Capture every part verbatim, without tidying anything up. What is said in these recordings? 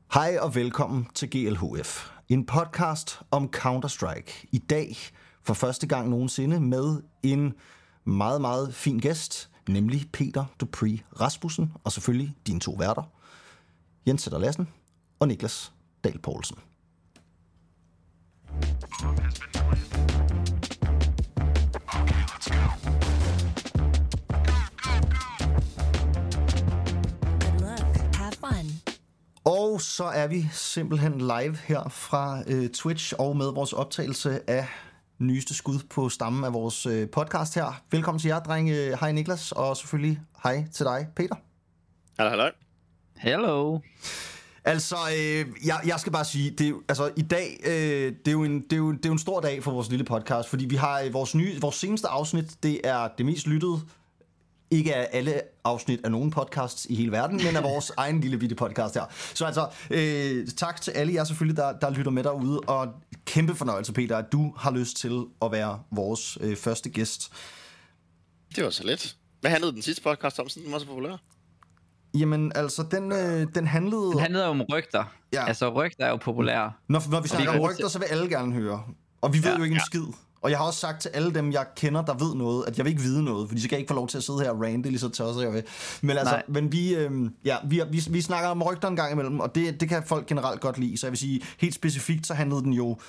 Hej og velkommen til G L H F, en podcast om Counter-Strike. I dag for første gang nogensinde med en meget, meget fin gæst, nemlig Peter Dupree Rasmussen, og selvfølgelig dine to værter, Jens Sætter Lassen og Niklas Dahl Poulsen. Og så er vi simpelthen live her fra øh, Twitch og med vores optagelse af nyeste skud på stammen af vores øh, podcast her. Velkommen til jer, drenge. Hej Niklas, og selvfølgelig hej til dig, Peter. Hallo, hallo. Hello. Altså, øh, jeg, jeg skal bare sige, det er, altså i dag, øh, det, er jo en, det, er jo, det er jo en stor dag for vores lille podcast, fordi vi har øh, vores nye, vores seneste afsnit, det er det mest lyttede. Ikke af alle afsnit af nogen podcasts i hele verden, men af vores egen lille bitte podcast her. Så altså, øh, tak til alle jer selvfølgelig, der, der lytter med derude, og kæmpe fornøjelse, Peter, at du har lyst til at være vores øh, første gæst. Det var så let. Hvad handlede den sidste podcast om, siden den var så populær? Jamen, altså, den, øh, den handlede... Den handlede om rygter. Ja. Altså, rygter er jo populære. Når, når vi snakker om rygter, så vil alle gerne høre. Og vi ved ja, jo ikke en ja. skid. Og jeg har også sagt til alle dem, jeg kender, der ved noget, at jeg vil ikke vide noget, fordi så kan jeg ikke få lov til at sidde her og rante, lige så tosset jeg vil. Men altså, men vi, øh, ja, vi, vi, vi snakker om rygter en gang imellem, og det, det kan folk generelt godt lide. Så jeg vil sige, helt specifikt, så handlede den jo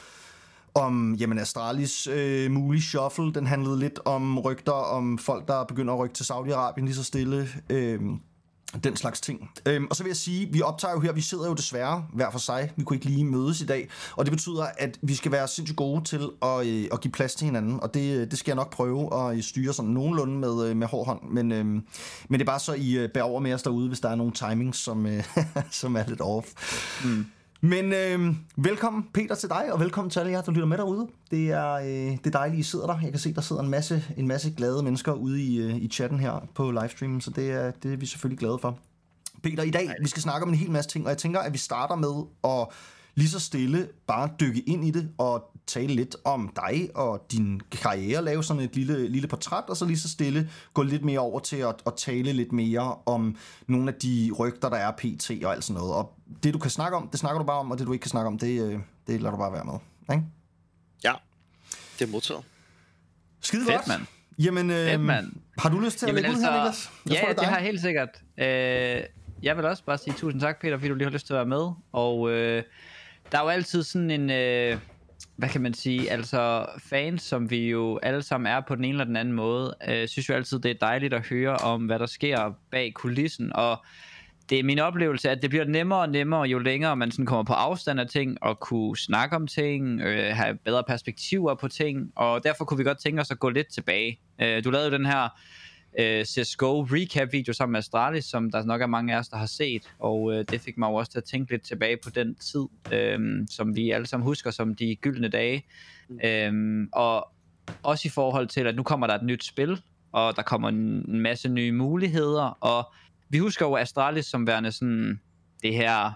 om, jamen, Astralis øh, mulige shuffle. Den handlede lidt om rygter, om folk, der begynder at rykke til Saudi-Arabien lige så stille. Øh, Den slags ting. Øhm, og så vil jeg sige, vi optager jo her, vi sidder jo desværre hver for sig. Vi kunne ikke lige mødes i dag. Og det betyder, at vi skal være sindssygt gode til at, øh, at give plads til hinanden. Og det, det skal jeg nok prøve at styre sådan nogenlunde med, øh, med hård hånd. Men, øh, men det er bare så, I øh, bærer over med os derude, hvis der er nogle timings, som, øh, som er lidt off. Mm. Men øh, velkommen Peter til dig, og velkommen til alle jer, der lytter med derude. Det er, øh, det er dejligt, I sidder der. Jeg kan se, der sidder en masse, en masse glade mennesker ude i, øh, i chatten her på livestreamen, så det er, det er vi selvfølgelig glade for. Peter, i dag, vi skal snakke om en hel masse ting, og jeg tænker, at vi starter med at lige så stille bare dykke ind i det, og tale lidt om dig og din karriere, lave sådan et lille, lille portræt, og så lige så stille gå lidt mere over til at, at tale lidt mere om nogle af de rygter, der er P T og alt sådan noget. Og det, du kan snakke om, det snakker du bare om, og det, du ikke kan snakke om, det, det lader du bare være med. Ikke? Ja, det er modtaget. Skide Fedt, godt. mand. Jamen, øh, Fedt, mand. har du lyst til at Jamen, lægge altså, ud her, Niklas? Jeg ja, tror, det, det har jeg helt sikkert. Øh, jeg vil også bare sige tusind tak, Peter, fordi du lige har lyst til at være med. Og øh, der er jo altid sådan en, øh, hvad kan man sige, altså fans, som vi jo alle sammen er på den ene eller den anden måde, øh, synes jo altid, det er dejligt at høre om, hvad der sker bag kulissen. Og det er min oplevelse, at det bliver nemmere og nemmere, jo længere man sådan kommer på afstand af ting, og kunne snakke om ting, øh, have bedre perspektiver på ting, og derfor kunne vi godt tænke os at gå lidt tilbage. Øh, du lavede jo den her øh, C S G O recap-video sammen med Astralis, som der nok er mange af os, der har set, og øh, det fik mig jo også til at tænke lidt tilbage på den tid, øh, som vi alle sammen husker som de gyldne dage. Mm. Øh, og også i forhold til, at nu kommer der et nyt spil, og der kommer en masse nye muligheder, og vi husker jo Astralis som værende sådan det her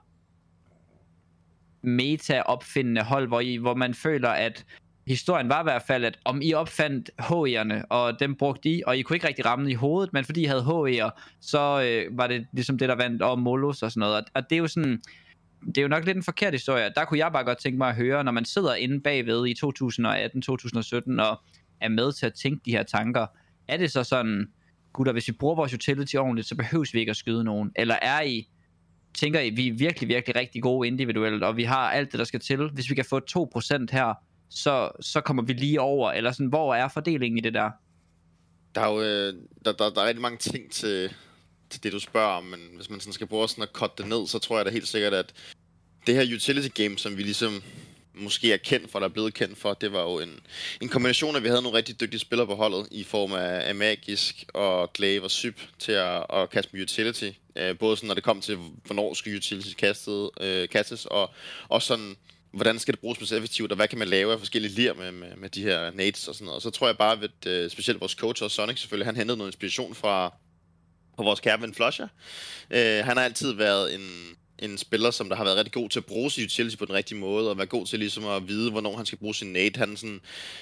meta-opfindende hold, hvor, I, hvor man føler, at historien var i hvert fald, at om I opfandt H E'erne, og dem brugte I, og I kunne ikke rigtig ramme i hovedet, men fordi I havde H E'er, så øh, var det ligesom det, der vandt over Molos og sådan noget. Og, og det er jo sådan, det er jo nok lidt en forkert historie. Der kunne jeg bare godt tænke mig at høre, når man sidder inde bagved i to tusind atten til to tusind sytten og er med til at tænke de her tanker, er det så sådan, gutter, hvis vi bruger vores utility ordentligt, så behøves vi ikke at skyde nogen? Eller er I, tænker I, vi er virkelig, virkelig rigtig gode individuelt, og vi har alt det, der skal til. Hvis vi kan få to procent her, så, så kommer vi lige over. Eller sådan, hvor er fordelingen i det der? Der er jo øh, der, der, der er rigtig mange ting til, til det, du spørger om, men hvis man sådan skal prøve sådan at cutte det ned, så tror jeg da helt sikkert, at det her utility game, som vi ligesom måske er kendt for, der er blevet kendt for, det var jo en, en kombination af, at vi havde nogle rigtig dygtige spillere på holdet, i form af, af Magisk og Glaive og Syb til at, at kaste med utility. Øh, både sådan, når det kom til, hvornår skal utility kastet, øh, kastes, og også sådan, hvordan skal det bruges mest effektivt, og hvad kan man lave af forskellige lir med, med, med de her nades og sådan noget. Og så tror jeg bare, at øh, specielt vores coach og Sonic selvfølgelig, han hentede noget inspiration fra, fra vores kære ven Flusher. Øh, han har altid været en en spiller, som der har været rigtig god til at bruge sin utility på den rigtige måde, og være god til ligesom at vide, hvornår han skal bruge sin nade. Han sådan,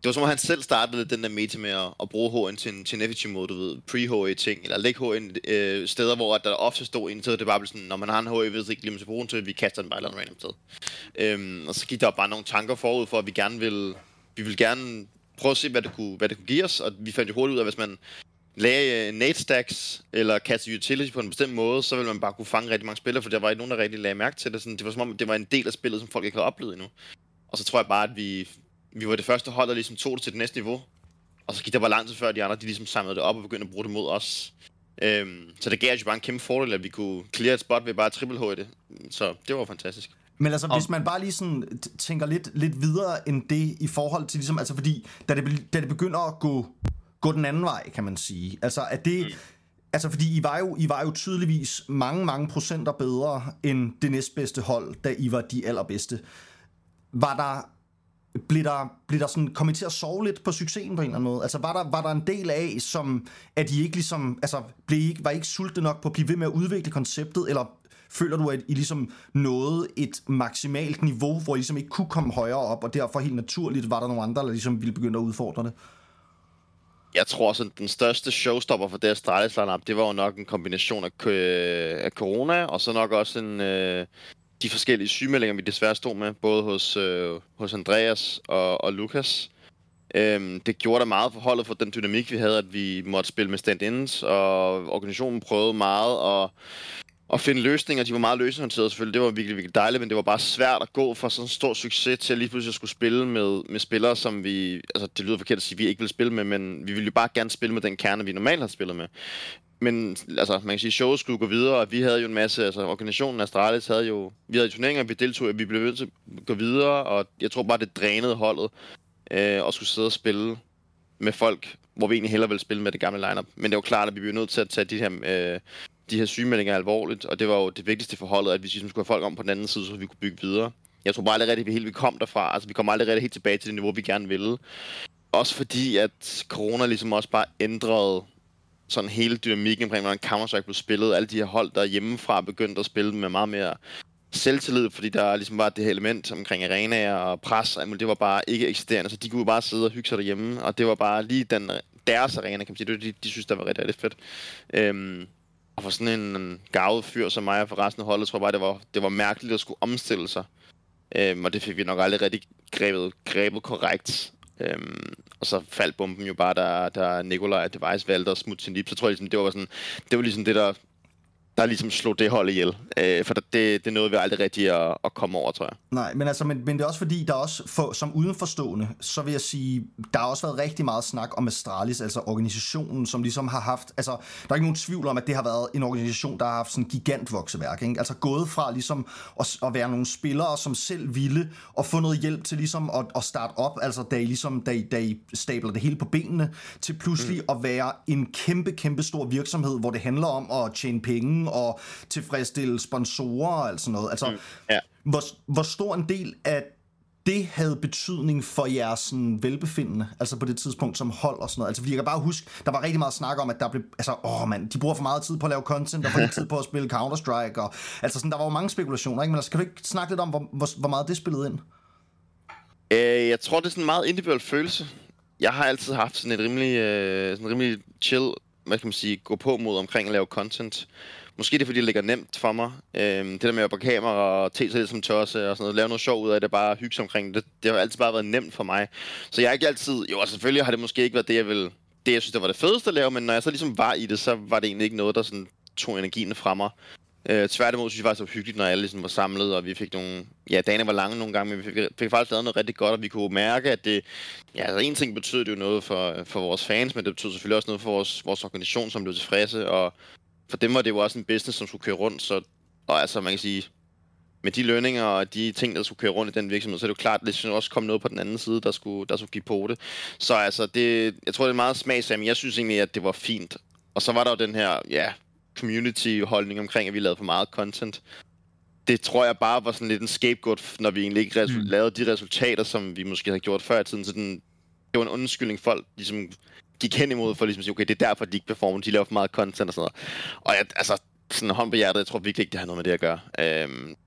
det var som om han selv startede den der meta med at, at bruge H N til en, til en effektiv måde, du ved, pre-H E-ting, eller lægge H N øh, steder, hvor der ofte stod indtil det bare blev sådan, når man har en H E, ved ikke lige, man skal bruge den til, vi kaster den bare et eller andet random sted. Øhm, og så gik der bare nogle tanker forud for, at vi gerne ville, vi ville gerne prøve at se, hvad det kunne, hvad det kunne give os, og vi fandt jo hurtigt ud af, hvis man lagde uh, nade stacks, eller kaste utility på en bestemt måde, så ville man bare kunne fange rigtig mange spillere, for der var ikke nogen, der rigtig lagde mærke til det. Sådan, det var som om, det var en del af spillet, som folk ikke havde oplevet endnu. Og så tror jeg bare, at vi, vi var det første hold, der ligesom tog det til det næste niveau. Og så gik der bare lang tid før, de andre de ligesom samlede det op og begyndte at bruge det mod os. Øhm, så det gav jo bare en kæmpe fordel, at vi kunne clear et spot ved bare triple H i det. Så det var fantastisk. Men altså, hvis man bare lige sådan tænker lidt, lidt videre end det i forhold til ligesom, altså fordi, da det, da det begynder at gå, gå den anden vej, kan man sige. Altså, at det... Mm. Altså, fordi I var, jo, I var jo tydeligvis mange, mange procenter bedre end det næstbedste hold, da I var de allerbedste. Var der... Blev der, blev der sådan kommet til at sove lidt på succesen på en eller anden måde? Altså, var der, var der en del af, som, at I ikke ligesom, altså, blev I ikke, var I ikke sultne nok på at blive ved med at udvikle konceptet, eller føler du, at I ligesom nåede et maksimalt niveau, hvor I ligesom ikke kunne komme højere op, og derfor helt naturligt var der nogle andre, der ligesom ville begynde at udfordre det? Jeg tror sådan, den største showstopper for det her Astralis lineup, det var jo nok en kombination af, af corona, og så nok også en... Øh de forskellige sygemeldinger, vi desværre stod med, både hos, øh, hos Andreas og, og Lukas. Øhm, det gjorde der meget for holdet for den dynamik, vi havde, at vi måtte spille med stand-ins, og organisationen prøvede meget at, at finde løsninger. De var meget løsningsorienterede selvfølgelig, det var virkelig, virkelig dejligt, men det var bare svært at gå fra sådan en stor succes til at lige pludselig at skulle spille med, med spillere, som vi... Altså, det lyder forkert at sige, at vi ikke ville spille med, men vi ville jo bare gerne spille med den kerne, vi normalt har spillet med. Men altså, man kan sige, at showet skulle gå videre, og vi havde jo en masse, altså organisationen Astralis havde jo, vi havde turneringer, vi deltog, og vi blev nødt til at gå videre, og jeg tror bare, det drænede holdet, øh, og skulle sidde og spille med folk, hvor vi egentlig hellere ville spille med det gamle lineup. Men det var klart, at vi blev nødt til at tage de her, øh, de her sygemeldinger alvorligt, og det var jo det vigtigste for holdet, at vi ligesom skulle have folk om på den anden side, så vi kunne bygge videre. Jeg tror bare aldrig rigtigt, at vi helt vi kom derfra, altså vi kom aldrig rigtig helt tilbage til det niveau, vi gerne ville. Også fordi, at corona ligesom også bare ændrede sådan hele dynamikken omkring, hvordan Counter-Strike blev spillet. Alle de her hold, der hjemmefra begyndte at spille med meget mere selvtillid, fordi der ligesom var det her element omkring arenaer og pres, og det var bare ikke eksisterende, så de kunne bare sidde og hygge sig derhjemme, og det var bare lige den, deres arena, kan man sige. Det de, de synes, der var rigtig, rigtig fedt. Øhm, og for sådan en, en gavet fyr som mig og for resten af holdet, tror jeg bare, det var, det var mærkeligt at skulle omstille sig. Øhm, og det fik vi nok aldrig rigtig grebet, grebet korrekt. Øhm, og så faldt bomben jo bare, da, da Nikolaj og Device valgte at smutte sin lip. Så tror jeg ligesom, det var sådan, det var ligesom det, der, der ligesom slog det hold ihjel. Øh, for det, det nåede vi aldrig rigtig at, at komme over, tror jeg. Nej, men altså, men, men det er også fordi, der også, for, som udenforstående, så vil jeg sige, der har også været rigtig meget snak om Astralis, altså organisationen, som ligesom har haft, altså, der er ikke nogen tvivl om, at det har været en organisation, der har haft sådan en gigant vokseværk, ikke? Altså gået fra ligesom at, at være nogle spillere, som selv ville, og få noget hjælp til ligesom at, at starte op, altså da I ligesom, da I, da I stabler det hele på benene, til pludselig mm. at være en kæmpe, kæmpe stor virksomhed, hvor det handler om at tjene penge, og tilfredsstille sponsorer og alt sådan noget. Altså, mm, ja. hvor, hvor stor en del af det havde betydning for jeres sådan, velbefindende, altså på det tidspunkt som hold og sådan noget. Altså, fordi jeg kan bare huske, der var rigtig meget snak om, at der blev, altså, åh mand, de bruger for meget tid på at lave content, og for lidt tid på at spille Counter-Strike, og altså sådan, der var jo mange spekulationer, ikke? Men altså, kan du ikke snakke lidt om, hvor, hvor, hvor meget det spillede ind? Øh, jeg tror, det er sådan en meget individuel følelse. Jeg har altid haft sådan et rimelig, øh, sådan rimelig chill, hvad kan man sige, gå på mod omkring at lave content. Måske det er, fordi det ligger nemt for mig. Øhm, det der med at på kamera og te sig lidt som tosse og sådan noget, lave noget sjov ud af det, bare hygge sig omkring det, det har altid bare været nemt for mig. Så jeg har ikke altid, jo altså selvfølgelig har det måske ikke været det, jeg vil, det jeg synes, det var det fedeste at lave, men når jeg så ligesom var i det, så var det egentlig ikke noget, der sådan tog energien fra mig. Øh, tværtimod synes jeg faktisk, det var hyggeligt, når alle ligesom var samlet, og vi fik nogle, ja, dagene var lange nogle gange, men vi fik, fik faktisk lavet noget rigtig godt, og vi kunne mærke, at det, ja, altså en ting betød det jo noget for, for vores fans, men det betød selvfølgelig også noget for vores, vores organisation, som blev tilfredse, og for dem var det jo også en business, som skulle køre rundt, så, og altså man kan sige, med de lønninger og de ting, der skulle køre rundt i den virksomhed, så er det jo klart, at det også kom noget på den anden side, der skulle, der skulle give på det. Så altså, det, jeg tror, det er meget smagsag, men jeg synes egentlig, at det var fint. Og så var der jo den her, ja, community-holdning omkring, at vi lavede for meget content. Det tror jeg bare var sådan lidt en scapegoat, når vi egentlig ikke resu- mm. lavede de resultater, som vi måske havde gjort før i tiden. Så den, det var en undskyldning, folk ligesom gik hen imod for ligesom at sige, okay, det er derfor, de ikke performer, de laver for meget content og sådan noget. Og jeg, altså, sådan hånd på hjertet, jeg tror virkelig ikke, det har noget med det at gøre. Øhm,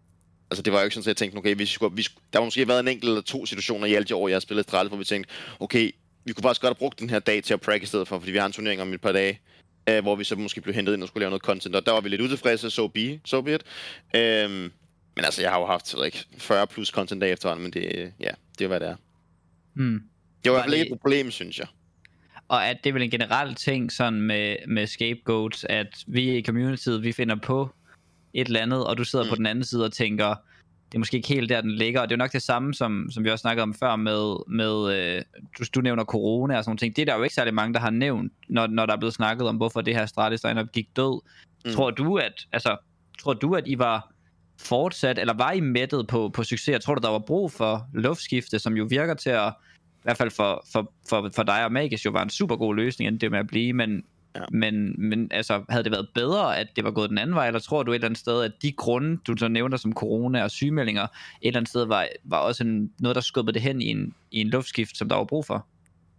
Altså, det var jo ikke sådan, at jeg tænkte, okay, vi skulle, vi skulle, der var måske været en enkelt eller to situationer i alle de år, jeg har spillet Astralis, hvor vi tænkte, okay, vi kunne faktisk godt have brugt den her dag til at prakke i stedet for, fordi vi har en turnering om et par dage, øh, hvor vi så måske blev hentet ind og skulle lave noget content, og der var vi lidt utilfredse, so be, so be it. Øhm, men altså, jeg har jo haft ikke, fyrre plus content dage efterhånden, men det, ja, det er hvad det er. Mm. Det var i hvert fald ikke et problem, synes jeg. Og at det er vel en generel ting sådan med, med scapegoats, at vi i communityet, vi finder på et eller andet, og du sidder mm. på den anden side og tænker, det er måske ikke helt der, den ligger. Og det er jo nok det samme, som, som vi også snakkede om før med, med øh, du, du nævner corona og sådan nogle ting. Det er der jo ikke særlig mange, der har nævnt, når, når der er blevet snakket om, hvorfor det her Astralis lineup gik død. Mm. Tror du, at altså, tror du, at I var fortsat, eller var I mættet på, på succes? Jeg tror du, der var brug for luftskifte, som jo virker til at, i hvert fald for, for, for, for dig og Magisk, jo var en super god løsning, end det med at blive, men Ja. Men, men altså, havde det været bedre, at det var gået den anden vej, eller tror du et eller andet sted, at de grunde, du så nævner som corona og sygemeldinger, et eller andet sted var, var også en, noget, der skubbede det hen i en, i en luftskift, som der var brug for?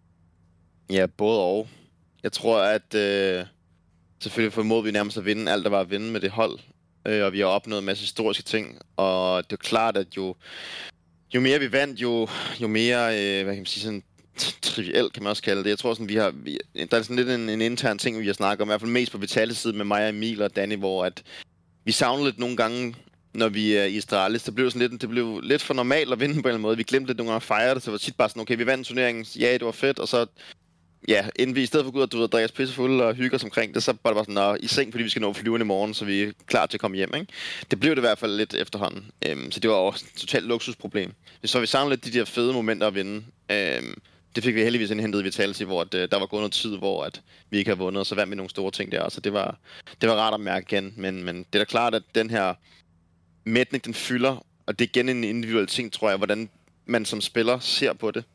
Ja, både og. Jeg tror, at øh, selvfølgelig formåede vi nærmest at vinde alt, der var at vinde med det hold, øh, og vi har opnået en masse historiske ting, og det er klart, at jo, jo mere vi vandt, jo, jo mere, øh, hvad kan man sige, sådan trivielt kan man også kalde det. Jeg tror sådan, vi har, vi, der er sådan lidt en, en intern ting, vi har snakket om, i hvert fald mest på Vitality-siden med mig, Emil og Danny, hvor at vi savner lidt nogle gange, når vi er i Astralis. Det blev sådan lidt, det blev lidt for normalt at vinde på en eller anden måde. Vi glemte lidt nogle gange at fejre det, så det var tit bare sådan, okay, vi vandt turneringen, ja, det var fedt, og så, ja, inden vi i stedet for at gå ud og du ved, drikke os pissefulde og hygge os omkring det, så var det bare sådan, nå, i seng, fordi vi skal nå flyveren i morgen, så vi er klar til at komme hjem, ikke? Det blev det i hvert fald lidt efterhånden, øhm, så det var også et totalt luksusproblem. Så vi savner lidt de der fede momenter at vinde. Øhm, Det fik vi heldigvis indhentet i Vitality, hvor at, øh, der var gået noget tid, hvor at vi ikke havde vundet, og så vandt vi nogle store ting der. Så det var, det var rart at mærke igen. Men, men det er da klart, at den her mætning, den fylder, og det er igen en individuel ting, tror jeg, hvordan man som spiller ser på det.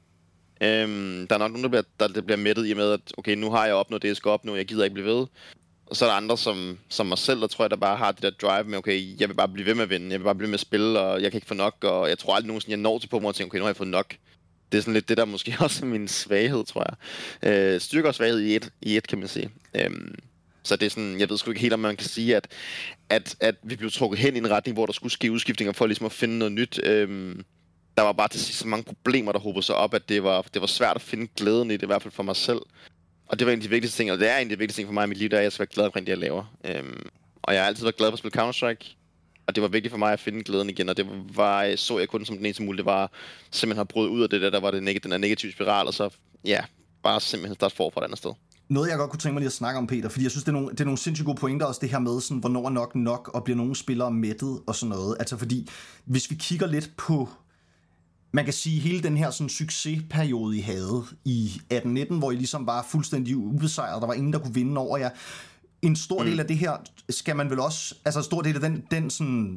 Øhm, der er nok nogen, der bliver, der, der bliver mættet i med, at okay, nu har jeg opnået det, jeg skal opnå, jeg gider ikke blive ved. Og så er der andre som, som mig selv, der tror jeg, der bare har det der drive med, okay, jeg vil bare blive ved med at vinde, jeg vil bare blive ved med at spille, og jeg kan ikke få nok, og jeg tror aldrig nogensinde, jeg når til på mig og tænker, okay, nu har jeg fået nok. Det er sådan lidt det, der måske også er min svaghed, tror jeg. Øh, styrke og svaghed i et, i et, kan man sige. Øhm, så det er sådan, jeg ved sgu ikke helt, om man kan sige, at, at, at vi blev trukket hen i en retning, hvor der skulle ske udskiftninger for ligesom at finde noget nyt. Øhm, der var bare til sidst så mange problemer, der hobede sig op, at det var, det var svært at finde glæden i det, i hvert fald for mig selv. Og det var en af de vigtigste ting, og det er en af de vigtigste ting for mig i mit liv, der er, at jeg skal være glad omkring det, jeg laver. Øhm, og jeg har altid været glad for at spille Counter-Strike. Og det var vigtigt for mig at finde glæden igen, og det var, så jeg kun som den eneste mulighed, det var simpelthen at bryde ud af det der, der var det neg- den der negative spiral, og så, ja, bare simpelthen starte forfra et andet sted. Noget, jeg godt kunne tænke mig lige at snakke om, Peter, fordi jeg synes, det er nogle, det er nogle sindssygt gode pointer også, det her med, sådan, hvornår er nok nok, og bliver nogle spillere mættet og sådan noget. Altså fordi, hvis vi kigger lidt på, man kan sige, hele den her sådan, succesperiode, I havde i atten nitten, hvor I ligesom var fuldstændig ubesejret, der var ingen, der kunne vinde over jer. En stor del af det her skal man vel også, altså en stor del af den, den, sådan,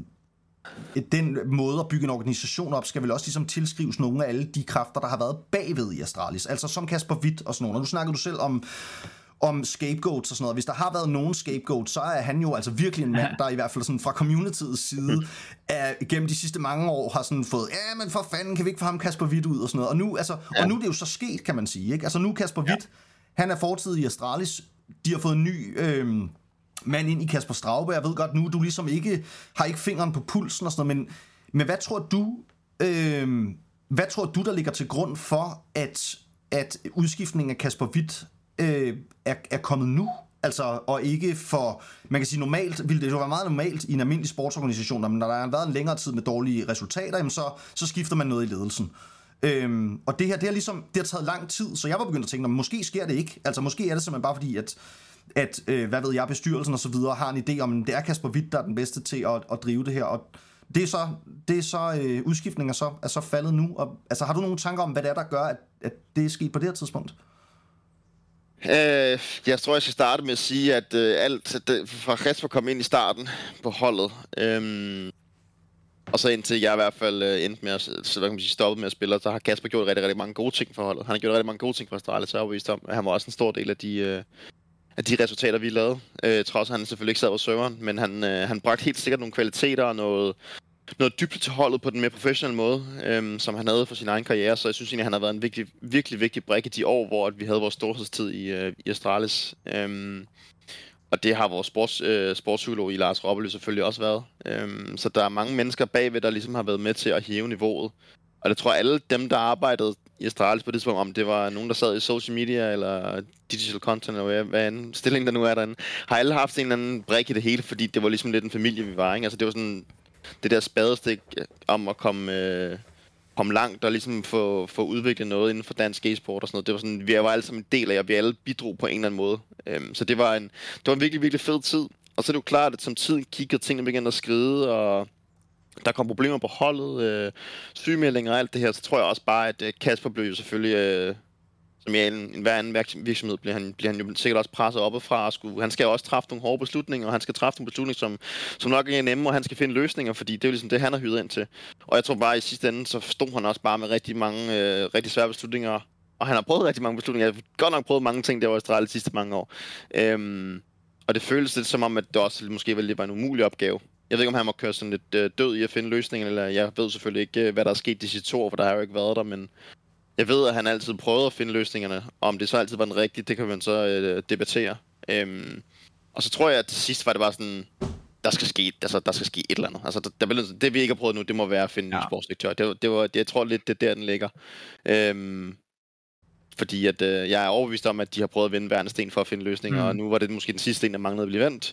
den måde at bygge en organisation op, skal vel også ligesom tilskrives nogle af alle de kræfter, der har været bagved i Astralis. Altså som Kasper Hvidt og sådan noget. Og nu snakker du selv om, om scapegoats og sådan noget. Hvis der har været nogen scapegoat, så er han jo altså virkelig en mand, der i hvert fald sådan fra communityets side er, gennem de sidste mange år har sådan fået, ja, men for fanden, kan vi ikke få ham Kasper Hvidt ud og sådan noget. Og nu, altså, ja. og nu er det jo så sket, kan man sige. Ikke? Altså nu Kasper Hvidt, ja. han er fortid i Astralis. De har fået en ny øh, mand ind i Kasper Straube. Jeg ved godt nu, du ligesom ikke har ikke fingeren på pulsen og sådan noget, men, men hvad tror du, øh, hvad tror du, der ligger til grund for, at, at udskiftningen af Kasper Hvidt øh, er, er kommet nu? Altså, og ikke for, man kan sige normalt, ville det jo være meget normalt i en almindelig sportsorganisation, men når der har været en længere tid med dårlige resultater, jamen så, så skifter man noget i ledelsen. Øhm, og det her, det har ligesom, det har taget lang tid, så jeg var begyndt at tænke, måske sker det ikke. Altså måske er det simpelthen bare fordi, at, at øh, hvad ved jeg, bestyrelsen og så videre har en idé om, det er Kasper Hvidt, der er den bedste til at, at drive det her. Og det er så, det er så øh, udskiftningen er så, er så faldet nu. Og, altså har du nogle tanker om, hvad det er, der gør, at, at det er sket på det her tidspunkt? Øh, jeg tror, jeg skal starte med at sige, at øh, alt det, fra Kasper kom ind i starten på holdet, øh, og så indtil jeg i hvert fald øh, endte med at, så hvad kan man sige, stoppet med at spille, så har Kasper gjort rigtig, rigtig mange gode ting for holdet. Han har gjort rigtig mange gode ting for Astralis, så jeg er overbevist om, at han var også en stor del af de, øh, af de resultater, vi lavede. Øh, trods at han selvfølgelig ikke sad på serveren, men han, øh, han bragte helt sikkert nogle kvaliteter og noget, noget dybde til holdet på den mere professionelle måde, øh, som han havde for sin egen karriere. Så jeg synes egentlig, at han har været en vigtig, virkelig vigtig brik i de år, hvor vi havde vores storhedstid i, øh, i Astralis. Øh, Og det har vores sports, øh, sportspsykolog i Lars Robbely selvfølgelig også været. Øhm, så der er mange mennesker bagved, der ligesom har været med til at hæve niveauet. Og det tror jeg alle dem, der arbejdede i Astralis på det tidspunkt, om det var nogen, der sad i social media eller digital content, eller hvad en stilling der nu er derinde, har alle haft en eller anden brik i det hele, fordi det var ligesom lidt en familie, vi var, ikke? Altså det var sådan det der spadestik om at komme, øh, komme langt og ligesom få, få udviklet noget inden for dansk e-sport og sådan noget. Det var sådan, vi var alle sammen en del af, og vi alle bidrog på en eller anden måde. Øhm, så det var en, det var en virkelig, virkelig fed tid. Og så er det jo klart, at som tiden kiggede, tingene begyndte at skride, og der kom problemer på holdet, øh, sygemeldinger og alt det her, så tror jeg også bare, at øh, Kasper blev jo selvfølgelig, øh, som i en, en hver anden virksomhed, bliver han, bliver han jo sikkert også presset oppefra, og skulle, han skal jo også træffe nogle hårde beslutninger, og han skal træffe nogle beslutninger, som, som nok ikke er nemme, og han skal finde løsninger, fordi det er jo ligesom det, han har hyret ind til. Og jeg tror bare, i sidste ende, så stod han også bare med rigtig mange, øh, rigtig svære beslutninger, og han har prøvet rigtig mange beslutninger. Jeg har godt nok prøvet mange ting, der var i Australien de sidste mange år. Øhm, og det føles lidt som om, at det også måske ville være en umulig opgave. Jeg ved ikke, om han må køre sådan lidt øh, død i at finde løsninger, eller jeg ved selvfølgelig ikke, hvad der er sket de sidste to år, for der har jo ikke været der, men jeg ved, at han altid prøvede at finde løsningerne, og om det så altid var den rigtige, det kan man så øh, debattere. Øhm, og så tror jeg, at til sidst var det bare sådan, der skal ske, altså, der skal ske et eller andet. Altså, der, der, det vi ikke har prøvet nu, det må være at finde ja. en sportsdirektør. Det, det var, det, jeg tror lidt, det er der, den ligger. Øhm, fordi at, øh, jeg er overbevist om, at de har prøvet at vende hver en sten for at finde løsninger, mm. og nu var det måske den sidste sten, der manglede at blive vendt.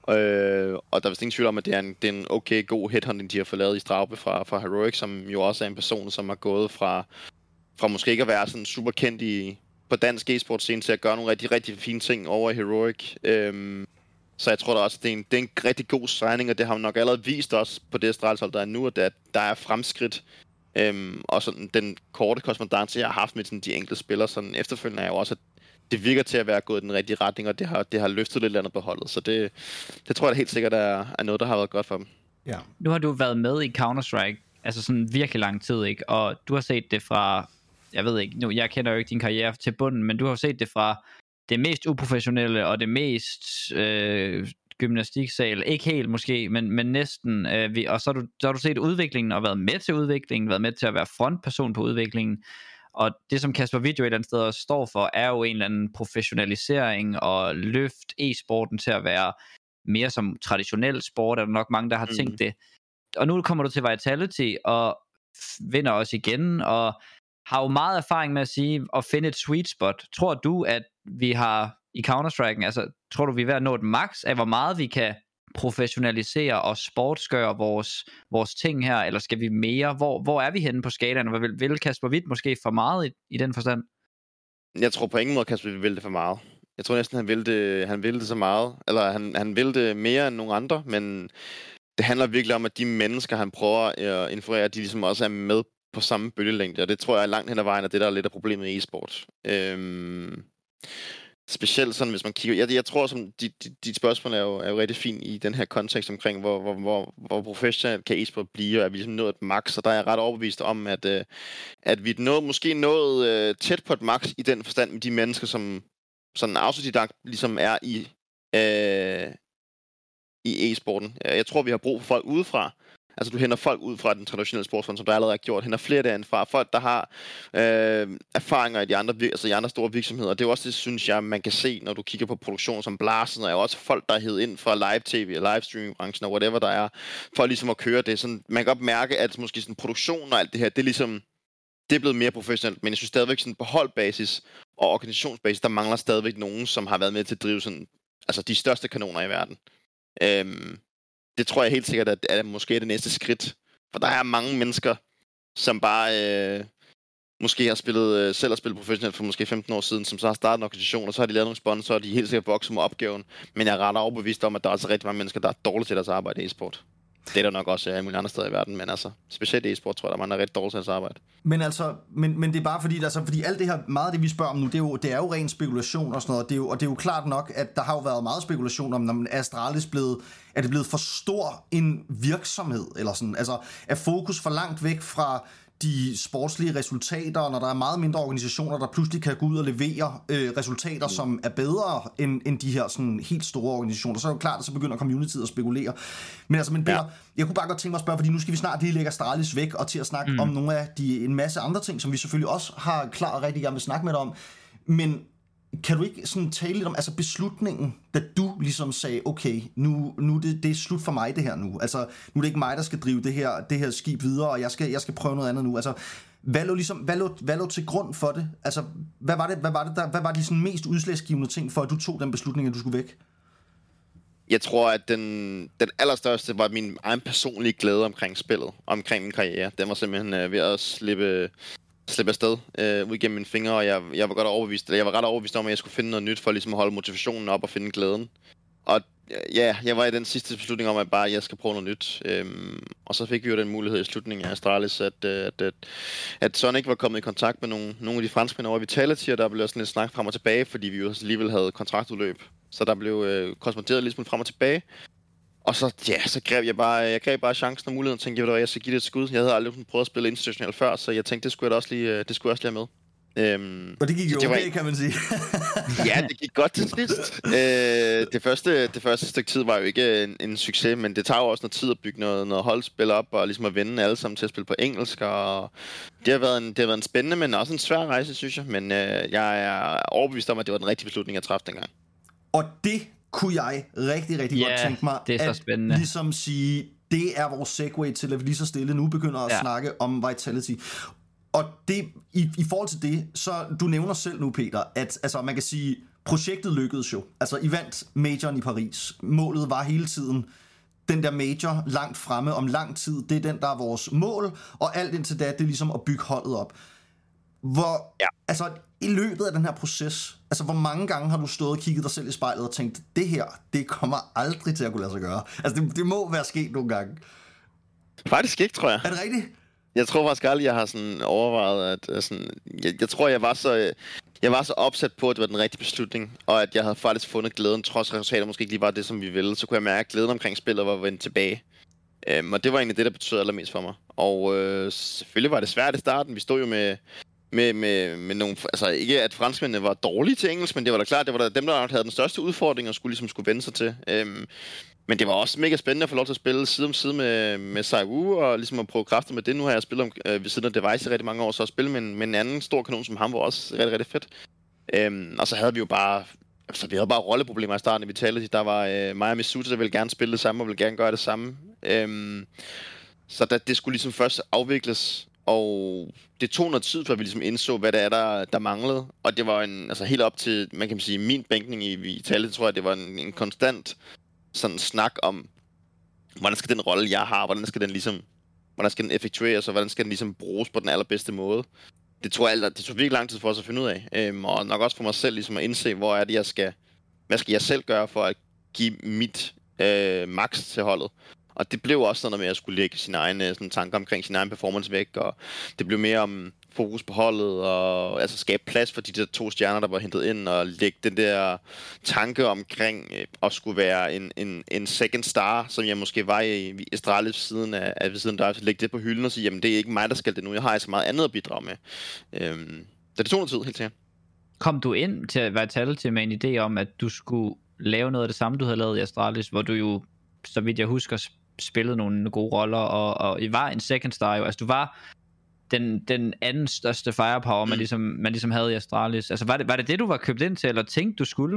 Øh, og der er vist ingen tvivl om, at det er en, det er en okay, god headhunting, de har fået lavet i Straube fra, fra Heroic, som jo også er en person, som har gået fra, fra måske ikke at være sådan super kendt i, på dansk e-sport scene til at gøre nogle rigtig, rigtig fine ting over i Heroic. Øh, så jeg tror da også, at det er, en, det er en rigtig god signing, og det har man nok allerede vist også på det Astralis-hold, der er nu, at der, der er fremskridt. Øh, og sådan den korte korrespondance, jeg har haft med sådan, de enkelte spillere, sådan efterfølgende er jo også, at det virker til at være gået i den rigtige retning, og det har, det har løftet lidt andet på holdet. Så det, det tror jeg da helt sikkert er, er noget, der har været godt for dem. Ja. Nu har du været med i Counter-Strike, altså sådan virkelig lang tid, ikke? Og du har set det fra, jeg ved ikke, nu, jeg kender jo ikke din karriere til bunden, men du har set det fra det mest uprofessionelle og det mest øh, gymnastiksal. Ikke helt måske, men, men næsten. Øh, vi, og så har, du, så har du set udviklingen og været med til udviklingen, været med til at være frontperson på udviklingen. Og det, som Kasper Video et eller andet sted også står for, er jo en eller anden professionalisering og løft e-sporten til at være mere som traditionel sport. Er der nok mange, der har tænkt mm. det. Og nu kommer du til Vitality og vinder også igen, og har jo meget erfaring med at sige, at finde et sweet spot. Tror du, at vi har i Counter-Strike'en, altså tror du, vi er ved at nå et max af, hvor meget vi kan professionalisere og sportsgøre vores, vores ting her, eller skal vi mere? Hvor, hvor er vi henne på skalaen? Vil, vil Kasper Hvidt måske for meget i, i den forstand? Jeg tror på ingen måde, Kasper vil det for meget. Jeg tror næsten, han vil det, han vil det så meget. Eller han, han vil det mere end nogle andre, men det handler virkelig om, at de mennesker, han prøver at influere, de ligesom også er med på samme bølgelængde, og det tror jeg er langt hen ad vejen, og det der er lidt af problemet i e-sport. Øhm Specielt sådan, hvis man kigger... Jeg, jeg tror, som dit, dit, dit spørgsmål er jo, er jo rigtig fint i den her kontekst omkring, hvor, hvor, hvor, hvor professionelt kan e-sport blive, og er vi ligesom nået et max, og der er jeg ret overbevist om, at, øh, at vi er nået, måske nået øh, tæt på et max i den forstand med de mennesker, som sådan autodidakt ligesom er i, øh, i e-sporten. Jeg tror, vi har brug for folk udefra. Altså, du henter folk ud fra den traditionelle sportsfond, som du allerede har gjort. Henter flere derindfra. Folk, der har øh, erfaringer i de andre, altså i andre store virksomheder. Det er jo også det, synes jeg, man kan se, når du kigger på produktion som Blasen, og er jo også folk, der er hed ind fra live-tv og livestreaming-branchen og whatever der er, for ligesom at køre det. Sådan, man kan godt mærke, at måske sådan produktion og alt det her, det er ligesom, det er blevet mere professionelt, men jeg synes stadigvæk sådan på holdbasis og organisationsbasis, der mangler stadigvæk nogen, som har været med til at drive sådan, altså de største kanoner i verden. Øhm, Det tror jeg helt sikkert, at er måske er det næste skridt. For der er mange mennesker, som bare øh, måske har spillet, øh, selv har spillet professionelt for måske femten år siden, som så har startet en organisation, og så har de lavet nogle sponsorer, og de er helt sikkert vokset med opgaven. Men jeg er ret overbevist om, at der er altså rigtig mange mennesker, der er dårlige til deres arbejde i e-sport. Det er der nok også i mulige andre steder i verden, men altså, specielt i e-sport, tror jeg, der er mange, der er rigtig dårlige til deres arbejde. Men altså, men, men det er bare fordi, altså, fordi alt det her, meget af det, vi spørger om nu, det er jo, det er jo ren spekulation og sådan noget, det er jo, og det er jo klart nok, at der har jo været meget spekulation om, når Astralis blevet, er det blevet for stor en virksomhed, eller sådan, altså, er fokus for langt væk fra de sportslige resultater, når der er meget mindre organisationer, der pludselig kan gå ud og levere øh, resultater, mm. som er bedre end, end de her sådan helt store organisationer. Så er det jo klart, at så begynder communityet at spekulere. Men altså, men Peter, ja. jeg kunne bare godt tænke mig at spørge, fordi nu skal vi snart lige lægge Astralis væk, og til at snakke mm. om nogle af de, en masse andre ting, som vi selvfølgelig også har klar og rigtig gerne vil snakke med dig om. Men kan du ikke sådan tale lidt om altså beslutningen, da du ligesom sagde, okay, nu, nu det, det er slut for mig det her nu. Altså, nu er det ikke mig, der skal drive det her, det her skib videre, og jeg skal, jeg skal prøve noget andet nu. Altså, hvad lå, ligesom, hvad, lå, hvad lå til grund for det? Altså, hvad var det, hvad var det der, hvad var de sådan mest udslagsgivende ting for, at du tog den beslutning, at du skulle væk? Jeg tror, at den, den allerstørste var min egen personlige glæde omkring spillet, omkring min karriere. Den var simpelthen øh, ved at slippe, slippe afsted øh, ud gennem mine fingre, og jeg, jeg var godt overbevist, jeg var ret overbevist om, at jeg skulle finde noget nyt for ligesom at holde motivationen op og finde glæden. Og ja, jeg var i den sidste beslutning om, at bare jeg skal prøve noget nyt. Øhm, og så fik vi jo den mulighed i slutningen af Astralis, at, at, at, at Sonic var kommet i kontakt med nogle, nogle af de franskmænd over i Vitality, og der blev sådan lidt snak frem og tilbage, fordi vi jo alligevel havde kontraktudløb. Så der blev øh, korresponderet lidt frem og tilbage. Og så, ja, så greb jeg bare, jeg greb bare chancen og muligheden og tænkte, at jeg skal give det et skud. Jeg havde aldrig prøvet at spille internationalt før, så jeg tænkte, det skulle jeg også lige, det skulle jeg også lige have med. Øhm, og det gik jo det okay, var... kan man sige. Ja, det gik godt til sidst. øh, det, første, det første stykke tid var jo ikke en, en succes, men det tager jo også noget tid at bygge noget, noget holdspil op, og ligesom at vende alle sammen til at spille på engelsk. Og det, har været en, det har været en spændende, men også en svær rejse, synes jeg. Men øh, jeg er overbevist om, at det var den rigtige beslutning, jeg træffede dengang. Og det kunne jeg rigtig, rigtig yeah, godt tænke mig, det er så at spændende. Ligesom sige, det er vores segue til, at vi lige så stille nu begynder at ja. snakke om Vitality. Og det, i, i forhold til det, så du nævner selv nu, Peter, at altså, man kan sige, projektet lykkedes jo. Altså, I vandt majoren i Paris. Målet var hele tiden den der major langt fremme om lang tid. Det er den, der er vores mål, og alt indtil da, det er ligesom at bygge holdet op. Hvor, ja. altså, i løbet af den her proces, altså, hvor mange gange har du stået og kigget dig selv i spejlet og tænkt, det her, det kommer aldrig til at kunne lade sig gøre. Altså, det, det må være sket nogle gange. Faktisk ikke, tror jeg. Er det rigtigt? Jeg tror faktisk aldrig, jeg har sådan overvejet, at, at sådan, jeg, jeg tror, jeg var så jeg var så opsat på, at det var den rigtige beslutning, og at jeg havde faktisk fundet glæden, trods resultatet måske ikke lige var det, som vi ville, så kunne jeg mærke, at glæden omkring spillet var vendt tilbage. Øhm, og det var egentlig det, der betød allermest for mig. Og øh, selvfølgelig var det svært i starten. Vi stod jo med, med, med, med nogle... Altså ikke, at franskmændene var dårlige til engelsk, men det var da klart, det var da dem, der havde den største udfordring, og skulle ligesom skulle vende sig til. Øhm, Men det var også mega spændende at få lov til at spille side om side med, med Saiwu, og ligesom at prøve kræfter med det. Nu har jeg spillet om, øh, ved siden af Device i rigtig mange år, så at spille med en, med en anden stor kanon som ham var også rigtig, rigtig fedt. Øhm, og så havde vi jo bare... Altså, vi havde bare rolleproblemer i starten i Vitality. Der var øh, mig og Misuta, der ville gerne spille det samme, og ville gerne gøre det samme. Øhm, så da, det skulle ligesom først afvikles, og det tog noget tid, før vi ligesom indså, hvad det er, der, der manglede. Og det var en, altså helt op til, man kan sige, min bænkning i Vitality, tror jeg, det var en, en konstant sådan snak om, hvordan skal den rolle, jeg har, hvordan skal den ligesom, hvordan skal den effektueres, og hvordan skal den ligesom bruges på den allerbedste måde. Det tog, alt, det tog virkelig lang tid for os at finde ud af, øhm, og nok også for mig selv ligesom at indse, hvor er det, jeg skal, hvad skal jeg selv gøre for at give mit øh, max til holdet. Og det blev også sådan noget med, at jeg skulle lægge sine egne sådan, tanker omkring sin egen performance væk, og det blev mere om fokus på holdet, og altså skabe plads for de der to stjerner, der var hentet ind, og lægge den der tanke omkring øh, at skulle være en, en, en second star, som jeg måske var i, i Astralis siden af, af ved siden der, så lægge det på hylden og sige, jamen det er ikke mig, der skal det nu, jeg har altså meget andet at bidrage med. Øhm, så det tog noget tid, helt sikkert. Kom du ind til Vitality med en idé om, at du skulle lave noget af det samme, du havde lavet i Astralis, hvor du jo, så vidt jeg husker, spillede nogle gode roller, og, og I var en second star jo, altså du var den, den anden største firepower, mm. man, ligesom, man ligesom havde i Astralis. Altså var det, var det det, du var købt ind til, eller tænkte, du skulle?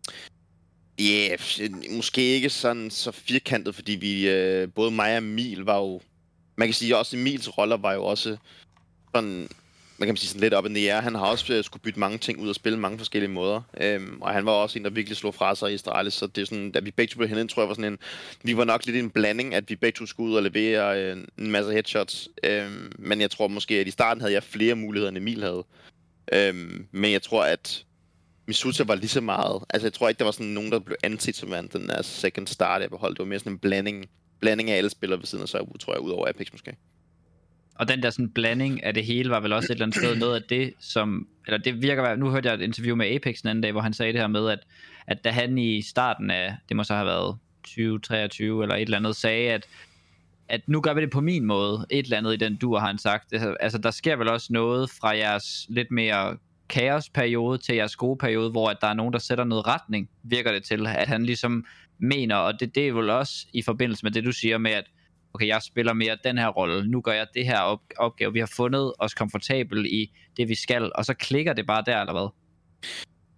Ja, yeah, måske ikke sådan så firkantet, fordi vi, øh, både mig og Emil var jo, man kan sige også, Emils roller var jo også sådan, man kan sige sådan lidt op in the air. Han har også uh, skulle bytte mange ting ud og spille mange forskellige måder. Øhm, og han var også en, der virkelig slog fra sig i Astralis. Så det er sådan, da vi begge to blev hentet, tror jeg var sådan en... Vi var nok lidt en blanding, at vi begge to skulle ud og levere øh, en masse headshots. Øhm, men jeg tror måske, at i starten havde jeg flere muligheder, end Emil havde. Øhm, men jeg tror, at Misuta var lige så meget... Altså jeg tror ikke, der var sådan nogen, der blev anset som den der second start, jeg beholdt. Det var mere sådan en blanding, blanding af alle spillere ved siden af sig, tror jeg, ud over Apex måske. Og den der sådan blanding af det hele var vel også et eller andet sted noget af det, som... Eller det virker... Nu hørte jeg et interview med Apex den anden dag, hvor han sagde det her med, at, at da han i starten af... Det må så have været tyve treogtyve eller et eller andet, sagde, at, at nu gør vi det på min måde. Et eller andet i den dur, har han sagt. Altså, der sker vel også noget fra jeres lidt mere kaosperiode til jeres gode periode, hvor at der er nogen, der sætter noget retning, virker det til. At han ligesom mener, og det, det er vel også i forbindelse med det, du siger med, at okay, jeg spiller mere den her rolle, nu gør jeg det her op- opgave, vi har fundet os komfortabel i det, vi skal, og så klikker det bare der, eller hvad?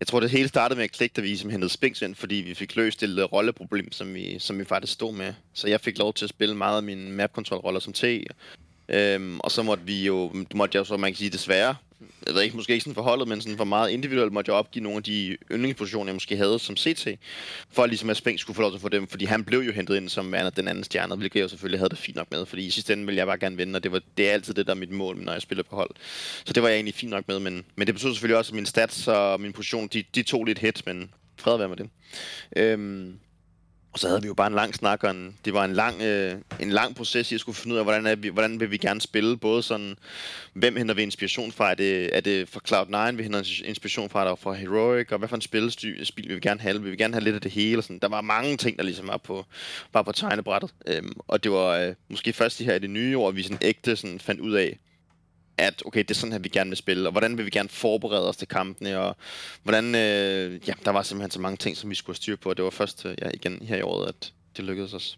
Jeg tror, det hele startede med at klikke, da vi som hentede Spinks ind, fordi vi fik løst det rolleproblem, som vi, som vi faktisk stod med. Så jeg fik lov til at spille meget af mine map-kontrol-roller som T. Øhm, og så måtte vi jo, måtte jeg så, man kan sige, desværre, jeg ved ikke, måske ikke sådan forholdet, men sådan for meget individuelt måtte jeg opgive nogle af de yndlingspositioner, jeg måske havde som C T, for ligesom at Spinks skulle få lov til at få dem, fordi han blev jo hentet ind som den anden stjerne, hvilket jeg jo selvfølgelig havde det fint nok med, fordi i sidste ende ville jeg bare gerne vinde, og det, var, det er altid det, der er mit mål, når jeg spiller på hold. Så det var jeg egentlig fint nok med, men, men det betød selvfølgelig også, at mine stats og min position, de, de tog lidt hit, men fred være med det. Øhm, Og så havde vi jo bare en lang snak, og en, det var en lang, øh, en lang proces, jeg skulle finde ud af, hvordan, er vi, hvordan vil vi gerne spille, både sådan, hvem henter vi inspiration fra, er det, er det fra Cloud nine, vi henter inspiration fra, der fra Heroic, og hvad for en spilstil vil vi gerne have, vil vi gerne have lidt af det hele, og sådan. Der var mange ting, der ligesom var på, var på tegnebrættet, øhm, og det var øh, måske først de her i det nye år, vi sådan ægte sådan fandt ud af, at okay, det er sådan her, vi gerne vil spille, og hvordan vil vi gerne forberede os til kampene, og hvordan, øh, ja, der var simpelthen så mange ting, som vi skulle styre på, og det var først, ja, igen her i året, at det lykkedes os.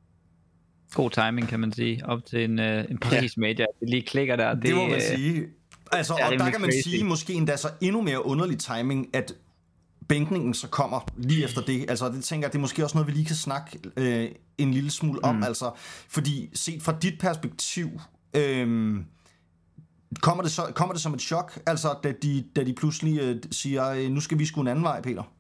God timing, kan man sige, op til en, øh, en Paris-media, det lige klikker der. Det, det må man sige. Altså, og der kan man crazy. sige, måske endda så endnu mere underlig timing, at bænkningen så kommer lige efter det. Altså, det tænker jeg, det er måske også noget, vi lige kan snakke øh, en lille smule om, mm. altså, fordi set fra dit perspektiv, øh, Kommer det, så, kommer det som et chok, altså da de, da de pludselig øh, siger, øh, nu skal vi sgu en anden vej, Peter?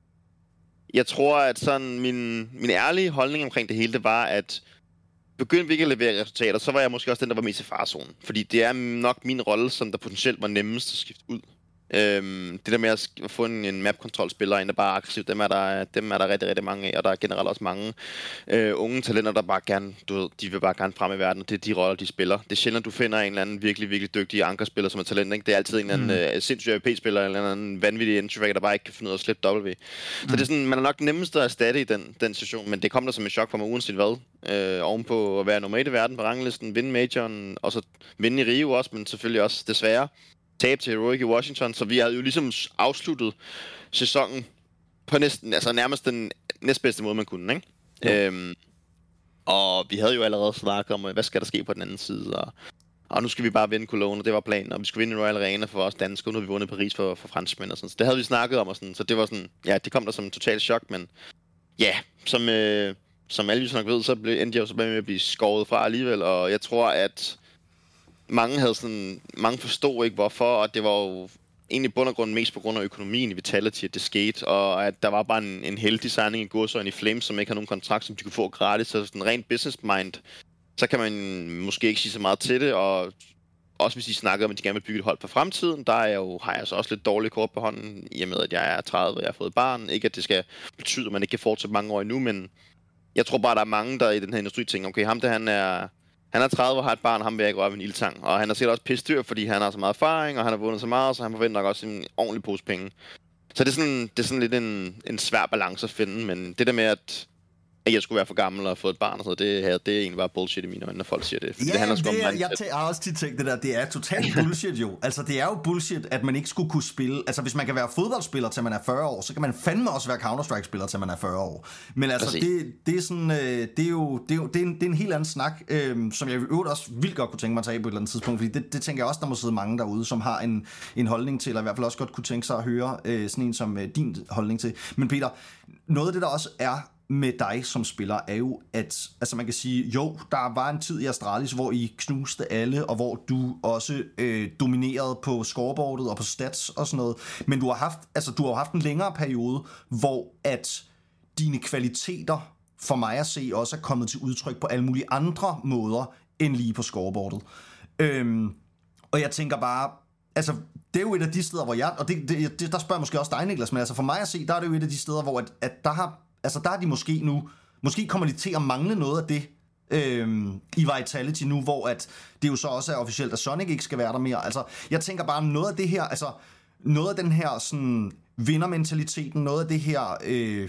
Jeg tror, at sådan min, min ærlige holdning omkring det hele, det var, at begyndte vi ikke at levere resultater, så var jeg måske også den, der var mest i farzonen. Fordi det er nok min rolle, som der potentielt var nemmest at skifte ud. Øhm, det der med at få en, en map-kontrol-spiller ind, der bare er aggressiv, dem er, der, dem er der rigtig, rigtig mange af, og der er generelt også mange øh, unge talenter, der bare gerne, du ved, de vil bare gerne frem i verden, og det er de roller, de spiller. Det er sjældent, du finder en eller anden virkelig, virkelig dygtig ankerspiller, som er talent, ikke? Det er altid en eller anden mm. øh, sindssyg A W P-spiller, eller en eller anden vanvittig entry-tracker, der bare ikke kan finde ud af at slippe W. Mm. Så det er sådan, man er nok nemmest at erstatte i den, den situation, men det kom der som et chok for mig, uanset hvad, øh, ovenpå at være nummer et i verden på ranglisten, vinde majoren, og så vinde i Rio også, men selvfølgelig også desværre tab til Heroic i Washington, så vi havde jo ligesom afsluttet sæsonen på næsten, altså nærmest den næstbedste måde, man kunne, ikke? Ja. Øhm, og vi havde jo allerede snakket om, hvad skal der ske på den anden side, og, og nu skal vi bare vinde Cologne, og det var planen, og vi skulle vinde Royal Arena for os danskere, nu har vi vundet Paris for, for franskmænd og sådan, så det havde vi snakket om, og sådan, så det var sådan, ja, det kom der som en total chok, men ja, som, øh, som alle jo nok ved, så blev, endte jeg jo så med at blive skåret fra alligevel, og jeg tror, at mange havde sådan, mange forstod ikke hvorfor, og det var jo egentlig bund og grund mest på grund af økonomien i Vitality, at det skete, og at der var bare en, en heldig signing i Godsøjen i Flames, som ikke har nogen kontrakt, som de kunne få gratis, så sådan rent business mind, så kan man måske ikke sige så meget til det, og også hvis de snakker om, at de gerne vil bygge et hold for fremtiden, der er jo, har jeg så også lidt dårlige kort på hånden, i og med at jeg er tredive, og jeg har fået barn. Ikke at det skal betyde, at man ikke kan fortsætte mange år endnu, men jeg tror bare, der er mange, der i den her industri tænker, okay, ham der han er... Han er tredive og har et barn, ham vil jeg ikke røre ved en ildtang. Og han er sikkert også pissedyr, fordi han har så meget erfaring, og han har vundet så meget, så han forventer nok også en ordentlig pose penge. Så det er sådan, det er sådan lidt en, en svær balance at finde, men det der med, at, at jeg skulle være for gammel og have fået et barn, og så det her, det er egentlig bare bullshit i mine øjne, når folk siger det. Ja, det handler det er, jeg tæ- har også tit tænkt det der, det er totalt bullshit jo. Altså det er jo bullshit, at man ikke skulle kunne spille. Altså hvis man kan være fodboldspiller til man er fyrre år, så kan man fandme også være Counter-Strike-spiller til man er fyrre år. Men altså det, det er sådan, øh, det er jo, det er jo det er en, det er en helt anden snak, øh, som jeg i øvrigt også vildt godt kunne tænke mig at tage på et eller andet tidspunkt, fordi det, det tænker jeg også, der må sidde mange derude, som har en, en holdning til, eller i hvert fald også godt kunne tænke sig at høre øh, sådan en som øh, din holdning til. Men Peter, noget af det der også er med dig som spiller, er jo, at altså man kan sige, jo, der var en tid i Astralis, hvor I knuste alle, og hvor du også øh, dominerede på scoreboardet og på stats og sådan noget, men du har haft, altså du har haft en længere periode, hvor at dine kvaliteter, for mig at se, også er kommet til udtryk på alle mulige andre måder, end lige på scoreboardet. Øhm, og jeg tænker bare, altså, det er jo et af de steder, hvor jeg, og det, det, det, der spørger måske også dig, Niklas, men altså for mig at se, der er det jo et af de steder, hvor at, at der har Altså der er de måske nu, måske kommer de til at mangle noget af det øhm, i Vitality nu, hvor at det jo så også er officielt, at Sonic ikke skal være der mere. Altså jeg tænker bare noget af det her, altså noget af den her sådan vindermentaliteten, noget af det her, øh,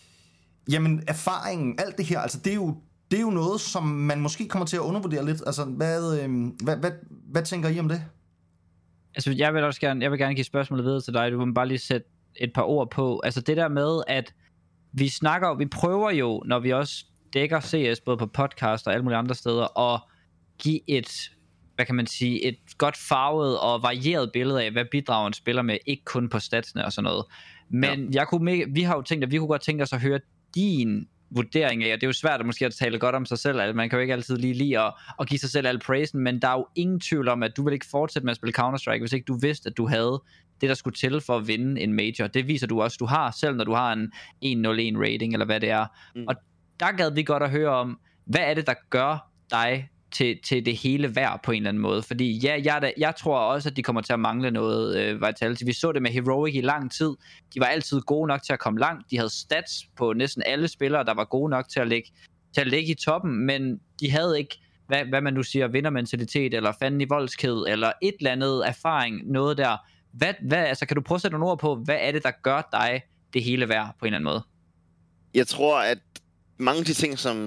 jamen erfaringen, alt det her, altså det er jo, det er jo noget, som man måske kommer til at undervurdere lidt. Altså hvad, øh, hvad, hvad, hvad tænker I om det? Altså jeg vil også gerne, jeg vil gerne give spørgsmålet videre til dig. Du må bare lige sætte et par ord på. Altså det der med, at vi snakker, vi prøver jo, når vi også dækker C S, både på podcast og alle mulige andre steder, at give et hvad kan man sige, et godt farvet og varieret billede af, hvad bidrager en spiller med, ikke kun på statsene og sådan noget. Men ja. jeg kunne mega, vi har jo tænkt, at vi kunne godt tænke os at høre din vurdering af, og det er jo svært at måske at tale godt om sig selv, altså man kan jo ikke altid lige lide at, at give sig selv al praisen, men der er jo ingen tvivl om, at du vil ikke fortsætte med at spille Counter-Strike, hvis ikke du vidste, at du havde det, der skulle til for at vinde en major. Det viser du også, du har, selv når du har en et nul en rating, eller hvad det er. Mm. Og der gad vi godt at høre om, hvad er det, der gør dig til, til det hele værd på en eller anden måde. Fordi ja, jeg, jeg tror også, at de kommer til at mangle noget øh, Vitality. Vi så det med Heroic i lang tid. De var altid gode nok til at komme langt. De havde stats på næsten alle spillere, der var gode nok til at ligge, til at ligge i toppen, men de havde ikke, hvad, hvad man nu siger, vindermentalitet, eller fanden i voldsked, eller et eller andet erfaring, noget der. Hvad, hvad, altså, kan du prøve at sætte nogle ord på, hvad er det, der gør dig det hele værd på en eller anden måde? Jeg tror, at mange af de ting, som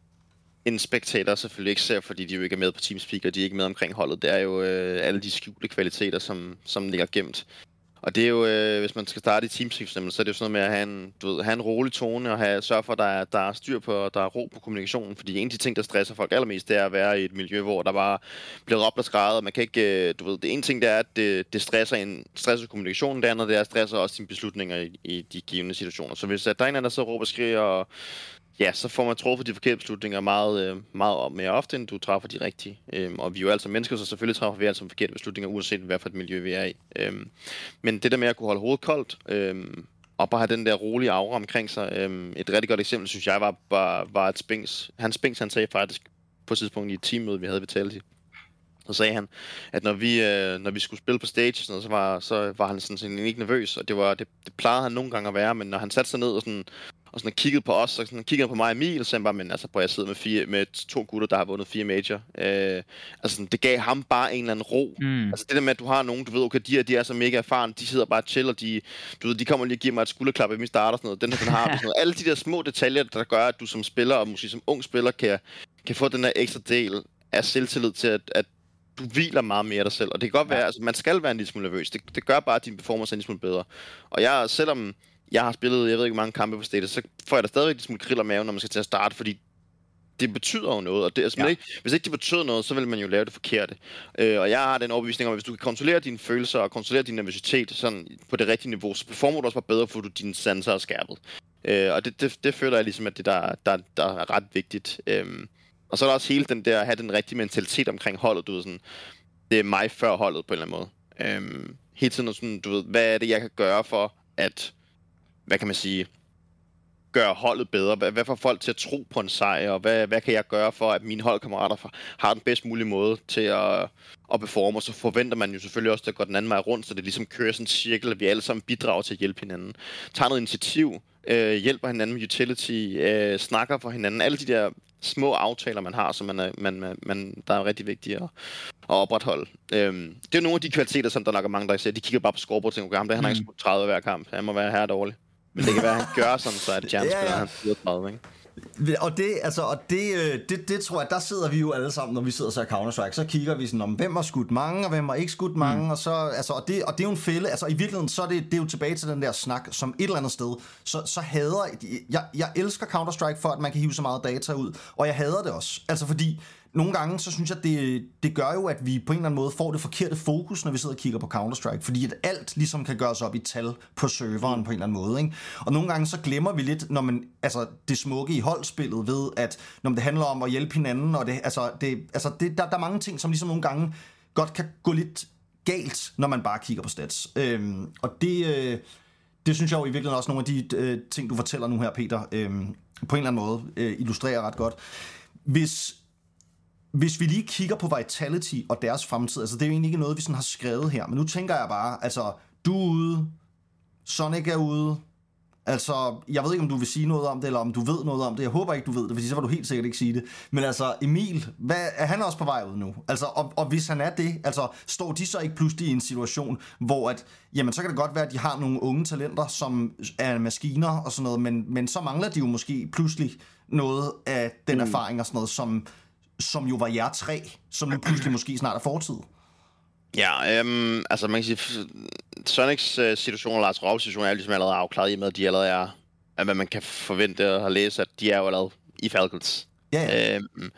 en spectator selvfølgelig ikke ser, fordi de jo ikke er med på Teamspeak, og de er ikke med omkring holdet, det er jo øh, alle de skjulte kvaliteter, som, som ligger gemt. Og det er jo, øh, hvis man skal starte i Teamspeak, så er det jo sådan noget med at have en, du ved, have en rolig tone, og have, sørge for, at der er, der er styr på, og der er ro på kommunikationen. Fordi en af de ting, der stresser folk allermest, det er at være i et miljø, hvor der bare bliver råbt og skreget, og man kan ikke, du ved, det ene ting, det er, at det, det stresser en stresser kommunikationen, det andet, det er, at stresser også dine beslutninger i, i de givende situationer. Så hvis at der er en anden, der så råber og skriger, og ja, så får man truffet de forkerte beslutninger meget, meget mere ofte, end du træffer de rigtige. Øhm, og vi er jo altså mennesker, så selvfølgelig træffer vi altså forkerte beslutninger, uanset hvad for et miljø vi er i. Øhm, men det der med at kunne holde hovedet koldt, øhm, og bare have den der rolige aura omkring sig. Øhm, et rigtig godt eksempel, synes jeg, var, var, var et Spinks. Han Spinks, han sagde faktisk på et tidspunkt i et teammøde, vi havde ved Vitality. Så sagde han, at når vi, øh, når vi skulle spille på stage, sådan noget, så, var, så var han sådan, sådan ikke nervøs, og det, var, det, det plejede han nogle gange at være, men når han satte sig ned og sådan, og sådan kiggede på os, og sådan kiggede på mig og Emil, så han bare, men altså, prøv jeg sidder med, fire, med to gutter, der har vundet fire major. Øh, altså sådan, det gav ham bare en eller anden ro. Mm. Altså det der med, at du har nogen, du ved, okay, de, de er så mega erfaren, de sidder bare chill, og de, du ved, de kommer lige og giver mig et skulderklap, inden vi starter sådan noget, den her, den har, sådan noget. Alle de der små detaljer, der gør, at du som spiller, og måske som ung spiller, kan, kan få den der ekstra del af selvtillid til, at, at du hviler meget mere dig selv, og det kan godt være, altså man skal være en lille smule nervøs, det, det gør bare, at din performance er en lille smule bedre. Og jeg, selvom jeg har spillet, jeg ved ikke hvor mange kampe på status, så får jeg da stadigvæk en smule krill af maven, når man skal til at starte, fordi det betyder jo noget, og det, altså, ja. ikke, hvis ikke det betyder noget, så vil man jo lave det forkerte. Øh, og jeg har den overbevisning om, at hvis du kan kontrollere dine følelser og kontrollere din nervøsitet sådan på det rigtige niveau, så performer du også bare bedre, for du dine sanser er skærpet. Øh, og det, det, det føler jeg ligesom, at det der, der, der er ret vigtigt. Øh, og så er der også hele den der, at have den rigtige mentalitet omkring holdet, du ved sådan, det er mig før holdet på en eller anden måde. Øhm, hele tiden sådan, du ved, hvad er det, jeg kan gøre for at, hvad kan man sige, gøre holdet bedre? Hvad, hvad får folk til at tro på en sejr? Og hvad, hvad kan jeg gøre for, at mine holdkammerater har den bedst mulige måde til at, at performe? Og så forventer man jo selvfølgelig også, at det går den anden vej rundt, så det ligesom kører sådan en cirkel, at vi alle sammen bidrager til at hjælpe hinanden. Tager noget initiativ, øh, hjælper hinanden med utility, øh, snakker for hinanden. Alle de der små aftaler, man har, som man er, man, man, der er rigtig vigtige at, at opretholde. Øhm, det er nogle af de kvaliteter, som der nok er mange, der ser. De kigger bare på scoreboard og tænker, okay, han har ikke skudt tredive hver kamp. Han må være her dårlig. Men det kan være, at han gør sådan, så er det chance, ja, ja. Han skyder tredive, ikke? Og det, altså, og det, det, det tror jeg, der sidder vi jo alle sammen, når vi sidder så i Counter-Strike, så kigger vi sådan om, hvem har skudt mange, og hvem har ikke skudt mange, mm. og så, altså, og det, og det er jo en fælde, altså i virkeligheden, så er det, det er jo tilbage til den der snak, som et eller andet sted, så, så hader, jeg, jeg elsker Counter-Strike for, at man kan hive så meget data ud, og jeg hader det også, altså fordi, nogle gange, så synes jeg, det, det gør jo, at vi på en eller anden måde får det forkerte fokus, når vi sidder og kigger på Counter-Strike, fordi at alt ligesom kan gøres op i tal på serveren på en eller anden måde, ikke? Og nogle gange, så glemmer vi lidt, når man, altså det smukke i holdspillet ved, at når det handler om at hjælpe hinanden, og det, altså, det, altså det, der, der er mange ting, som ligesom nogle gange godt kan gå lidt galt, når man bare kigger på stats. Øhm, og det, øh, det synes jeg jo i virkeligheden også nogle af de øh, ting, du fortæller nu her, Peter, øh, på en eller anden måde øh, illustrerer ret godt. Hvis Hvis vi lige kigger på Vitality og deres fremtid, altså det er jo egentlig ikke noget, vi sådan har skrevet her, men nu tænker jeg bare, altså du er ude, Sonic er ude, altså jeg ved ikke, om du vil sige noget om det, eller om du ved noget om det, jeg håber ikke, du ved det, fordi så var du helt sikkert ikke sige det, men altså Emil, hvad, er han også på vej ud nu? Altså, og, og hvis han er det, altså står de så ikke pludselig i en situation, hvor at, jamen så kan det godt være, at de har nogle unge talenter, som er maskiner og sådan noget, men, men så mangler de jo måske pludselig noget af den mm. erfaring og sådan noget, som som jo var jer tre, som nu pludselig måske snart er fortid. Ja, øhm, altså man kan sige, Sonics uh, situation og Lars Rovs situation er ligesom allerede afklaret i med, at de allerede er, at hvad man kan forvente og læse, at de er jo allerede i Falcons. Ja, ja. Øhm,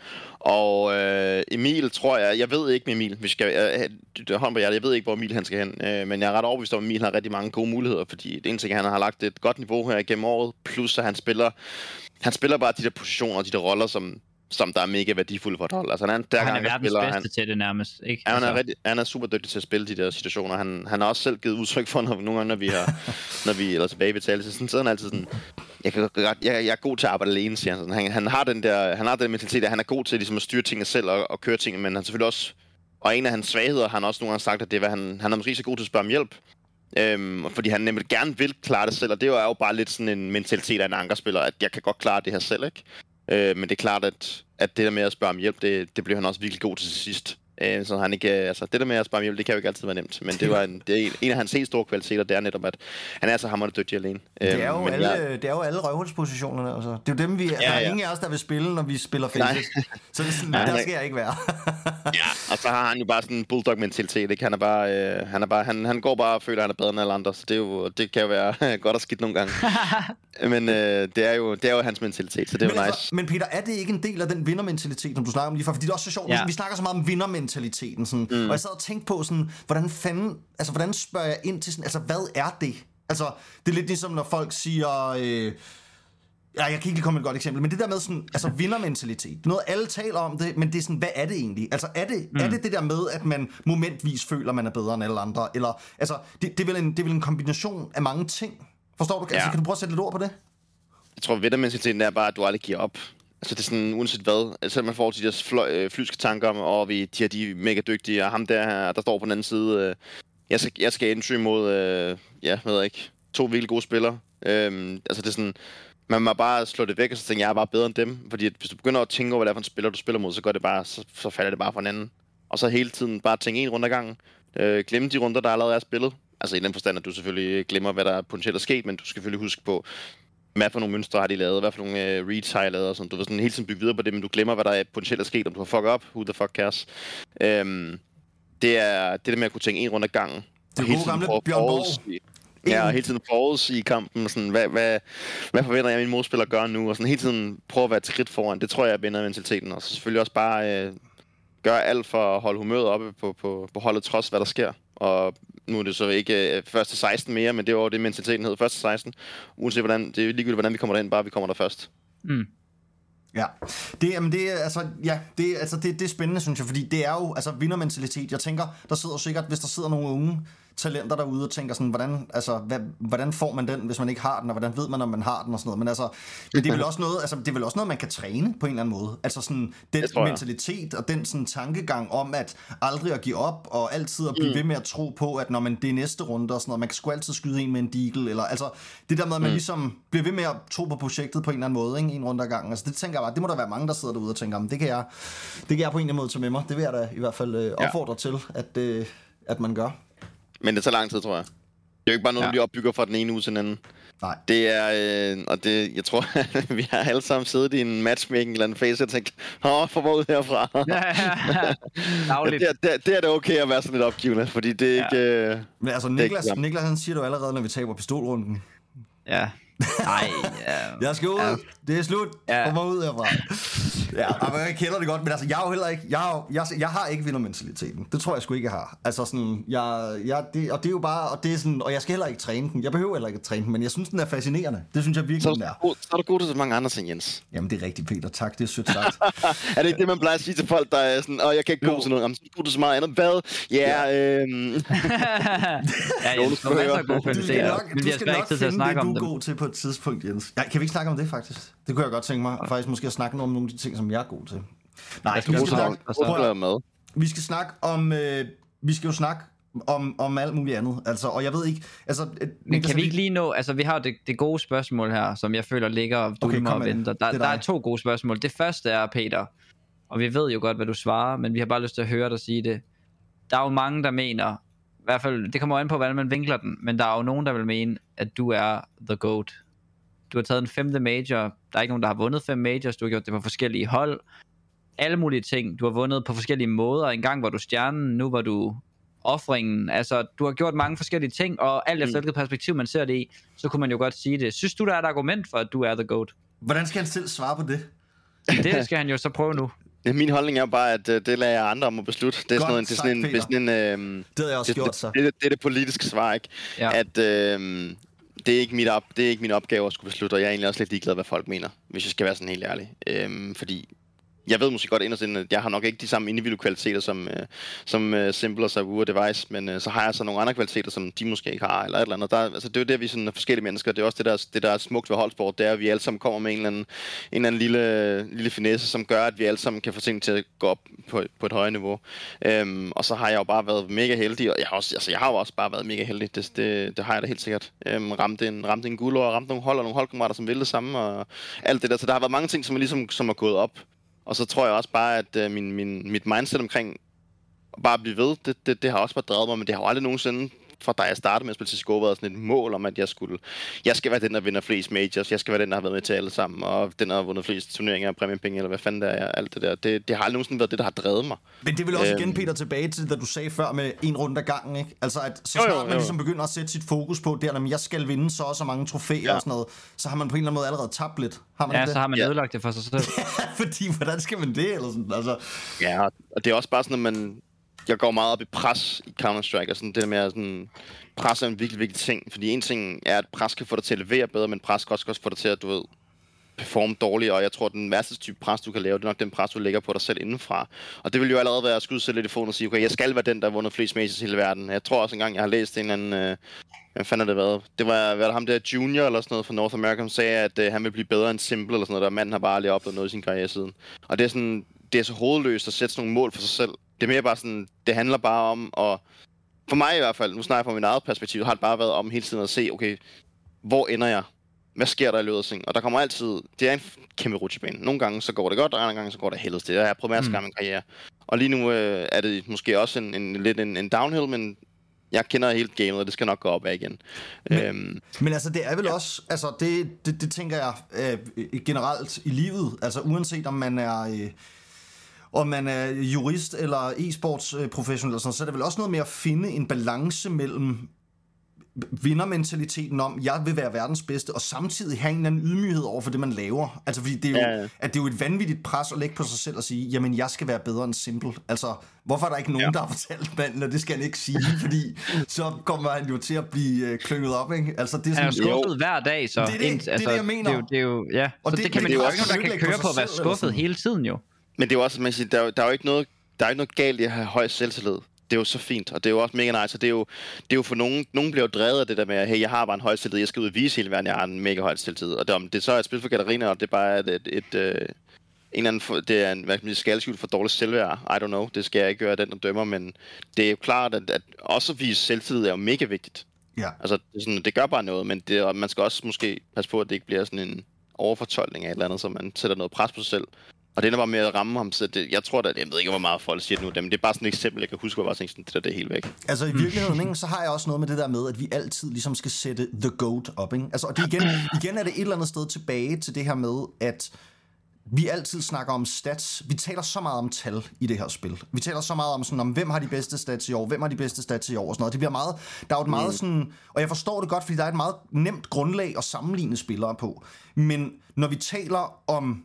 og øh, Emil, tror jeg, jeg ved ikke med Emil, vi skal, øh, hånd på hjertet, jeg ved ikke, hvor Emil han skal hen, øh, men jeg er ret overbevist om, at Emil har rigtig mange gode muligheder, fordi det eneste, han har lagt et godt niveau her igennem året, plus at han spiller, han spiller bare de der positioner, de der roller, som, som der er mega værdifulde for et hold. Altså, han, der han gang, er verdens spiller, bedste han, til det nærmest, ikke? Ja, han, er altså. rigtig, han er super dygtig til at spille de der situationer. Han, han har også selv givet udtryk for, når, nogle gange, når vi har, når vi eller tilbage ved tale, så sådan, så er han altid sådan, jeg, kan, jeg, jeg er god til at arbejde alene, siger han. Sådan. Han, han har den der, han har den mentalitet, at han er god til ligesom, at styre tingene selv og, og køre tingene, men han selvfølgelig også, og en af hans svagheder, han har også nogle gange sagt, at det er, han, han er måske så god til at spørge om hjælp. Øhm, fordi han nemlig gerne vil klare det selv, og det er jo bare lidt sådan en mentalitet af en ankerspiller, at jeg kan godt klare det her selv, ikke? Øh, men det er klart, at, at det der med at spørge om hjælp, det, det bliver han også virkelig god til sidst. Øh, så han ikke, altså, det der med at spørge om hjælp, det kan jo ikke altid være nemt. Men det, var en, det er en, en af hans helt store kvaliteter, det er netop, at han er så hammerende dygtig alene. Det er jo, øh, alle, jeg... det er jo alle røvhulspositionerne. Altså. Det er jo dem, vi... Ja, der er ja. ingen af os, der vil spille, når vi spiller Faces. Så det er sådan, ja, der skal jeg ikke være. Ja, og så har han jo bare sådan en bulldog-mentalitet, ikke? Han er bare... Øh, han, er bare han, han går bare og føler, at han er bedre end alle andre. Så det, er jo, det kan jo være godt og skidt nogle gange. Men øh, det, er jo, det er jo hans mentalitet, så det er men, jo altså, nice. Men Peter, er det ikke en del af den vindermentalitet, som du snakker om lige for? Fordi det er også så sjovt, ja. Vi snakker så meget om vindermentaliteten, sådan, mm. og jeg sad og tænkte på sådan, hvordan fanden, altså hvordan spørger jeg ind til sådan, altså hvad er det? Altså, det er lidt ligesom, når folk siger, øh, ja, jeg kan ikke lige komme med et godt eksempel, men det der med sådan, altså vindermentalitet, noget alle taler om det, men det er sådan, hvad er det egentlig? Altså, er det, mm. er det det der med, at man momentvis føler, man er bedre end alle andre? Eller, altså, det, det, er, vel en, det er vel en kombination af mange ting? Forstår du? Ja. Altså, kan du prøve at sætte lidt ord på det? Jeg tror, vindermentaliteten er bare, at du aldrig giver op. Altså det er sådan, uanset hvad, altså man får de der fly, flyske tanker om, og vi, de her, de er mega dygtige, og ham der, der står på den anden side, øh, jeg skal, jeg skal entry mod, øh, ja, ved jeg ikke, to virkelig gode spillere. Øhm, altså det er sådan, man må bare slå det væk, og så tænker jeg, jeg er bare bedre end dem, fordi at, hvis du begynder at tænke over, hvad det er for en spiller, du spiller mod, så går det bare, så, så falder det bare fra hinanden. Og så hele tiden bare tænke en runde ad gangen, øh, glemme de runder, der allerede er spillet. Altså i den forstand, at du selvfølgelig glemmer, hvad der potentielt er sket, men du skal selvfølgelig huske på, hvad for nogle mønstre har de lavet, hvad for nogle uh, reads har de lavet, og sådan. Du vil sådan hele tiden bygge videre på det, men du glemmer, hvad der er potentielt er sket, om du har fuck up, who the fuck cares. Um, det er det der med at kunne tænke en rundt ad gangen. Det er gode gamle Bjørn Borg. Ja, og hele tiden forudse i kampen, sådan, hvad, hvad, hvad forventer jeg, at min modspiller gør nu, og sådan hele tiden prøve at være et skridt foran. Det tror jeg er vinder mentaliteten, og så selvfølgelig også bare uh, gøre alt for at holde humøret oppe på, på, på holdet, trods hvad der sker. Og nu er det så ikke øh, første seksten mere, men det var det mentaliteten hed, første seksten. Uanset hvordan, det er ligegyldigt, hvordan vi kommer derind, bare vi kommer der først. Mm. Ja, det, jamen det, altså, ja, det, altså det, det er spændende, synes jeg, fordi det er jo altså vindermentalitet. Jeg tænker, der sidder sikkert, hvis der sidder nogle unge talenter derude og tænker sådan, hvordan, altså, hvad, hvordan får man den, hvis man ikke har den, og hvordan ved man, om man har den og sådan noget. Men altså, det er vel også noget, altså, det er vel også noget, man kan træne på en eller anden måde. Altså sådan, den mentalitet og den sådan tankegang om, at aldrig at give op, og altid at blive mm. ved med at tro på, at når man det er næste runde og sådan noget, man kan sgu altid skyde en med en deagle, eller altså, det der med, at man mm. ligesom bliver ved med at tro på projektet på en eller anden måde, ikke? En runde ad gangen. Altså, det tænker jeg bare, det må der være mange, der sidder derude og tænker, det kan jeg, det kan jeg på en eller anden måde tage med mig. Det vil jeg da i hvert fald øh, opfordre ja. til, at, øh, at man gør. Men det tager lang tid, tror jeg. Det er jo ikke bare noget, ja. vi opbygger fra den ene uge til den anden. Nej. Det er, øh, og det, jeg tror, vi har alle sammen siddet i en matchmaking eller en face og tænkt, åh, få mig ud herfra. Ja, ja, ja. det, er, det, det er det okay at være sådan lidt opgivende, fordi det er ja. ikke... Øh, Men altså, Niklas, ikke, Niklas han siger du allerede, når vi taber pistolrunden. Ja. Nej, ja. Jeg skal ud. Ja. Det er slut. Ja. Kom ud herfra. Ja, jeg kender det godt, men altså, jeg har jo heller ikke, jeg har, jeg, jeg har ikke vindermentaliteten. Det tror jeg sgu ikke, jeg har. Altså sådan, jeg, jeg, det, og det er jo bare, og det er sådan, og jeg skal heller ikke træne den. Jeg behøver heller ikke at træne den, men jeg synes, den er fascinerende. Det synes jeg virkelig, så, den er. Så er du god til så mange andre ting, Jens. Jamen, det er rigtigt, Peter. Tak, det er sødt sagt. Er det ikke det, man plejer at sige til folk, der er sådan, åh, jeg kan ikke gå til noget. Jamen, så er du god til så meget andet. Hvad? Ja, ja. øhm... ja, jeg skal masser af gode kvaliteter. Du skal nok, du skal nok finde det, du er god til på et tidspunkt, Jens. Ja, kan vi ikke snakke om det, faktisk? Det kunne jeg godt tænke mig. Faktisk måske at snakke om nogle af de ting, som jeg er god til. Nej, vi skal, snakke, med. vi skal snakke om øh, vi skal jo snakke om, om alt muligt andet. Altså, og jeg ved ikke, altså, men kan vi ikke lige nå, altså vi har det, det gode spørgsmål her, som jeg føler ligger og dulmer okay, og venter. Der, der er to gode spørgsmål. Det første er, Peter, og vi ved jo godt, hvad du svarer, men vi har bare lyst til at høre dig sige det. Der er jo mange, der mener, i hvert fald, det kommer an på, hvordan man vinkler den, men der er jo nogen, der vil mene, at du er the GOAT. Du har taget en femte major. Der er ikke nogen, der har vundet fem majors. Du har gjort det på forskellige hold. Alle mulige ting. Du har vundet på forskellige måder. En gang var du stjernen, nu var du offringen. Altså, du har gjort mange forskellige ting, og alt efter hvilket perspektiv man ser det i, så kunne man jo godt sige det. Synes du, der er et argument for, at du er the GOAT? Hvordan skal han selv svare på det? Det skal han jo så prøve nu. Ja, min holdning er bare, at uh, det lader jeg andre om at beslutte. Det er Godt sådan noget, det er sådan en, det er sådan en, øh, det havde jeg også det, gjort, det, så. Det, det, det er det politiske svar, ikke? Ja. At øh, det er ikke mit op, det er ikke min opgave at skulle beslutte, og jeg er egentlig også lidt ligeglad, hvad folk mener, hvis jeg skal være sådan helt ærlig. Øh, fordi jeg ved måske godt inderst inde, at jeg har nok ikke de samme individuelle kvaliteter som, øh, som øh, Simple og Savu og Device, men øh, så har jeg så nogle andre kvaliteter, som de måske ikke har, eller et eller andet. Der, altså, det er jo det, vi sådan er forskellige mennesker. Det er også det, der, det, der er smukt ved holdsport, det er, at vi alle sammen kommer med en eller anden, en eller anden lille, lille finesse, som gør, at vi alle sammen kan få ting til at gå op på, på et højere niveau. Øhm, og så har jeg jo bare været mega heldig, og jeg har, også, altså, jeg har jo også bare været mega heldig. Det, det, det har jeg da helt sikkert. Øhm, ramte en, ramte en guld og ramte nogle hold og nogle holdkammerater, som ville det samme, og alt det der. Så der har været mange ting, som er ligesom som er gået op. Og så tror jeg også bare, at øh, min, min, mit mindset omkring bare at blive ved, det, det, det har også bare drevet mig, men det har jo aldrig nogensinde, fra da jeg startede med at spille til C S G O, været sådan et mål om, at jeg skulle, jeg skal være den, der vinder flest majors, jeg skal være den, der har været med til alle sammen, og den, der har vundet flest turneringer og præmiepenge, eller hvad fanden der er, alt det der. Det, det har aldrig nogensinde været det, der har drevet mig. Men det vil også igen, øhm, Peter, tilbage til, da du sagde før med en runde ad gangen, ikke? Altså, at så snart jo, jo, jo. man ligesom begynder at sætte sit fokus på, der, at jeg skal vinde så og så mange trofæer ja. og sådan noget, så har man på en eller anden måde allerede tabt lidt. Har man ja, det? så har man ja. ødelagt det for sig selv. Fordi, hvordan skal man det? Eller sådan, altså. Ja, og det er også bare sådan, at man... Jeg går meget op i pres i Counter-Strike, og sådan det der med at sådan, pres er en virkelig vigtig ting, fordi en ting er, at pres kan få dig til at levere bedre, men pres kan også, også få dig til at, du ved, performe dårligere, og jeg tror, at den værste type pres, du kan lave, det er nok den pres, du lægger på dig selv indenfra. Og det vil jo allerede være at skyde sig lidt i foden og sige, okay, jeg skal være den, der har vundet flest majors i hele verden. Jeg tror også engang, jeg har læst en eller anden... Øh, hvad fanden har det været? Det var, var det ham der Junior eller sådan noget fra North America, som sagde, at øh, han vil blive bedre end Simple eller sådan noget, der manden har bare aldrig oplevet noget i sin karriere siden. Og det er sådan, det er så hovedløst at sætte sådan nogle mål for sig selv. Det er mere bare sådan, det handler bare om at, for mig i hvert fald, nu snakker jeg fra min eget perspektiv, har det bare været om hele tiden at se, okay, hvor ender jeg? Hvad sker der i løbet af ting? Og der kommer altid, det er en kæmpe rutsjebane. Nogle gange så går det godt, og andre gange så går det helvedes til. Jeg har prøvet masser af min karriere. Og lige nu øh, er det måske også en, en lidt en, en downhill, men jeg kender helt gamet, og det skal nok gå op af igen. Men, øhm, men altså, det er vel ja. også, altså det, det, det tænker jeg øh, generelt i livet, altså uanset om man er... Øh, om man er jurist eller e-sports professionel, så er det vel også noget med at finde en balance mellem vindermentaliteten om, jeg vil være verdens bedste, og samtidig have en eller anden ydmyghed over for det, man laver. Altså, fordi det er jo, ja, ja. At det er jo et vanvittigt pres at lægge på sig selv og sige, jamen, jeg skal være bedre end Simple. Altså, hvorfor er der ikke nogen, ja. der har fortalt manden, og det skal han ikke sige, fordi så kommer han jo til at blive klynget op, ikke? Altså, det er sådan, han er jo skuffet hver dag, så... Det er det, ind, det, altså, det, jeg mener. Det er jo, det er jo ja. Og så det, det kan man jo ikke, der kan køre på at være skuffet hele tiden, jo. Men det er jo også, man siger, der, er, der er jo ikke noget, der er ikke noget galt i at have høj selvtillid. Det er jo så fint, og det er jo også mega nice, og det er jo, det er jo for nogen, nogen bliver jo drevet af det der med, hey, jeg har bare en høj selvtillid, jeg skal ud og vise hele verden, jeg har en mega høj selvtillid, og det, om det så er et spil for Katarina, og det er bare et, et, et, et en eller anden, for, det er en, hvad kan man sige, skalskjult for dårligt selvværd, I don't know, det skal jeg ikke gøre den, der dømmer, men det er jo klart, at, at også at vise selvtillid er jo mega vigtigt. Ja. Altså, det, er sådan, det gør bare noget, men det, man skal også måske passe på, at det ikke bliver sådan en overfortolkning af et eller andet, så man sætter noget pres på sig selv. Og det er bare med at ramme ham, så det, jeg tror da, jeg ved ikke, hvor meget folk siger det nu, men det er bare sådan et eksempel, jeg kan huske, hvor jeg bare tænkte, det der, det er helt væk. Altså i virkeligheden, ikke, så har jeg også noget med det der med, at vi altid ligesom skal sætte the goat op, ikke? Altså, og det igen, igen er det et eller andet sted tilbage til det her med, at vi altid snakker om stats. Vi taler så meget om tal i det her spil. Vi taler så meget om sådan, om hvem har de bedste stats i år, hvem har de bedste stats i år og sådan noget. Det bliver meget, der er jo et meget sådan, og jeg forstår det godt, fordi der er et meget nemt grundlag at sammenligne spillere på. Men når vi taler om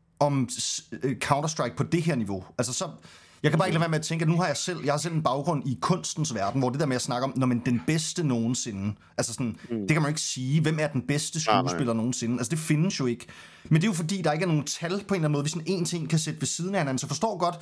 om Counter-Strike på det her niveau, altså så, jeg kan bare ikke lade være med at tænke, at nu har jeg selv, jeg har selv en baggrund i kunstens verden, hvor det der med at snakke om, når man den bedste nogensinde, altså sådan, mm. det kan man jo ikke sige, hvem er den bedste skuespiller ah, nogensinde, altså det findes jo ikke, men det er jo fordi, der ikke er nogen tal på en eller anden måde, vi sådan en ting kan sætte ved siden af hinanden, så forstår godt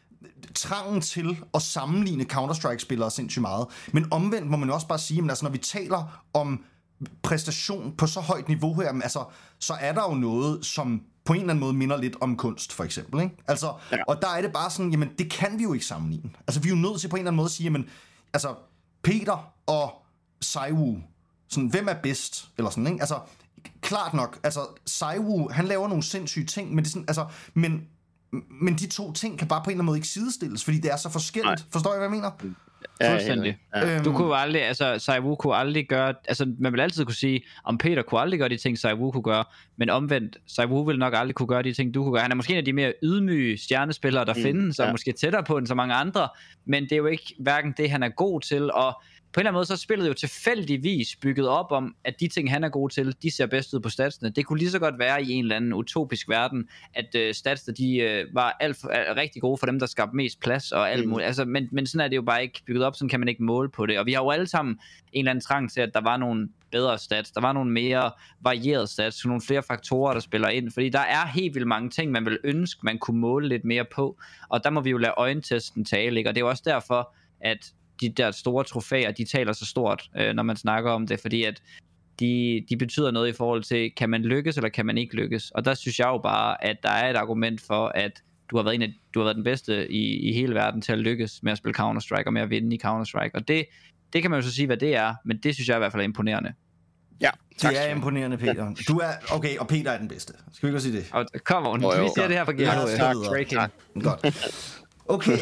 trangen til at sammenligne Counter-Strike-spillere sindssygt meget, men omvendt må man jo også bare sige, men altså når vi taler om præstation på så højt niveau her, altså, så er der jo noget, som på en eller anden måde minder lidt om kunst, for eksempel, ikke? Altså, ja. Og der er det bare sådan, jamen, det kan vi jo ikke sammenligne. Altså, vi er jo nødt til på en eller anden måde at sige, jamen, altså, Peter og Saiwu, sådan, hvem er bedst? Eller sådan, ikke? Altså, klart nok, altså, Saiwu, han laver nogle sindssyge ting, men det er sådan, altså, men, men de to ting kan bare på en eller anden måde ikke sidestilles, fordi det er så forskelligt. Nej. Forstår I, hvad jeg mener? Ja, fuldstændig. Ja. Du kunne jo aldrig, altså Saiwu kunne aldrig gøre, altså man vil altid kunne sige, om Peter kunne aldrig gøre de ting, Saiwu kunne gøre, men omvendt, Saiwu vil nok aldrig kunne gøre de ting, du kunne gøre. Han er måske en af de mere ydmyge stjernespillere, der mm, findes, og ja. måske tættere på end så mange andre, men det er jo ikke hverken det, han er god til, og på en eller anden måde, så er spillet jo tilfældigvis bygget op om, at de ting, han er god til, de ser bedst ud på statsene. Det kunne lige så godt være i en eller anden utopisk verden, at øh, statsene, de øh, var alt for, er rigtig gode for dem, der skabte mest plads og alt muligt. Mm. Altså, men, men sådan er det jo bare ikke bygget op, sådan kan man ikke måle på det. Og vi har jo alle sammen en eller anden trang til, at der var nogle bedre stats, der var nogle mere varierede stats, nogle flere faktorer, der spiller ind, fordi der er helt vildt mange ting, man vil ønske, man kunne måle lidt mere på, og der må vi jo lade øjentesten tale, ikke? Og det er jo også derfor, at de der store trofæer, de taler så stort, øh, når man snakker om det, fordi at de, de betyder noget i forhold til, kan man lykkes, eller kan man ikke lykkes, og der synes jeg jo bare, at der er et argument for, at du har været, en af, du har været den bedste i, i hele verden til at lykkes med at spille Counter-Strike, og med at vinde i Counter-Strike, og det Det kan man jo så sige, hvad det er, men det synes jeg i hvert fald er imponerende. Ja, tak. Det er imponerende, Peter. Du er, okay, og Peter er den bedste. Skal vi ikke sige det? Og kom on, vi siger det her for Gero. Tak, tak. Godt. Okay.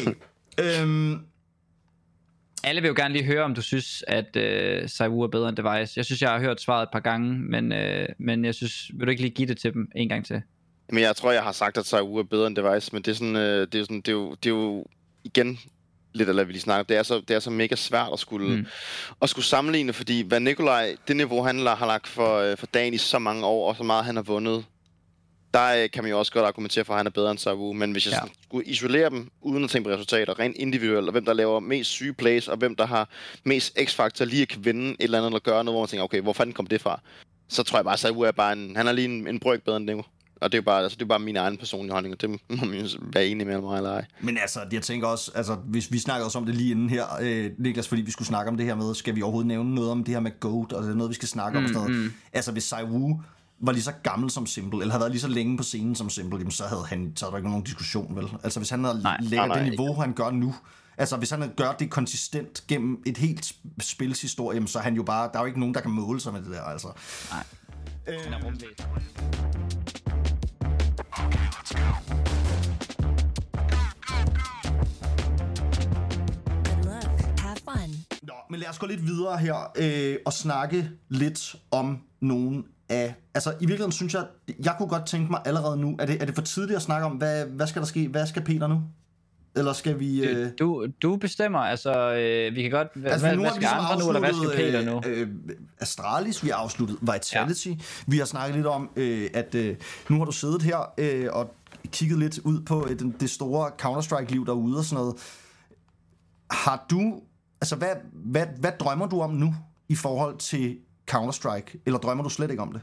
øhm. Alle vil jo gerne lige høre, om du synes, at uh, Saiwu er bedre end Device. Jeg synes, jeg har hørt svaret et par gange, men, uh, men jeg synes, vil du ikke lige give det til dem en gang til? Men jeg tror, jeg har sagt, at Saiwu er bedre end Device, men det er sådan, uh, det er sådan, det er jo, det er jo igen lidt eller vi lige snakker. Det er så det er så mega svært at skulle mm. at skulle sammenligne, fordi hvad Nikolaj, det niveau han har lagt for for dagen i så mange år og så meget han har vundet, der kan man jo også godt argumentere for at han er bedre end Saiwu, men hvis jeg ja. skulle isolere dem uden at tænke på resultater, rent individuelt, og hvem der laver mest syge plays og hvem der har mest x-faktor lige at kan vinde et eller andet eller gøre noget, hvor man tænker, okay, hvor fanden kom det fra? Så tror jeg bare at Saiwu er bare en, han er lige en, en brøk bedre end Nico. Og det er jo bare, altså, det er bare min egen personlige holdning, og det må man jo være enig med mig eller ej. Men altså, jeg tænker også, altså, hvis vi snakkede også om det lige inden her, øh, Niklas, fordi vi skulle snakke om det her med, skal vi overhovedet nævne noget om det her med GOAT, og det er noget, vi skal snakke om mm, og sådan noget. Mm. Altså, hvis Saiwu var lige så gammel som Simple, eller havde været lige så længe på scenen som Simple, jamen, så havde han, så havde der ikke nogen diskussion, vel? Altså, hvis han havde lægget det niveau, han gør nu, altså, hvis han havde gjort det konsistent gennem et helt spilshistorie, jamen, så er han jo bare, der er jo ikke nogen, der kan måle sig med det der, altså. Nej. Øh, han er rumvægt. Okay, let's go. Good luck. Have fun. Nå, men lad os gå lidt videre her øh, og snakke lidt om nogle af... Altså, i virkeligheden synes jeg, jeg kunne godt tænke mig allerede nu, er det, er det for tidligt at snakke om, hvad, hvad skal der ske? Hvad skal Peter nu? Eller skal vi... Øh... Du, du bestemmer, altså øh, vi kan godt... Altså, hvad, nu hvad skal ligesom andre nu, eller hvad skal Peter nu? Øh, Astralis, vi har afsluttet Vitality. Ja. Vi har snakket lidt om, øh, at øh, nu har du siddet her øh, og kigget lidt ud på øh, det, det store Counter-Strike-liv derude og sådan noget. Har du... Altså, hvad, hvad, hvad drømmer du om nu i forhold til Counter-Strike? Eller drømmer du slet ikke om det?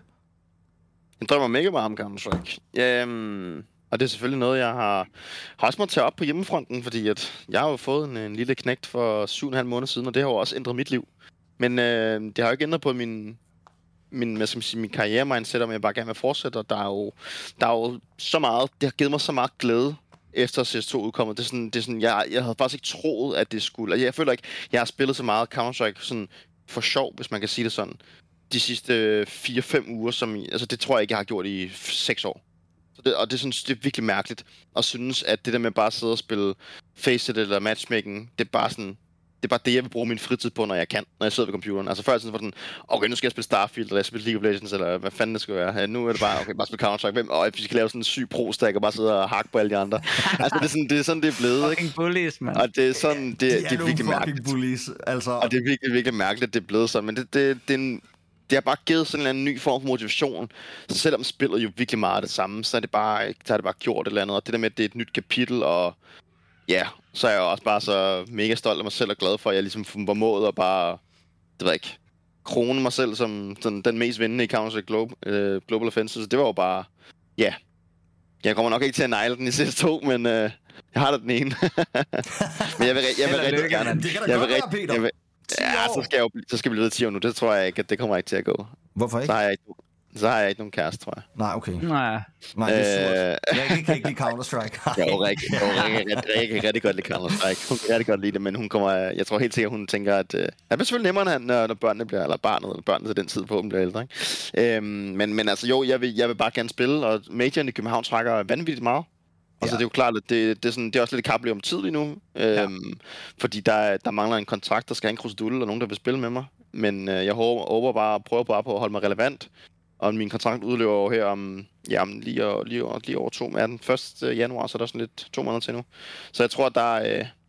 Jeg drømmer mega meget om Counter-Strike. Øhm, og det er selvfølgelig noget, jeg har, har også måttet tage op på hjemmefronten, fordi at jeg har jo fået en, en lille knægt for syv og en halv måneder siden, og det har jo også ændret mit liv. Men øh, det har jo ikke ændret på min, min, hvad skal man sige, min karriere-mindset, om jeg bare gerne vil fortsætte, og der er, jo, der er jo så meget, det har givet mig så meget glæde, efter C S to udkommet. Det er sådan, det er sådan jeg, jeg havde faktisk ikke troet, at det skulle... Altså, jeg føler ikke, jeg har spillet så meget Counter-Strike sådan for sjov, hvis man kan sige det sådan, de sidste fire fem uger, som... Altså, det tror jeg ikke, jeg har gjort i seks år. Så det, og det er, sådan, det er virkelig mærkeligt at synes, at det der med bare at sidde og spille Faceit eller matchmaking, det er bare sådan... Det er bare det, jeg vil bruge min fritid på, når jeg kan, når jeg sidder ved computeren. Altså før tiden var den, okay, nu skal jeg spille Starfield, eller jeg spille League of Legends, eller hvad fanden det skal være. Ja, nu er det bare, okay, bare spille Counter-Strike. Hvem, og vi skal lave sådan en syg pro-stack, og bare sidde og hakke på alle de andre. Altså det er sådan, det er, sådan, det er blevet, ikke? Fucking bullies, man. Og det er sådan, det, de er, det er virkelig mærkeligt. Bullies, altså. Og det er virkelig, virkelig mærkeligt, at det er blevet sådan. Men det, det, det, er en, det har bare givet sådan en eller anden ny form for motivation. Så selvom spillet jo virkelig meget det samme, så er det bare, så er det bare gjort et eller andet. Og det der med, at det er et nyt kapitel, og ja, så er jeg også bare så mega stolt af mig selv og glad for, at jeg ligesom formået at bare, det ved jeg ikke, krone mig selv som sådan, den mest vindende i Counter-Strike Global, uh, Global Offensive. Så det var jo bare, ja. Yeah. Jeg kommer nok ikke til at negle den i C S to, men uh, jeg har da den ene. Men jeg vil, jeg vil rigtig gerne. Det kan da godt være, Peter. Jeg vil, ja, så skal, jeg jo, så skal vi blive ved ti år nu. Det tror jeg ikke, at det kommer ikke til at gå. Hvorfor ikke? Så har jeg ikke, så har jeg ikke nogen kæreste, tror jeg. Nej, okay. Nej. Nej, det er surt. Jeg kan ikke lide Counter-Strike. Jeg kan rigtig, rigtig, rigtig godt lide Counter-Strike. Hun kan rigtig godt lide det, men hun kommer, jeg tror helt sikkert, hun tænker, at uh, det er selvfølgelig nemmere, når, når børnene bliver, eller barnet, eller børnene til den tid på, bliver ældre, ikke? Øhm, men, men altså jo, jeg vil, jeg vil bare gerne spille, og majoren i København trækker vanvittigt meget. Og så ja. Det er jo klart, at det, det, er, sådan, det er også lidt et kapløb om tid lige nu. Øhm, ja. Fordi der, der mangler en kontrakt, der skal have en krusedulle, og nogen, der vil spille med mig. Men øh, jeg håber, håber bare at prøve bare på at holde mig relevant. Og min kontrakt udløber jo her om, ja, om lige, lige, lige over to, er den første januar, så der er sådan lidt to måneder til nu. Så jeg tror, at der, øh,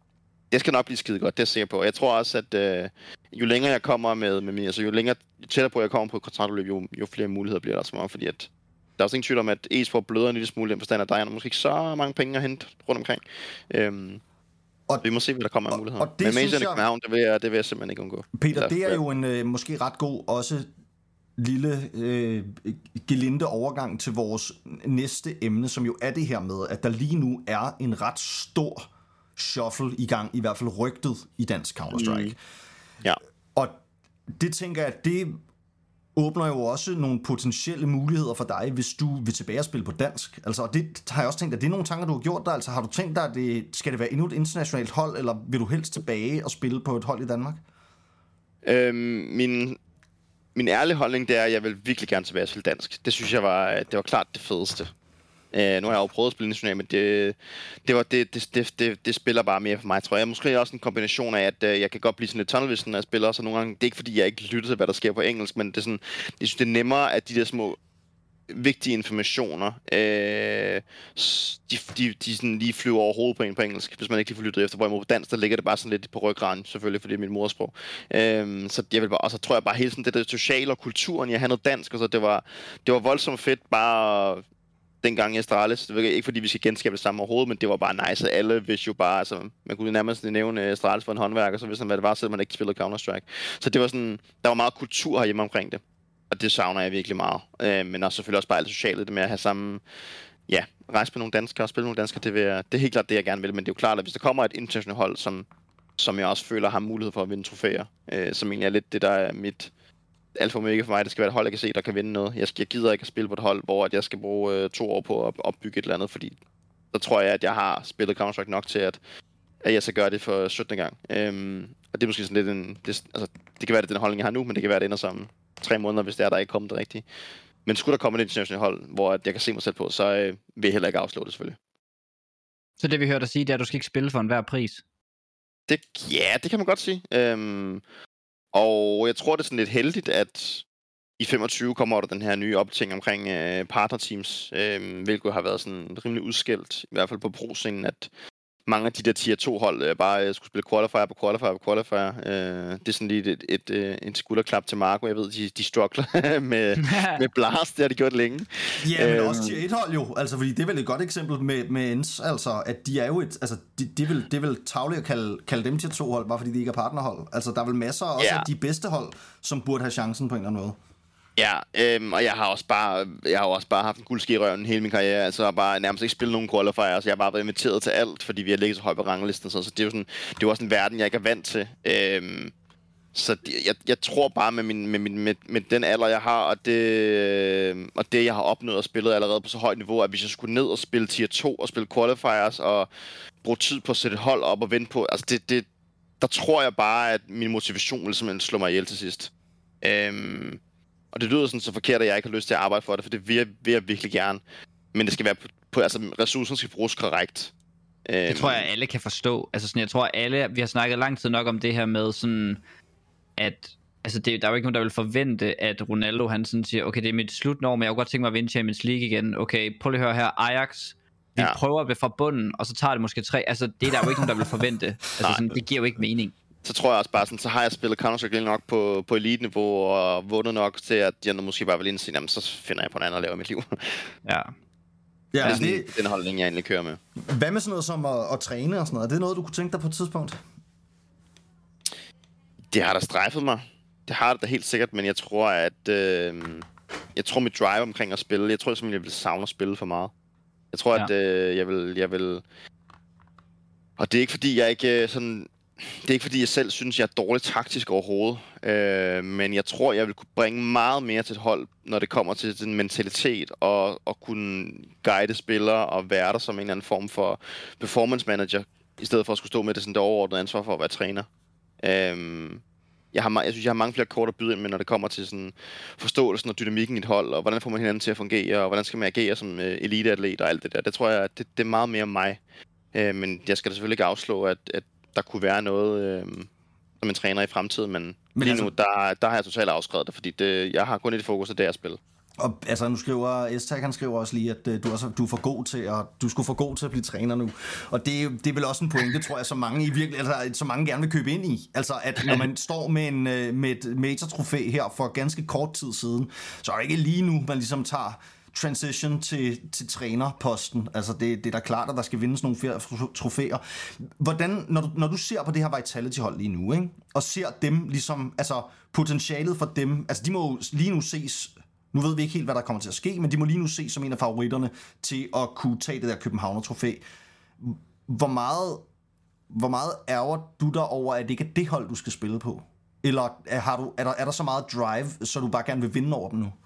det skal nok blive skide godt, det er jeg sikker på. Jeg tror også, at øh, jo længere jeg kommer med, med min, altså jo længere, jo tættere på jeg kommer på kontraktløb, jo, jo flere muligheder bliver der så meget, fordi at der er også ingen tvivl om, at e-sport bløder en lille smule i den forstand, at der er måske ikke så mange penge at hente rundt omkring. Øhm, og vi må se, hvad der kommer af muligheder. Og det men synes jeg... jeg... det vil, jeg, det vil jeg simpelthen ikke undgå. Peter, Eller, det er jo en øh, måske ret god også lille øh, gelinde overgang til vores næste emne, som jo er det her med, at der lige nu er en ret stor shuffle i gang, i hvert fald rygtet i dansk Counter-Strike. Mm. Ja. Og det tænker jeg, at det åbner jo også nogle potentielle muligheder for dig, hvis du vil tilbage og spille på dansk. Altså, og det har jeg også tænkt, at det er nogle tanker, du har gjort dig. Altså, har du tænkt dig, at det, skal det være endnu et internationalt hold, eller vil du helst tilbage og spille på et hold i Danmark? Øhm, min, min ærlige holdning, det er, at jeg vil virkelig gerne tilbage og spille dansk. Det synes jeg var, det var klart det fedeste. Uh, nu har jeg jo prøvet at spille internationalt, men det, det, var, det, det, det, det, det spiller bare mere for mig, tror jeg. Måske også en kombination af, at uh, jeg kan godt blive sådan lidt tunnelvision, når jeg spiller, så nogle gange, det er ikke fordi, jeg ikke lytter til, hvad der sker på engelsk, men det er sådan, jeg synes, det er nemmere, at de der små vigtige informationer, uh, de, de, de sådan lige flyver over hovedet på en på engelsk, hvis man ikke lige får lyttet efter, hvorimod på dansk, der ligger det bare sådan lidt på ryggraden, selvfølgelig, fordi det er mit modersprog. Uh, så jeg vil bare, og så tror jeg bare hele sådan det der sociale og kulturen, jeg havde noget dansk, og så det var, det var voldsomt fedt, bare dengang i Astralis. Det var ikke fordi, vi skal genskabe det samme overhovedet, men det var bare nice, at alle vidste jo bare, altså, man kunne nærmest nævne Astralis for en håndværker, så vidste man, hvad det var, selvom man ikke spillede Counter-Strike. Så det var sådan, der var meget kultur herhjemme omkring det, og det savner jeg virkelig meget. Øh, men også selvfølgelig også bare alt det sociale, det med at have samme, ja, rejse med nogle danskere og spille nogle danskere, det, vil jeg, det er helt klart det, jeg gerne vil, men det er jo klart, at hvis der kommer et internationalt hold, som, som jeg også føler har mulighed for at vinde trofæer, øh, som egentlig er lidt det, der er mit alfa omega for mig, det skal være et hold, jeg kan se, der kan vinde noget. Jeg, skal, jeg gider ikke at spille på et hold, hvor at jeg skal bruge øh, to år på at opbygge et eller andet, fordi så tror jeg, at jeg har spillet Counter-Strike nok til, at, at jeg skal gøre det for syttende gang. Øhm, og det er måske sådan lidt en... Det, altså, det kan være, det er den holdning, jeg har nu, men det kan være, det ender som tre måneder, hvis det er, der ikke kommer det rigtigt. Men skulle der komme et internationalt hold, hvor jeg kan se mig selv på, så øh, vil jeg heller ikke afslå det, selvfølgelig. Så det vi hørte dig sige, det er, at du skal ikke spille for enhver pris? Det, ja, det kan man godt sige. Øhm, Og jeg tror, det er sådan lidt heldigt, at i femogtyve kommer der den her nye opting omkring øh, partnerteams, øh, hvilket har været sådan rimelig udskilt, i hvert fald på pro-scenen, at mange af de der tier to hold øh, bare øh, skulle spille qualifier på qualifier på qualifier. Øh, det er sådan lige et, et, et, et skulderklap til Marco. Jeg ved, de, de struggler med, med Blast, det har de gjort længe. Ja, men øh, også tier et hold jo, altså fordi det er vel et godt eksempel med, med Ens, altså at de er jo et, altså de, de vil, det er vel tavligt at kalde, kalde dem tier to hold, bare fordi de ikke er partnerhold. Altså der er vel masser også yeah. af de bedste hold, som burde have chancen på en eller anden måde. Ja, øhm, og jeg har også bare, jeg har også bare haft en guldski i røven hele min karriere, altså jeg har bare nærmest ikke spillet nogen qualifier, altså jeg har bare været inviteret til alt, fordi vi har ligget så højt på ranglisten, så det er jo sådan, det er jo også en verden, jeg ikke er vant til. Øhm, så det, jeg, jeg tror bare med, min, med, min, med, med den alder, jeg har, og det, og det, jeg har opnået og spillet allerede på så højt niveau, at hvis jeg skulle ned og spille tier to og spille qualifiers og bruge tid på at sætte et hold op og vente på, altså det, det, der tror jeg bare, at min motivation vil simpelthen slå mig ihjel til sidst. Øhm, Og det lyder sådan så forkert, at jeg ikke har lyst til at arbejde for det, for det vil jeg, vil jeg virkelig gerne. Men det skal være på, på altså ressourcerne skal bruges korrekt. Det tror jeg, alle kan forstå. Altså sådan, jeg tror alle, vi har snakket lang tid nok om det her med sådan, at altså det, der er jo ikke nogen, der vil forvente, at Ronaldo han sådan siger, okay, det er mit slutnår, men jeg kunne godt tænke mig at vinde Champions League igen. Okay, prøv lige at høre her, Ajax, vi ja. prøver at fra bunden, og så tager det måske tre. Altså det er der jo ikke nogen, der vil forvente. Altså sådan, det giver jo ikke mening. Så tror jeg også bare sådan, så har jeg spillet Counter-Strike nok på, på elite-niveau og vundet nok til, at jeg måske bare vil indse, jamen så finder jeg på en anden at lave mit liv. Ja. Ja, det er sådan, det, den holdning, jeg egentlig kører med. Hvad med sådan noget som at, at træne og sådan noget? Er det noget, du kunne tænke dig på et tidspunkt? Det har da strejfet mig. Det har det da helt sikkert, men jeg tror, at øh, jeg tror mit drive omkring at spille, jeg tror simpelthen, jeg vil savne at spille for meget. Jeg tror, ja. at øh, jeg vil, jeg vil... Og det er ikke fordi, jeg ikke sådan... Det er ikke fordi, jeg selv synes, jeg er dårligt taktisk overhovedet, øh, men jeg tror, jeg vil kunne bringe meget mere til et hold, når det kommer til den mentalitet og, og kunne guide spillere og være der som en eller anden form for performance manager, i stedet for at skulle stå med det sådan det overordnede ansvar for at være træner. Øh, jeg, har, jeg synes, jeg har mange flere kort at byde ind med, når det kommer til sådan forståelsen og dynamikken i et hold, og hvordan får man hinanden til at fungere, og hvordan skal man agere som øh, eliteatlet og alt det der. Det tror jeg, det, det er meget mere mig. Øh, men jeg skal da selvfølgelig ikke afslå, at, at der kunne være noget øh, som en træner i fremtiden, men, men lige altså, nu, der, der har jeg totalt afskrevet det, fordi det, jeg har kun et fokus af det at spille. Og altså, nu skriver S-Tag, han skriver også lige, at uh, du, også, du er for god til at, du skulle for god til at blive træner nu. Og det, det er vel også en pointe, tror jeg, som mange, i virkelig, altså, som mange gerne vil købe ind i. Altså, at når man står med, en, med et major-trofæ her for ganske kort tid siden, så er det ikke lige nu, man ligesom tager transition til, til trænerposten. Altså, det, det er da klart, at der skal vindes nogle flere trofæer. Hvordan, når du, når du ser på det her Vitality-hold lige nu, ikke, og ser dem ligesom, altså potentialet for dem, altså de må lige nu ses. Nu ved vi ikke helt, hvad der kommer til at ske, men de må lige nu se som en af favoritterne til at kunne tage det der Københavner-trofæ. Hvor meget, hvor meget ærger du der over, at det ikke er det hold, du skal spille på? Eller er, har du, er, der, er der så meget drive, så du bare gerne vil vinde over dem nu?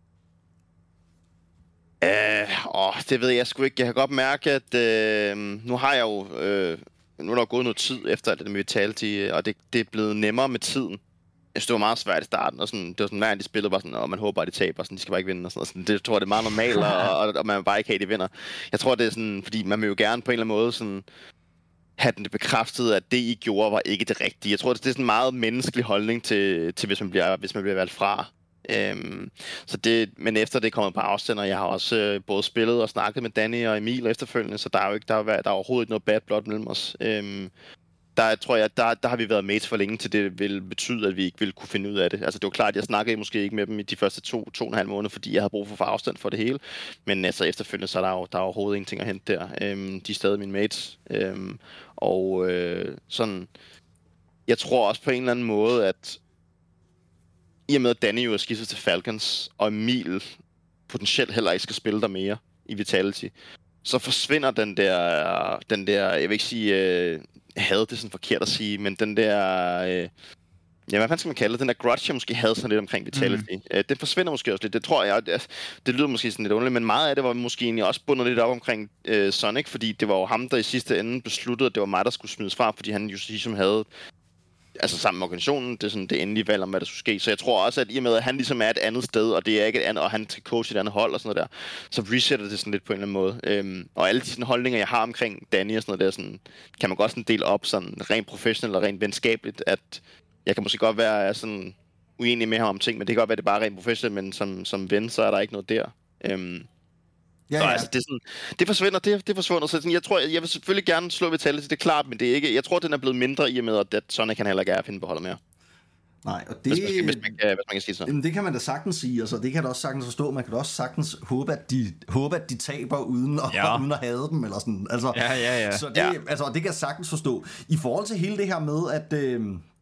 Uh, åh, det ved jeg sgu ikke. Jeg kan godt mærke, at uh, nu har jeg jo... Uh, nu er der gået noget tid efter det med Vitality, og det, det er blevet nemmere med tiden. Jeg synes, det var meget svært i starten, og sådan, det var sådan, hver de spillede bare sådan, og man håber, at de taber, sådan, de skal bare ikke vinde, og sådan noget. Sådan, det tror jeg, det er meget normalt, og, og, og man vil bare ikke have, at de vinder. Jeg tror, det er sådan, fordi man vil jo gerne på en eller anden måde sådan, have den bekræftet, at det, I gjorde, var ikke det rigtige. Jeg tror, det er sådan en meget menneskelig holdning til, til hvis, man bliver, hvis man bliver valgt fra. Øhm, så det, men efter det er kommet på afstand, og jeg har også øh, både spillet og snakket med Danny og Emil efterfølgende, så der er jo ikke, der er, der er overhovedet ikke noget bad blood mellem os. Øhm, Der tror jeg, der, der har vi været mates for længe til det vil betyde, at vi ikke ville kunne finde ud af det. Altså det var klart, at jeg snakkede måske ikke med dem i de første to, to og en halv måneder, fordi jeg havde brug for at få afstand for det hele. Men altså efterfølgende, så er der jo der er overhovedet ingenting at hente der. Øhm, de er stadig mine mates. Øhm, og øh, sådan, jeg tror også på en eller anden måde, at i og med at Danny jo er skiftet til Falcons, og Emil potentielt heller ikke skal spille der mere i Vitality, så forsvinder den der, den der, jeg vil ikke sige, øh, jeg havde det sådan forkert at sige, men den der, øh, ja, hvad fanden skal man kalde det, den der grudge, jeg måske havde sådan lidt omkring Vitality, mm. øh, den forsvinder måske også lidt, det tror jeg, det, det lyder måske sådan lidt underligt, men meget af det var måske egentlig også bundet lidt op omkring øh, Sonic, fordi det var jo ham, der i sidste ende besluttede, at det var mig, der skulle smides fra, fordi han jo ligesom havde, altså sammen med organisationen, det er sådan det endelige valg om, hvad der skulle ske. Så jeg tror også, at i og med, at han ligesom er et andet sted, og det er ikke et andet, og han skal coache et andet hold og sådan noget der, så resetter det sådan lidt på en eller anden måde. Øhm, og alle de sådan holdninger, jeg har omkring Danny og sådan noget der, sådan, kan man godt sådan dele op sådan rent professionelt og rent venskabeligt, at jeg kan måske godt være sådan uenig med ham om ting, men det kan godt være, at det bare er rent professionelt, men som, som ven, så er der ikke noget der. Øhm, Ja, så ja. Altså, det, er sådan, det forsvinder, det, det forsvinder. Så sådan, jeg tror, jeg, jeg vil selvfølgelig gerne slå Vitality, det er klart, men det er ikke, jeg tror, den er blevet mindre i og med, at Sonic kan heller ikke er at finde beholder mere. Nej, og det, hvis, man, hvis, man, hvis man kan sige sådan. Det kan man da sagtens sige, altså det kan da også sagtens forstå. Man kan da også sagtens håbe, at de, håbe, at de taber uden at, ja. uden at have dem, eller sådan. Altså, ja, ja, ja. Så det, ja. altså, det kan jeg sagtens forstå. I forhold til hele det her med, at... Øh,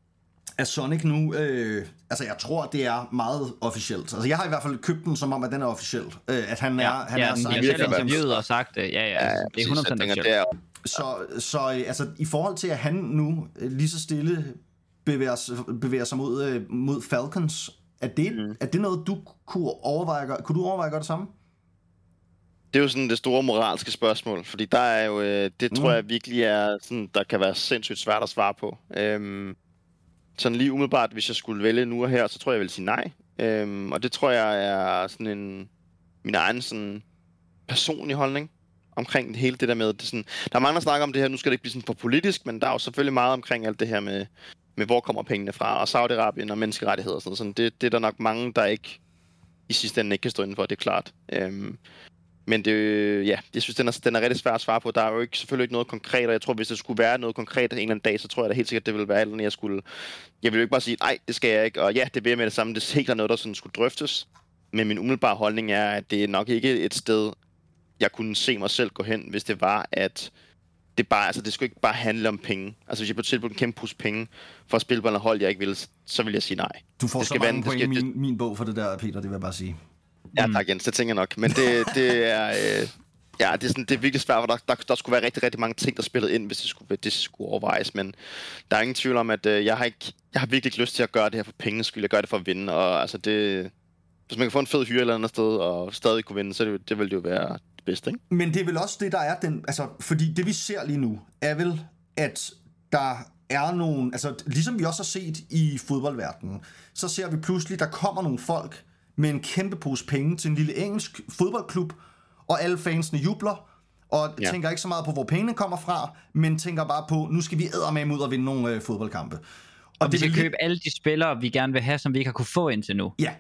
at Sonic nu, øh, altså jeg tror, det er meget officielt. Altså jeg har i hvert fald købt den som om, at den er officiel. Øh, at han er... Ja, han ja, er jeg har interviewet og sagt det. Ja, ja, ja, det er hundrede procent officielt. Så, så altså i forhold til, at han nu lige så stille bevæger, bevæger sig mod, mod Falcons, er det, mm. er det noget, du kunne overveje, kunne du overveje at gøre det samme? Det er jo sådan det store moralske spørgsmål, fordi der er jo, det tror mm. jeg virkelig er sådan, der kan være sindssygt svært at svare på. Øhm, Sådan lige umiddelbart, hvis jeg skulle vælge nu og her, så tror jeg, jeg vil sige nej. Øhm, og det tror jeg er sådan en min egen sådan personlig holdning omkring det hele det der med. Det sådan, der er mange, der snakker om det her, nu skal det ikke blive sådan for politisk, men der er jo selvfølgelig meget omkring alt det her med, med hvor kommer pengene fra, og Saudi-Arabien og menneskerettigheder og sådan noget. Sådan, det, det er der nok mange, der ikke i sidste ende ikke kan stå inden for, det er klart. Øhm, Men det, ja, jeg synes, den er, den er rigtig svær at svare på. Der er jo ikke, selvfølgelig ikke noget konkret, og jeg tror, hvis det skulle være noget konkret en eller anden dag, så tror jeg da helt sikkert, det ville være alt, jeg skulle... Jeg vil jo ikke bare sige, nej, det skal jeg ikke, og ja, det vil jeg med det samme. Det er helt klart noget, der sådan skulle drøftes. Men min umiddelbare holdning er, at det er nok ikke et sted, jeg kunne se mig selv gå hen, hvis det var, at det bare, altså det skulle ikke bare handle om penge. Altså hvis jeg på et tilbud en kæmpe pus penge for at spille på en hold, jeg ikke vil, så vil jeg sige nej. Du får det så mange point i min, min bog for det der, Peter, det vil jeg bare sige. Ja, tak Jens, det tænker jeg nok. Men det, det er... Øh, ja, det er, sådan, det er virkelig svært, for der, der, der skulle være rigtig, rigtig mange ting, der spillede ind, hvis det skulle, det skulle overvejes. Men der er ingen tvivl om, at øh, jeg, har ikke, jeg har virkelig ikke lyst til at gøre det her for pengenes skyld. Jeg gør det for at vinde, og altså det... Hvis man kan få en fed hyre et eller andet sted, og stadig kunne vinde, så det, det vil det jo være det bedste, ikke? Men det er vel også det, der er den... Altså, fordi det, vi ser lige nu, er vel, at der er nogle... Altså, ligesom vi også har set i fodboldverdenen, så ser vi pludselig, der kommer nogle folk med en kæmpe pose penge til en lille engelsk fodboldklub, og alle fansene jubler, og ja. tænker ikke så meget på, hvor pengene kommer fra, men tænker bare på, nu skal vi eddermame ud og vinde nogle øh, fodboldkampe. Og, og vi skal købe alle de spillere, vi gerne vil have, som vi ikke har kunne få indtil nu. Ja,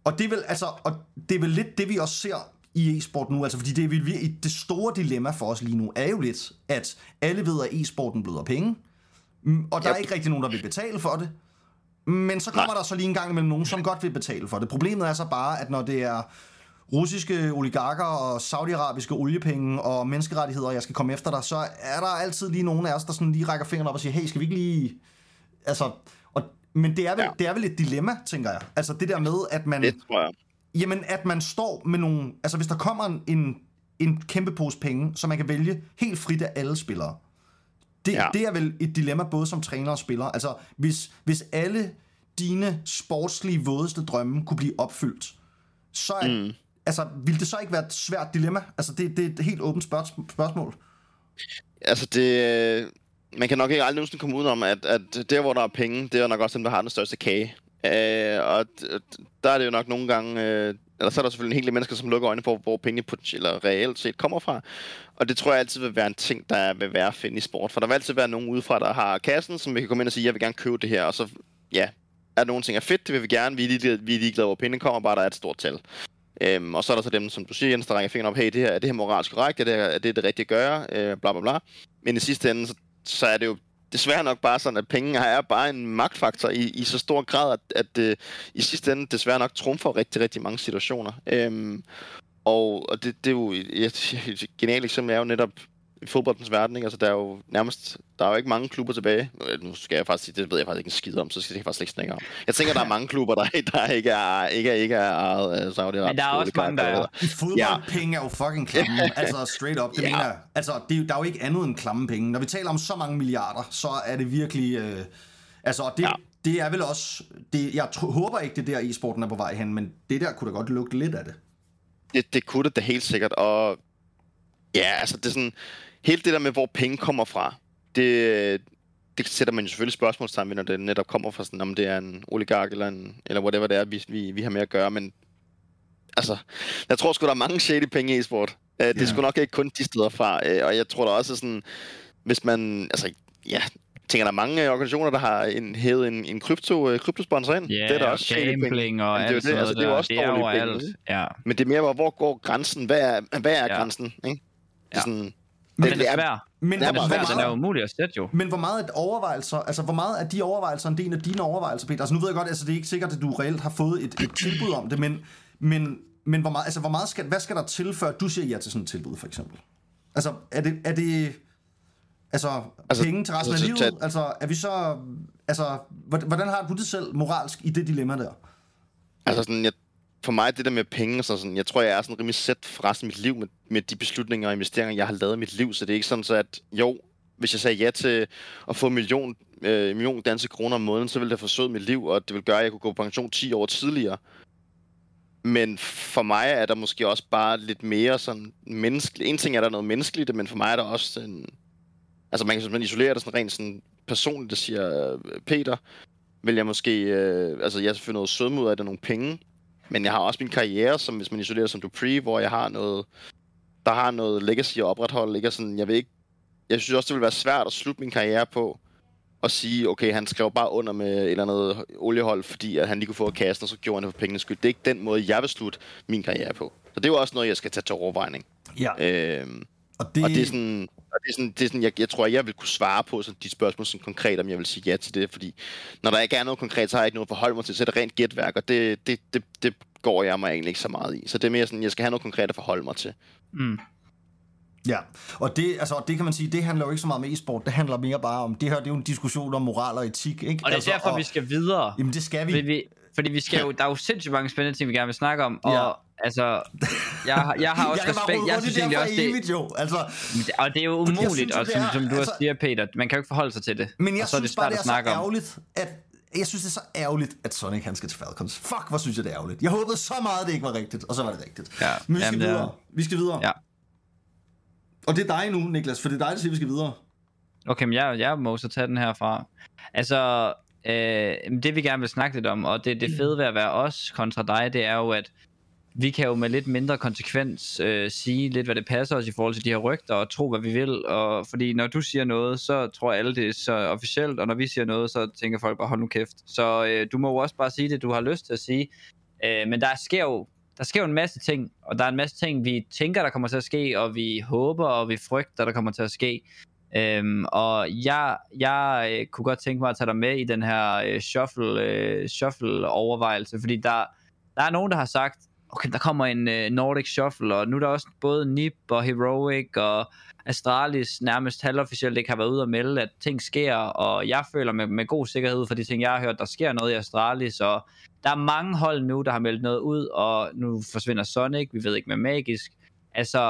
og det er vel, altså, og det er vel lidt det, vi også ser i e-sport nu, altså fordi det, er, det store dilemma for os lige nu er jo lidt, at alle ved, at e-sporten bløder penge, og der yep. er ikke rigtig nogen, der vil betale for det, men så kommer Nej. der så lige en gang imellem nogen, som godt vil betale for det. Problemet er så bare, at når det er russiske oligarker og saudiarabiske oliepenge og menneskerettigheder, og jeg skal komme efter dig, så er der altid lige nogen af os, der sådan lige rækker fingeren op og siger, hey, skal vi ikke lige... Altså, og, men det er, vel, ja. det er vel et dilemma, tænker jeg. Altså det der med, at man... Det tror jeg. Jamen, at man står med nogle... Altså, hvis der kommer en, en, en kæmpe pose penge, så man kan vælge helt frit af alle spillere. Det, ja. det er vel et dilemma, både som træner og spiller. Altså, hvis, hvis alle dine sportslige vådeste drømme kunne blive opfyldt, så er, mm. altså, ville det så ikke være et svært dilemma? Altså, det, det er et helt åbent spørgsmål. Altså, det... Man kan nok ikke aldrig nogensinde komme udenom, at, at der, hvor der er penge, det er nok også dem, der har den største kage. Øh, og der er det jo nok nogle gange, øh, eller så er der selvfølgelig en hel del mennesker, som lukker øjnene på, hvor pengene eller reelt set kommer fra. Og det tror jeg altid vil være en ting, der vil være at finde i sport. For der vil altid være nogen udefra, der har kassen, som vi kan komme ind og sige, jeg vil gerne købe det her. Og så, ja, er nogle ting er fedt, det vil vi gerne. Vi er ligeglade, vi er ligeglade hvor pengene kommer, bare der er et stort tal. Øhm, og så er der så dem, som du siger, Jens, der rækker fingeren op, hey, det her, er det her moralsk korrekt? Er det, her, er det det rigtige at gøre? Øh, bla bla bla. Men i sidste ende, så, så er det jo desværre nok bare sådan, at penge er bare en magtfaktor i, i så stor grad, at, at uh, i sidste ende desværre nok trumfer rigtig, rigtig mange situationer. Øhm, og og det, det er jo et, et genialt eksempel er jo netop i fodboldens verden, ikke? Altså der er jo nærmest, der er jo ikke mange klubber tilbage. Nu skal jeg faktisk sige, det ved jeg faktisk ikke en skid om, så skal jeg faktisk ikke snakke om. Jeg tænker, der er mange klubber, der, der ikke er ikke er, ikke er ejet af Saudi-Arabien. Men der er også mange, der er. Fodboldpenge ja. er jo fucking klamme, altså straight up, det ja. mener jeg. Altså, det er, der er jo ikke andet end klamme penge. Når vi taler om så mange milliarder, så er det virkelig, øh, altså det, ja. det er vel også, det, jeg tro, håber ikke, det der e-sporten er på vej hen, men det der kunne da godt lugte lidt af det. Det, det kunne det da helt sikkert, og ja, altså det er sådan, helt det der med, hvor penge kommer fra, det, det sætter man jo selvfølgelig spørgsmålstegn ved, når det netop kommer fra sådan, om det er en oligark eller, en, eller whatever det er, vi, vi, vi har med at gøre, men altså, jeg tror sgu, der er mange shady penge i e-sport. Det er yeah. sgu nok ikke kun de steder fra, og jeg tror der også er sådan, hvis man, altså, ja, tænker, der er mange organisationer, der har en, hævet en, en krypto, kryptosponsor ind. Yeah, det er der også gambling og alt det, det, altså, det er jo også det er jo alt, ja. Men det er mere, hvor går grænsen? Hvad er, hvad er ja. grænsen? Ikke? Det er sådan, men det er svært. Men det er svært, den er umulig at sætte jo. Men hvor meget af overvejelser, altså hvor meget af de overvejelser, en del af dine overvejelser, Peter? Altså nu ved jeg godt, altså det er ikke sikkert, at du reelt har fået et, et tilbud om det, men, men, men hvor meget, altså hvor meget skal, hvad skal der til, før du siger ja til sådan et tilbud, for eksempel? Altså er det, er det altså, altså penge til resten altså, af livet? Altså er vi så, altså hvordan har du det selv moralsk i det dilemma der? Altså sådan, jeg for mig, det der med penge, så sådan, jeg tror, jeg er sådan rimelig sæt for resten af mit liv med, med de beslutninger og investeringer, jeg har lavet i mit liv. Så det er ikke sådan, så at jo, hvis jeg sagde ja til at få en million, øh, million danske kroner om måneden, så ville det forsøde mit liv, og det ville gøre, at jeg kunne gå på pension ti år tidligere. Men for mig er der måske også bare lidt mere sådan menneskeligt. En ting er der noget menneskeligt, men for mig er der også en... Altså man kan simpelthen isolere det sådan rent sådan personligt, det siger Peter, vil jeg måske... Øh, altså jeg har selvfølgelig noget sødme ud af det, nogle penge. Men jeg har også min karriere, som hvis man isolerer som Dupree, hvor jeg har noget, der har noget legacy at opretholde. Ikke? Sådan, jeg, vil ikke, jeg synes også, det vil være svært at slutte min karriere på og sige, okay, han skrev bare under med et eller andet oliehold, fordi at han lige kunne få kassen, og så gjorde han det for pengenes skyld. Det er ikke den måde, jeg vil slutte min karriere på. Så det er jo også noget, jeg skal tage til overvejning. Ja. Øhm, og, det... og det er sådan... Og det er sådan, det er sådan jeg, jeg tror, jeg vil kunne svare på sådan, de spørgsmål sådan konkret, om jeg vil sige ja til det, fordi når der ikke er noget konkret, så har jeg ikke noget at forholde mig til, så er det rent gætværk, og det, det, det, det går jeg mig egentlig ikke så meget i. Så det er mere sådan, jeg skal have noget konkret at forholde mig til. Mm. Ja, og det, altså, det kan man sige, det handler jo ikke så meget om e-sport, det handler mere bare om, det her, det er jo en diskussion om moral og etik, ikke? Og det er altså, derfor, og, vi skal videre. Jamen det skal vi. Fordi vi, fordi vi skal jo, der er jo sindssygt mange spændende ting, vi gerne vil snakke om, og ja. altså, jeg, jeg har også jeg respekt, jeg synes egentlig også, det, evigt, jo. Altså, og det er jo umuligt, synes, og som, er, som du altså, også siger, Peter, man kan jo ikke forholde sig til det. Men jeg og så synes er det bare, det er så ærgerligt, at jeg synes, det er så ærgerligt, at Sonic han skal til Falcons. Fuck, hvor synes jeg, det er ærgerligt. Jeg håbede så meget, at det ikke var rigtigt, og så var det rigtigt. Ja. Men vi skal Jamen, videre. er... Vi skal videre. Ja. Og det er dig nu, Niklas, for det er dig, der siger, vi skal videre. Okay, men jeg, jeg må så tage den herfra. Altså, øh, det vi gerne vil snakke lidt om, og det, det fede ved at være os kontra dig, det er jo, at vi kan jo med lidt mindre konsekvens øh, sige lidt, hvad det passer os i forhold til de her rygter, og tro, hvad vi vil. Og fordi når du siger noget, så tror alle, det er så officielt, og når vi siger noget, så tænker folk bare, hold nu kæft. Så øh, du må jo også bare sige det, du har lyst til at sige. Øh, men der sker jo der sker jo en masse ting, og der er en masse ting, vi tænker, der kommer til at ske, og vi håber, og vi frygter, der kommer til at ske. Øhm, og jeg, jeg øh, kunne godt tænke mig at tage dig med i den her øh, shuffle, øh, shuffle overvejelse, fordi der, der er nogen, der har sagt, okay, der kommer en øh, Nordic Shuffle, og nu er der også både N I P og Heroic og Astralis nærmest halvofficielt ikke har været ude at melde, at ting sker, og jeg føler med, med god sikkerhed for de ting, jeg har hørt, der sker noget i Astralis, og der er mange hold nu, der har meldt noget ud, og nu forsvinder Sonic, vi ved ikke med Magisk. Altså,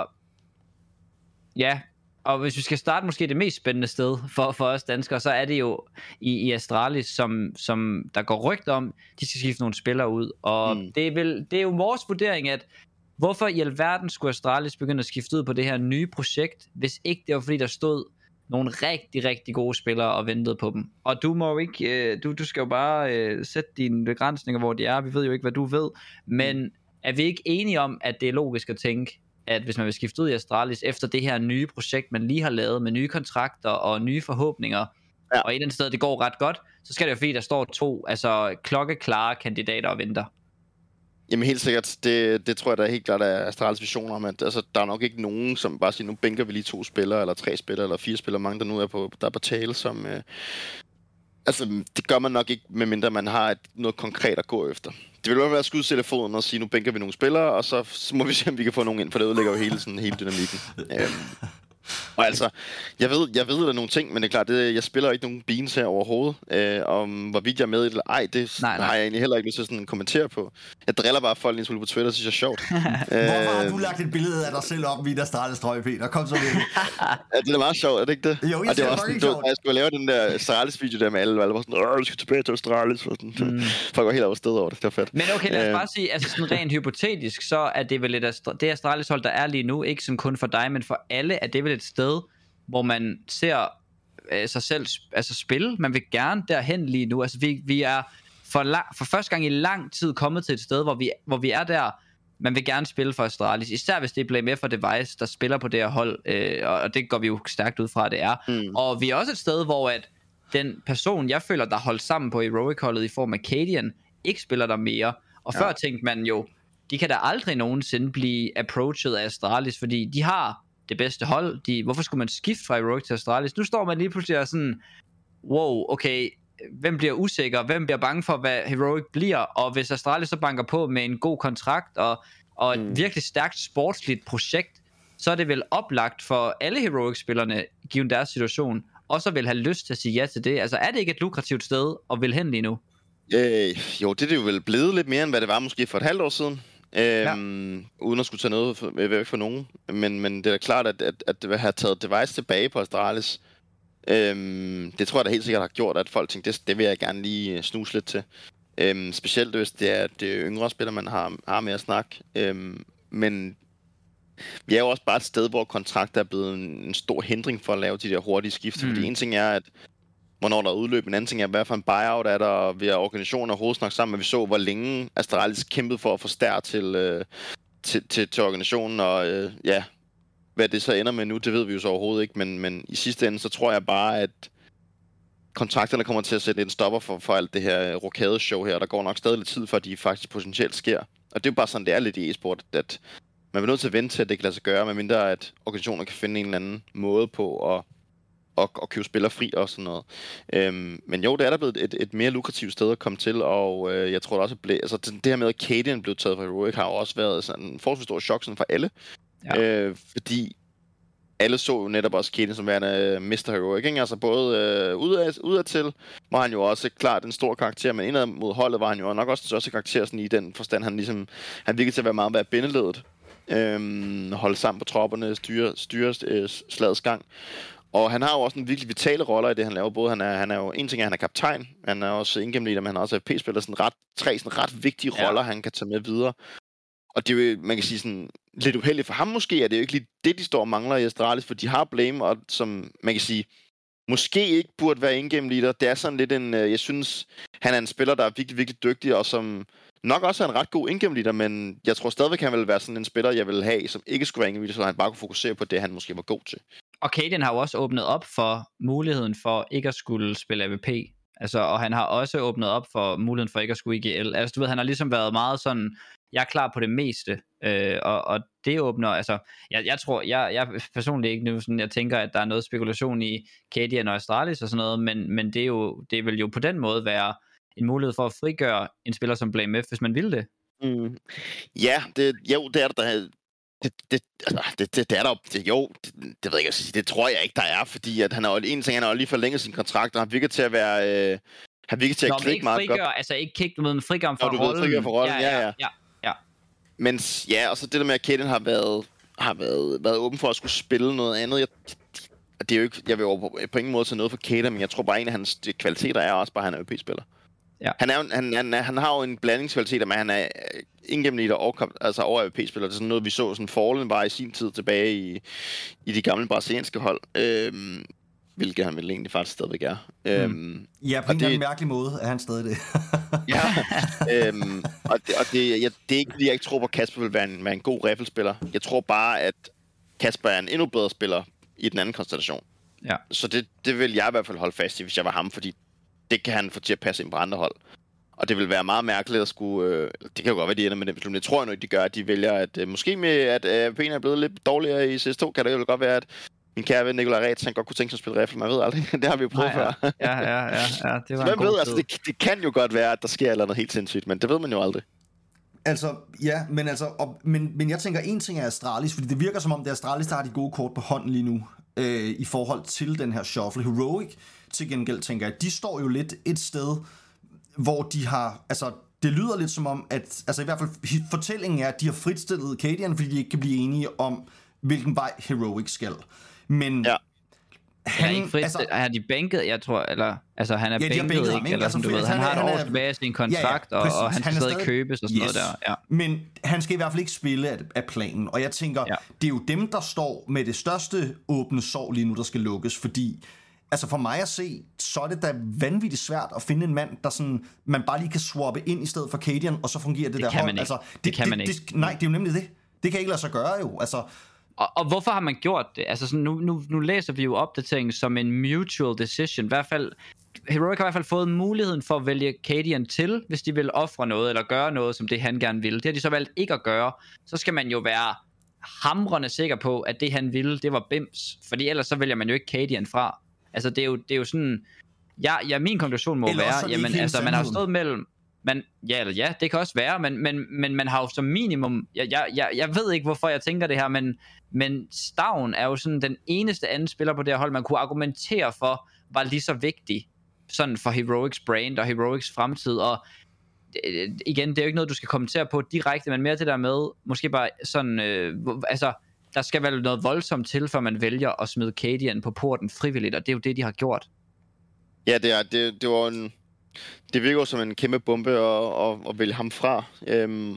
ja, og hvis vi skal starte måske det mest spændende sted for, for os danskere, så er det jo i, i Astralis, som, som der går rygter om, de skal skifte nogle spillere ud. Og mm. det, er vel, det er jo vores vurdering, at hvorfor i alverden skulle Astralis begynde at skifte ud på det her nye projekt, hvis ikke det var fordi, der stod nogle rigtig, rigtig gode spillere og ventede på dem. Og du må jo ikke, du, du skal jo bare uh, sætte dine begrænsninger, hvor de er. Vi ved jo ikke, hvad du ved. Men mm. er vi ikke enige om, at det er logisk at tænke, at hvis man vil skifte ud i Astralis efter det her nye projekt, man lige har lavet med nye kontrakter og nye forhåbninger, ja. Og et eller andet sted, det går ret godt, så skal det jo fordi, der står to altså klokkeklare kandidater og venter. Jamen helt sikkert, det, det tror jeg da helt klart er Astralis visioner om, at altså, der er nok ikke nogen, som bare siger, nu bænker vi lige to spillere, eller tre spillere, eller fire spillere, mange der nu er på, der er på tale, som... Øh, altså, det gør man nok ikke, medmindre man har et, noget konkret at gå efter. Det vil jo være at skudsætte foden og sige, nu bænker vi nogle spillere, og så, så må vi se, om vi kan få nogen ind, for det ødelægger jo hele, sådan, hele dynamikken. øhm. Og altså, jeg ved, jeg ved der er nogle ting, men det er klart, det, jeg spiller ikke nogen beans her overhovedet. Øh, om hvorvidt jeg er med i det eller ej, det nej, nej. har jeg egentlig heller ikke lyst til sådan at kommentere på. Jeg driller bare folk en smule på Twitter, synes jeg er sjovt. Hvorfor har du lagt et billede af dig selv op i der Astralis trøje, Peter? Kom så med. Ja, det er meget sjovt, er det ikke det? Jo, jeg det var sådan, du, jeg skulle lave den der Astralis-video der med alle, og alle var sådan, åh, du skal tilbage til Astralis. Mm. Folk var helt over sted over det, det var fedt. Men okay, lad os bare sige, altså sådan rent hypotetisk, så er det vel et Astra- det Astralis-hold, der er lige nu, ikke sådan kun for dig, men for alle, er det vel et sted, hvor man ser øh, sig selv altså spille. Man vil gerne derhen lige nu. Altså vi, vi er for, lang, for første gang i lang tid kommet til et sted, hvor vi, hvor vi er der. Man vil gerne spille for Astralis. Især hvis det er Blame F og Device, der spiller på det her hold. Øh, og det går vi jo stærkt ud fra, at det er. Mm. Og vi er også et sted, hvor at den person, jeg føler, der holdt sammen på Heroic-holdet i form af Cadian, ikke spiller der mere. Og ja. Før tænkte man jo, de kan da aldrig nogensinde blive approached af Astralis, fordi de har det bedste hold. De, hvorfor skulle man skifte fra Heroic til Astralis? Nu står man lige pludselig og sådan, wow, okay, hvem bliver usikker? Hvem bliver bange for, hvad Heroic bliver? Og hvis Astralis så banker på med en god kontrakt og, og et mm. virkelig stærkt sportsligt projekt, så er det vel oplagt for alle Heroic-spillerne, givet deres situation, og så vil have lyst til at sige ja til det. Altså er det ikke et lukrativt sted at vil hen lige nu? Øh, jo, det er det jo vel blevet lidt mere, end hvad det var måske for et halvt år siden. Øhm, ja. Uden at skulle tage noget for, væk for nogen. Men, men det er da klart, at, at, at det have taget Device tilbage på Astralis, øhm, det tror jeg da helt sikkert har gjort, at folk tænkte, det, det vil jeg gerne lige snuse lidt til. Øhm, specielt hvis det er det yngre spiller, man har, har med at snakke. Øhm, men vi er jo også bare et sted, hvor kontrakter er blevet en, en stor hindring for at lave de der hurtige skift. Mm. Fordi en ting er, at hvornår der er udløb, en anden ting er, hvad for en buyout er der, og vi har organisationer og hovedsnak sammen, men vi så, hvor længe Astralis kæmpede for at få stær til, øh, til, til, til organisationen, og øh, ja, hvad det så ender med nu, det ved vi jo så overhovedet ikke, men, men i sidste ende, så tror jeg bare, at kontrakterne kommer til at sætte en stopper for, for alt det her rokade-show her, der går nok stadig lidt tid, for at de faktisk potentielt sker. Og det er jo bare sådan, det er lidt i e-sport, at man er nødt til at vente til, at det kan lade sig gøre, medmindre at organisationer kan finde en eller anden måde på at Og, og købe spillere fri og sådan noget. Øhm, men jo, det er der blevet et, et mere lukrativt sted at komme til, og øh, jeg tror det også, at ble, altså, det her med, at Cadian blev taget fra Heroic, har jo også været sådan en forholdsvis stor chok sådan for alle. Ja. Øh, fordi alle så jo netop også Cadian som værende mister Heroic, ikke? Altså både øh, udad, udadtil var han jo også klart en stor karakter, men indad mod holdet var han jo nok også den største karakter sådan i den forstand, han ligesom, han virkede til at være meget været bindeledet. Øhm, holde sammen på tropperne, styre, styre øh, slagets gang. Og han har jo også en virkelig vitale roller i det, han laver. Både han er, han er jo, en ting er, han er kaptajn, han er også indgennem men han er også F P-spiller, sådan ret, tre sådan ret vigtige ja. roller, han kan tage med videre. Og det er jo, man kan sige sådan, lidt uheldigt for ham måske, er det jo ikke lige det, de står og mangler i Astralis, for de har Blame, og som man kan sige, måske ikke burde være indgennem leader. Det er sådan lidt en, jeg synes, han er en spiller, der er virkelig, virkelig dygtig, og som nok også er en ret god indgennem leader, men jeg tror stadigvæk, han vil være sådan en spiller, jeg vil have, som ikke skulle være indgennem leader, så han bare kunne fokusere på det, han måske var god til. Og Cadian har jo også åbnet op for muligheden for ikke at skulle spille A V P. Altså, og han har også åbnet op for muligheden for ikke at skulle I G L. Altså, du ved, han har ligesom været meget sådan, jeg er klar på det meste, øh, og, og det åbner, altså, jeg, jeg tror, jeg, jeg personligt ikke nu sådan, jeg tænker, at der er noget spekulation i Cadian og Astralis og sådan noget, men, men det er jo, det vil jo på den måde være en mulighed for at frigøre en spiller som Blame F, hvis man vil det. Mm. Ja, det, jo, det er der, det, det, altså, det, det, det er der det, jo, det, det ved jeg ikke, det tror jeg ikke, der er, fordi at han har en ting, han har lige forlænget sin kontrakt, og han virker til at være, øh, han virker til at klikke meget frigør, godt. Altså ikke kick, men frigør for rollen. Du ved, frigør for rollen, ja, ja. ja, ja, ja. Men ja, og så det der med, at Cadian har været, har været, været åben for at skulle spille noget andet, jeg, det er jo ikke, jeg vil jo på, på ingen måde tage noget for Cadian, men jeg tror bare, en af hans kvaliteter er også bare, at han er A W P-spiller. Ja. Han, er, han, han, han har jo en blandingskvalitet, men han er indgennemleader og altså over A W P-spiller. Det er sådan noget, vi så sådan Fallen var i sin tid tilbage i, i de gamle brasilianske hold. Øhm, hvilket han vel egentlig faktisk stadigvæk er. Mm. Øhm, ja, på en det, mærkelig måde er han stadig det. ja, øhm, og, det, og det, jeg, det er ikke fordi, jeg ikke tror på, at Kasper vil være en, være en god riffelspiller. Jeg tror bare, at Kasper er en endnu bedre spiller i den anden konstellation. Ja. Så det, det vil jeg i hvert fald holde fast i, hvis jeg var ham, fordi det kan han få til at passe ind på andre hold. Og det vil være meget mærkeligt at skulle... Øh, det kan jo godt være, de ender med den beslutning. Jeg tror jo ikke, de gør, at de vælger, at øh, måske med, at øh, P en er blevet lidt dårligere i C S to, kan det jo godt være, at min kære ven Nikolaj Ræts, han godt kunne tænke sig at spille riffle. Man ved aldrig. Det har vi jo prøvet Nej, ja. før. ja, ja, ja, ja. Det var så en man god ved, altså, det, det kan jo godt være, at der sker noget helt sindssygt, men det ved man jo aldrig. Altså, ja, men altså, og, men, men jeg tænker, en ting er Astralis, fordi det virker som om, det er Astralis, der har de gode kort på hånden lige nu, øh, i forhold til den her shuffle. Heroic, til gengæld, tænker jeg, de står jo lidt et sted, hvor de har, altså, det lyder lidt som om, at, altså i hvert fald, fortællingen er, at de har fritstillet Cadian, fordi de ikke kan blive enige om, hvilken vej Heroic skal. Men... Ja. Han er ikke frit, altså, er de bænket, jeg tror, eller altså han er ja, bænket, bænket ikke, ham, ikke? eller Altså, sådan, du ved, han, han har et år tilbage af sin kontrakt, ja, ja, og, og han skal stadig, stadig købes og sådan yes. noget der. Ja. Men han skal i hvert fald ikke spille af, af planen, og jeg tænker, ja. det er jo dem, der står med det største åbne sår lige nu, der skal lukkes, fordi altså for mig at se, så er det da vanvittigt svært at finde en mand, der sådan, man bare lige kan swappe ind i stedet for Cadian, og så fungerer det, det der kan hold. Man ikke. Altså, det, det kan man det, ikke. Det, nej, det er jo nemlig det. Det kan ikke lade sig gøre jo, altså... Og, og hvorfor har man gjort det? Altså sådan, nu, nu, nu læser vi jo opdateringen som en mutual decision. I hvert fald, Heroic har i hvert fald fået muligheden for at vælge Cadian til, hvis de vil ofre noget, eller gøre noget, som det han gerne vil. Det har de så valgt ikke at gøre. Så skal man jo være hamrende sikker på, at det han ville, det var bims. Fordi ellers så vælger man jo ikke Cadian fra. Altså det er jo, det er jo sådan... Ja, ja, min konklusion må eller være, jamen altså, man har jo stået mellem... Man, ja, eller ja, det kan også være, men, men, men man har jo som minimum, jeg, jeg, jeg, jeg ved ikke, hvorfor jeg tænker det her, men, men Stavn er jo sådan den eneste anden spiller på det her hold, man kunne argumentere for, var lige så vigtig, sådan for Heroics brand og Heroics fremtid, og øh, igen, det er jo ikke noget, du skal kommentere på direkte, men mere det der med, måske bare sådan, øh, altså, der skal vel noget voldsomt til, før man vælger at smide Cadian på porten frivilligt, og det er jo det, de har gjort. Ja, det er, det, det var en... Det virker jo som en kæmpe bombe at, at, at vælge ham fra. Øhm,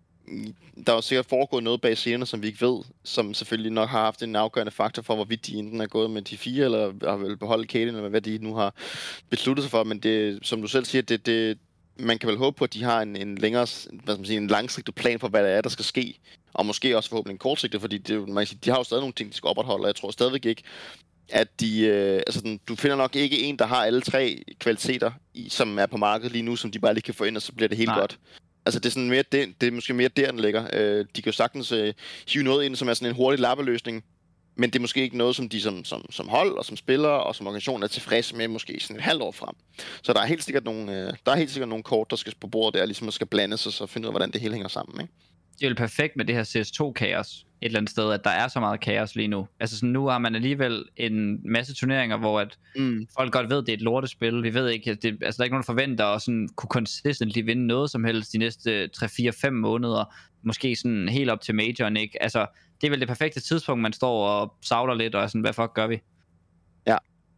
der er jo sikkert foregået noget bag scenerne, som vi ikke ved, som selvfølgelig nok har haft en afgørende faktor for, hvorvidt de enten er gået med de fire, eller har vel beholdt Cadian, eller hvad de nu har besluttet sig for. Men det, som du selv siger, det, det, man kan vel håbe på, at de har en, en længere, hvad skal man sige, en langsigtet plan for, hvad der er, der skal ske. Og måske også forhåbentlig en kortsigtet, fordi det, man kan sige, de har jo stadig nogle ting, de skal opretholde, og jeg tror stadigvæk ikke, at de, øh, altså den, du finder nok ikke en, der har alle tre kvaliteter, i, som er på markedet lige nu, som de bare lige kan få ind, og så bliver det helt Nej. godt. Altså det er sådan mere det, det er måske mere der, den ligger. Øh, de kan jo sagtens øh, hive noget ind, som er sådan en hurtig lappeløsning, men det er måske ikke noget, som de som, som, som hold og som spillere og som organisation er tilfredse med, måske sådan et halvt år frem. Så der er helt sikkert nogle, øh, der er helt sikkert nogle kort, der skal på bordet der, ligesom at skal blandes og så finde ud af, hvordan det hele hænger sammen, ikke? Det er jo perfekt med det her C S to kaos et eller andet sted, at der er så meget kaos lige nu. Altså sådan, nu har man alligevel en masse turneringer, hvor at mm. folk godt ved, at det er et lortespil. Vi ved ikke, det, altså der er ikke nogen, der forventer at sådan kunne consistently vinde noget som helst de næste tre fire fem måneder. Måske sådan helt op til majoren, ikke? Altså, det er vel det perfekte tidspunkt, man står og savler lidt og er sådan, hvad fuck gør vi? Ja.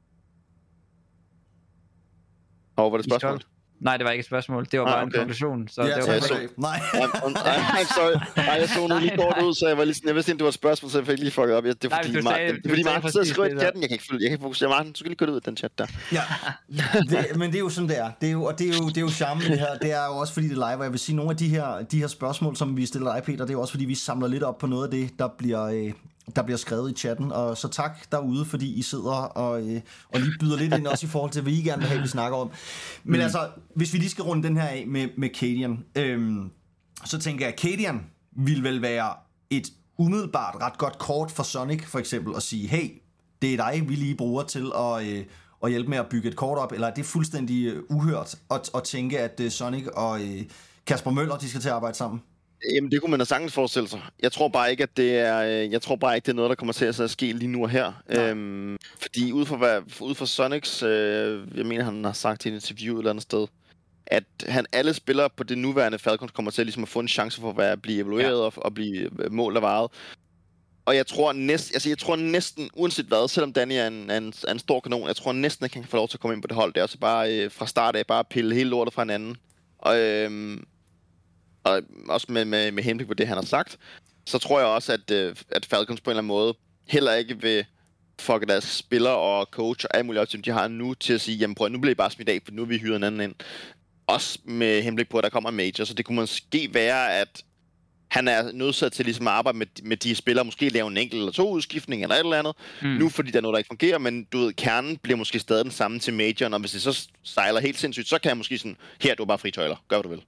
Og var det spørgsmål? Nej, det var ikke et spørgsmål. Det var ah, bare okay. en konklusion. Så ja, det var jeg så... Nej. Nej, sorry. Nej, jeg så nu lige kort ud, så jeg var lige sådan, jeg vidste ikke, det var et spørgsmål, så jeg fik lige fucket op. Det er Nej, fordi, du sagde, Martin, det er fordi Martin sidder og skriver i chatten. Der. Jeg kan ikke følge, jeg kan ikke fokusere. Martin, du skal lige gå ud af den chat der. Ja, det, men det er jo sådan, det er. Det er jo, og det er jo, det er jo charmen, det her. Det er jo også fordi, det er live, og jeg vil sige, nogle af de her, de her spørgsmål, som vi stiller dig, Peter, det er jo også fordi, vi samler lidt op på noget af det, der bliver, øh, der bliver skrevet i chatten, og så tak derude, fordi I sidder og, øh, og lige byder lidt ind også i forhold til, hvad I gerne vil have, vi snakker om. Men mm. altså, hvis vi lige skal runde den her af med, med Cadian, øh, så tænker jeg, at Cadian vil vel være et umiddelbart ret godt kort for Sonic, for eksempel, at sige, hey, det er dig, vi lige bruger til at, øh, at hjælpe med at bygge et kort op, eller er det fuldstændig øh, uhørt at, at tænke, at øh, Sonic og øh, Kasper Møller, de skal til at arbejde sammen? Jamen, det kunne man da sagtens forestille sig. Jeg tror bare ikke, at det er, jeg tror bare ikke, det er noget, der kommer til at ske lige nu og her. Øhm, fordi ud fra, hvad, ud fra Sonics, øh, jeg mener, han har sagt i et interview et eller andet sted, at han alle spillere på det nuværende Falcons kommer til ligesom at få en chance for at være, blive evalueret ja. og, og blive målt og varet. Og jeg tror, næsten, altså jeg tror næsten, uanset hvad, selvom Danny er en, en, en stor kanon, jeg tror næsten, at han kan få lov til at komme ind på det hold. Det er også bare øh, fra start af bare pille hele lortet fra hinanden. Og, øh, og også med, med, med henblik på det, han har sagt, så tror jeg også, at, øh, at Falcons på en eller anden måde heller ikke vil fuck deres spillere og coach og alle mulige optioner, de har nu til at sige, jamen prøv, nu bliver I bare smidt af, for nu er vi hyret en anden ind. Også med henblik på, at der kommer en major, så det kunne måske være, at han er nødsat til ligesom at arbejde med, med de spillere, måske lave en enkelt eller to udskiftning eller et eller andet. Mm. Nu fordi der er noget, der ikke fungerer, men du ved, kernen bliver måske stadig den samme til majoren, og hvis det så sejler helt sindssygt, så kan jeg måske sådan, her du er bare fritøjler, gør hvad du vil.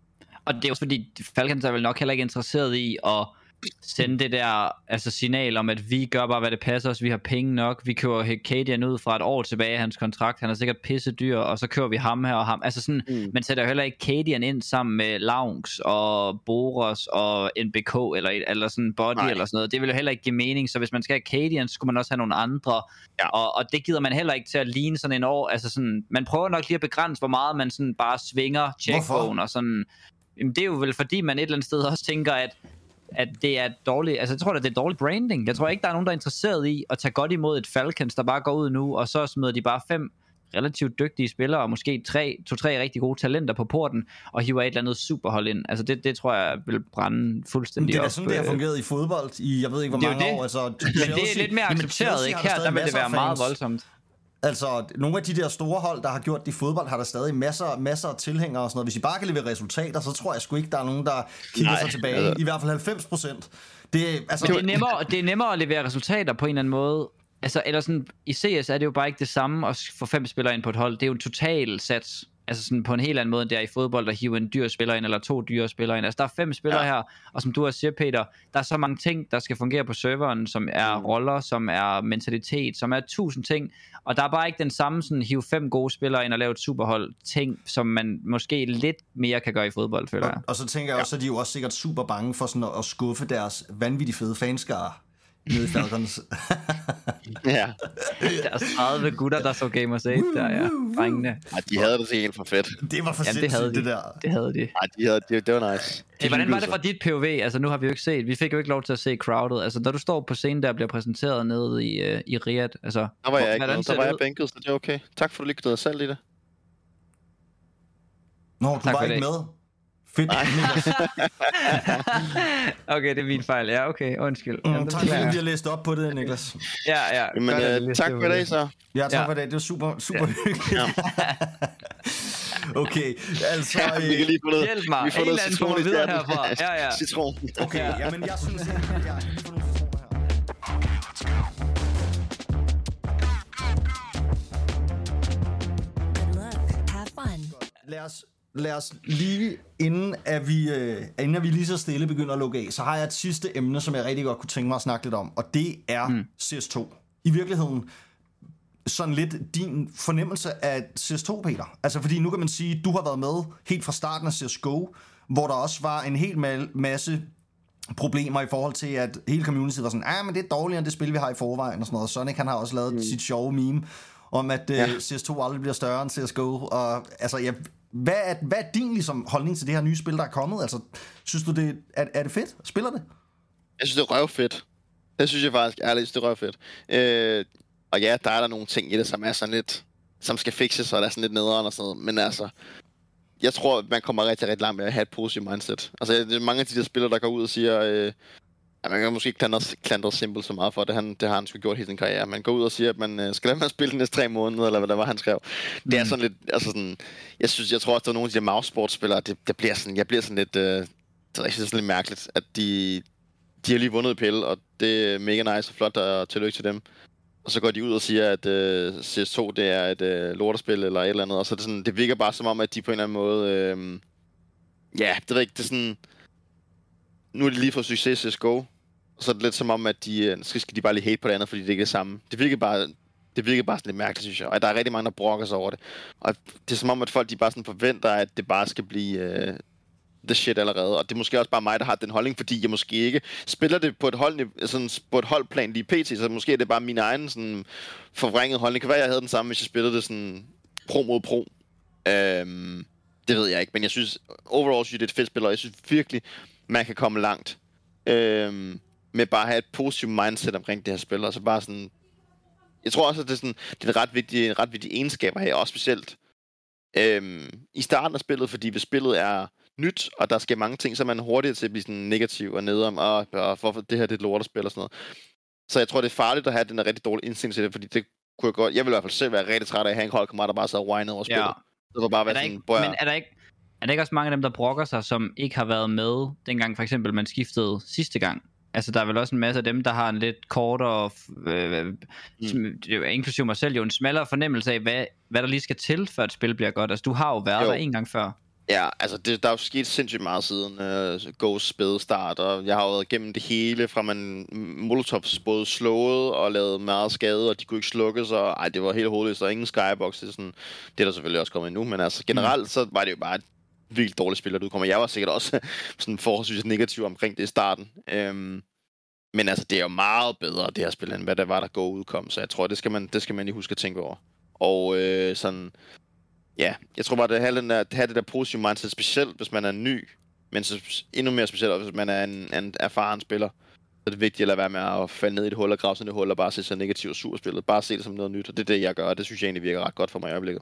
Og det er jo fordi, Falcons er vel nok heller ikke interesseret i at sende det der altså signal om, at vi gør bare, hvad det passer os, vi har penge nok, vi køber Cadian ud fra et år tilbage af hans kontrakt, han er sikkert pisse dyr, og så kører vi ham her og ham, altså sådan, mm. man sætter jo heller ikke Cadian ind sammen med Launx og Boros og N B K, eller, eller sådan Body Nej. Eller sådan noget, det vil jo heller ikke give mening, så hvis man skal have Cadian, så skulle man også have nogle andre, ja. og, og det gider man heller ikke til at ligne sådan en år, altså sådan, man prøver nok lige at begrænse, hvor meget man sådan bare svinger checkbone og sådan, jamen, det er jo vel fordi, man et eller andet sted også tænker, at at det er dårligt, altså jeg tror, at det er dårlig branding. Jeg tror ikke, der er nogen, der er interesseret i at tage godt imod et Falcons, der bare går ud nu, og så smider de bare fem relativt dygtige spillere, og måske tre, to-tre rigtig gode talenter på porten, og hiver et eller andet superhold ind. Altså det, det tror jeg vil brænde fuldstændig op. Det er sådan, det har fungeret i fodbold i, jeg ved ikke, hvor mange det. år. Altså, men det er lidt mere accepteret, ikke? Her, der vil det være meget voldsomt. Altså, nogle af de der store hold, der har gjort det i fodbold, har der stadig masser, masser af tilhængere og sådan noget. Hvis I bare kan levere resultater, så tror jeg sgu ikke, der er nogen, der kigger Nej, sig tilbage. Altså. I hvert fald halvfems procent. Det, altså, det, er nemmere, det er nemmere at levere resultater på en eller anden måde. Altså, eller sådan, i C S er det jo bare ikke det samme at få fem spillere ind på et hold. Det er jo en total sats. Altså sådan på en helt anden måde, end det er i fodbold, der hiver en dyr spiller ind, eller to dyre spillere ind. Altså der er fem spillere ja. her, og som du har siger, Peter, der er så mange ting, der skal fungere på serveren, som er mm. roller, som er mentalitet, som er tusind ting, og der er bare ikke den samme sådan, hive fem gode spillere ind og lave et superhold ting, som man måske lidt mere kan gøre i fodbold, føler jeg. Og, og så tænker jeg også, at de er jo også sikkert super bange for sådan at, at skuffe deres vanvittigt fede fanskare nede i Falcons. Ja. Der er tredive gutter, der så Gamers eight der, ja. Drengene. Ej, de havde det helt for fedt. Det var for ja, sindssygt, det, de. det der. Det havde de. Ej, de havde, det, det var nice. Hey, hvordan var det fra dit P O V? Altså, nu har vi jo ikke set. Vi fik jo ikke lov til at se crowdet. Altså, når du står på scenen der og bliver præsenteret nede i, uh, i Riyadh. Altså, der var jeg ikke noget. Der var jeg bænket, så det er okay. Tak for, at du lige gik selv i det. Nå, du tak var ikke det. Med. Fedt. Okay, det er min fejl. Ja, okay, undskyld. Mm, Jamen, tak fordi du har læst op på det, Niklas. Ja, ja. Men uh, tak for det, så. Ja, tak ja. for det. Det var super, super ja. hyggeligt. Ja. Okay, altså... Ja, vi kan lige få noget, hjælp mig. Vi får noget citron i videre herfra. Ja, ja. Citron. Okay, ja. Jamen jeg synes ikke, at jeg lige får nogle citroner her. Good luck. Have fun. Lad os... Lad os lige, inden at, vi, øh, inden at vi lige så stille begynder at lukke af, så har jeg et sidste emne, som jeg rigtig godt kunne tænke mig at snakke lidt om, og det er mm. C S to. I virkeligheden, sådan lidt din fornemmelse af C S to, Peter. Altså fordi nu kan man sige, at du har været med helt fra starten af C S G O, hvor der også var en hel masse problemer i forhold til, at hele community var sådan, ah, men det er dårligere end det spil, vi har i forvejen, og sådan noget. Sonic, han har også lavet mm. sit sjove meme, om at ja. uh, C S to aldrig bliver større end C S G O, og altså, jeg... Hvad er, hvad er din ligesom, holdning til det her nye spil, der er kommet? Altså, synes du, det er, er det fedt? Spiller det? Jeg synes, det er røvfedt. Det synes jeg faktisk, ærligt, det er røvfedt. Øh, og ja, der er der nogle ting i det, som er sådan lidt, som skal fikses, og der er sådan lidt nederen og sådan noget. Men altså, jeg tror, man kommer rigtig, rigtig langt med at have et positivt mindset. Altså, det er mange af de der spillere, der går ud og siger, øh, at man kan måske ikke klandre, klandre Simple så meget for det. Han, det har han sgu gjort hele sin karriere. Man går ud og siger, at man øh, skal lade mig spille de næste tre måneder, eller hvad der var, han skrev. Mm. Det er sådan lidt, altså sådan, jeg synes, jeg tror også, der er nogle af de der mousesport-spillere, det, det bliver sådan, jeg bliver sådan lidt, øh, det er sådan lidt mærkeligt, at de, de har lige vundet i P L, og det er mega nice og flot, og tillykke til dem. Og så går de ud og siger, at uh, C S to det er et uh, lortespil eller et eller andet, og så er det sådan, det virker bare som om, at de på en eller anden måde, uh, ja, det ved ikke, det er sådan, nu er de lige fået succes i C S G O, og så er det lidt som om, at de, uh, skal de bare lige hate på det andet, fordi det ikke er det samme. Det virker bare, det virker bare sådan lidt mærkeligt, synes jeg, og der er rigtig mange, der brokker sig over det. Og det er som om, at folk de bare sådan forventer, at det bare skal blive uh, the shit allerede, og det er måske også bare mig, der har den holdning, fordi jeg måske ikke spiller det på et hold, sådan på et holdplan lige pt, så måske er det bare min egen sådan forvrængede holdning. Det kan være, jeg havde den samme, hvis jeg spillede det sådan pro mod pro. Øhm, det ved jeg ikke, men jeg synes overall synes jeg, det er et fedt spil, og jeg synes virkelig, man kan komme langt øhm, med bare at have et positivt mindset omkring det her spil, og så bare sådan, jeg tror også, at det er sådan, det er en ret vigtig, en ret vigtig egenskab her, også specielt øhm, i starten af spillet, fordi hvis spillet er nyt, og der sker mange ting, så er man hurtigere til at blive sådan negativ og nedom, og, og hvorfor det her det er et lortespil og sådan noget. Så jeg tror, det er farligt at have den der rigtig dårlige instinkt til det, fordi det kunne jeg godt, jeg vil i hvert fald selv være rigtig træt af at have en holdkammerat, der bare sad og whinede over spillet. Ja. Det var bare være sådan, ikke, men er der ikke er der ikke også mange af dem, der brokker sig, som ikke har været med, dengang for eksempel man skiftede sidste gang? Altså, der er vel også en masse af dem, der har en lidt kortere, øh, mm. inklusive mig selv, jo en smallere fornemmelse af, hvad, hvad der lige skal til, før et spil bliver godt. Altså, du har jo været jo. der en gang før. Ja, altså det, der er jo sket sindssygt meget siden uh, Go's spædestart, og jeg har jo været igennem det hele, fra man Molotovs både slået og lavet meget skade, og de kunne ikke slukkes, og ej, det var helt hovedet, så ingen skybox, det er sådan, det er der selvfølgelig også kommet nu, men altså generelt, mm. så var det jo bare et vildt dårligt spil, der udkommer. Jeg var sikkert også sådan forholdsvis negativ omkring det i starten, øhm, men altså det er jo meget bedre, det her spil, end hvad der var, der Go udkom, så jeg tror, det skal man, det skal man lige huske at tænke over. Og øh, sådan... Ja, jeg tror bare, at have, have det der positive mindset, specielt hvis man er ny, men så endnu mere specielt, hvis man er en, en erfaren spiller. Så er det vigtigt at lade være med at falde ned i et hul og grave sig i et hul og bare se så negativt og sur spillet. Bare se det som noget nyt, og det er det, jeg gør, og det synes jeg egentlig virker ret godt for mig i øjeblikket.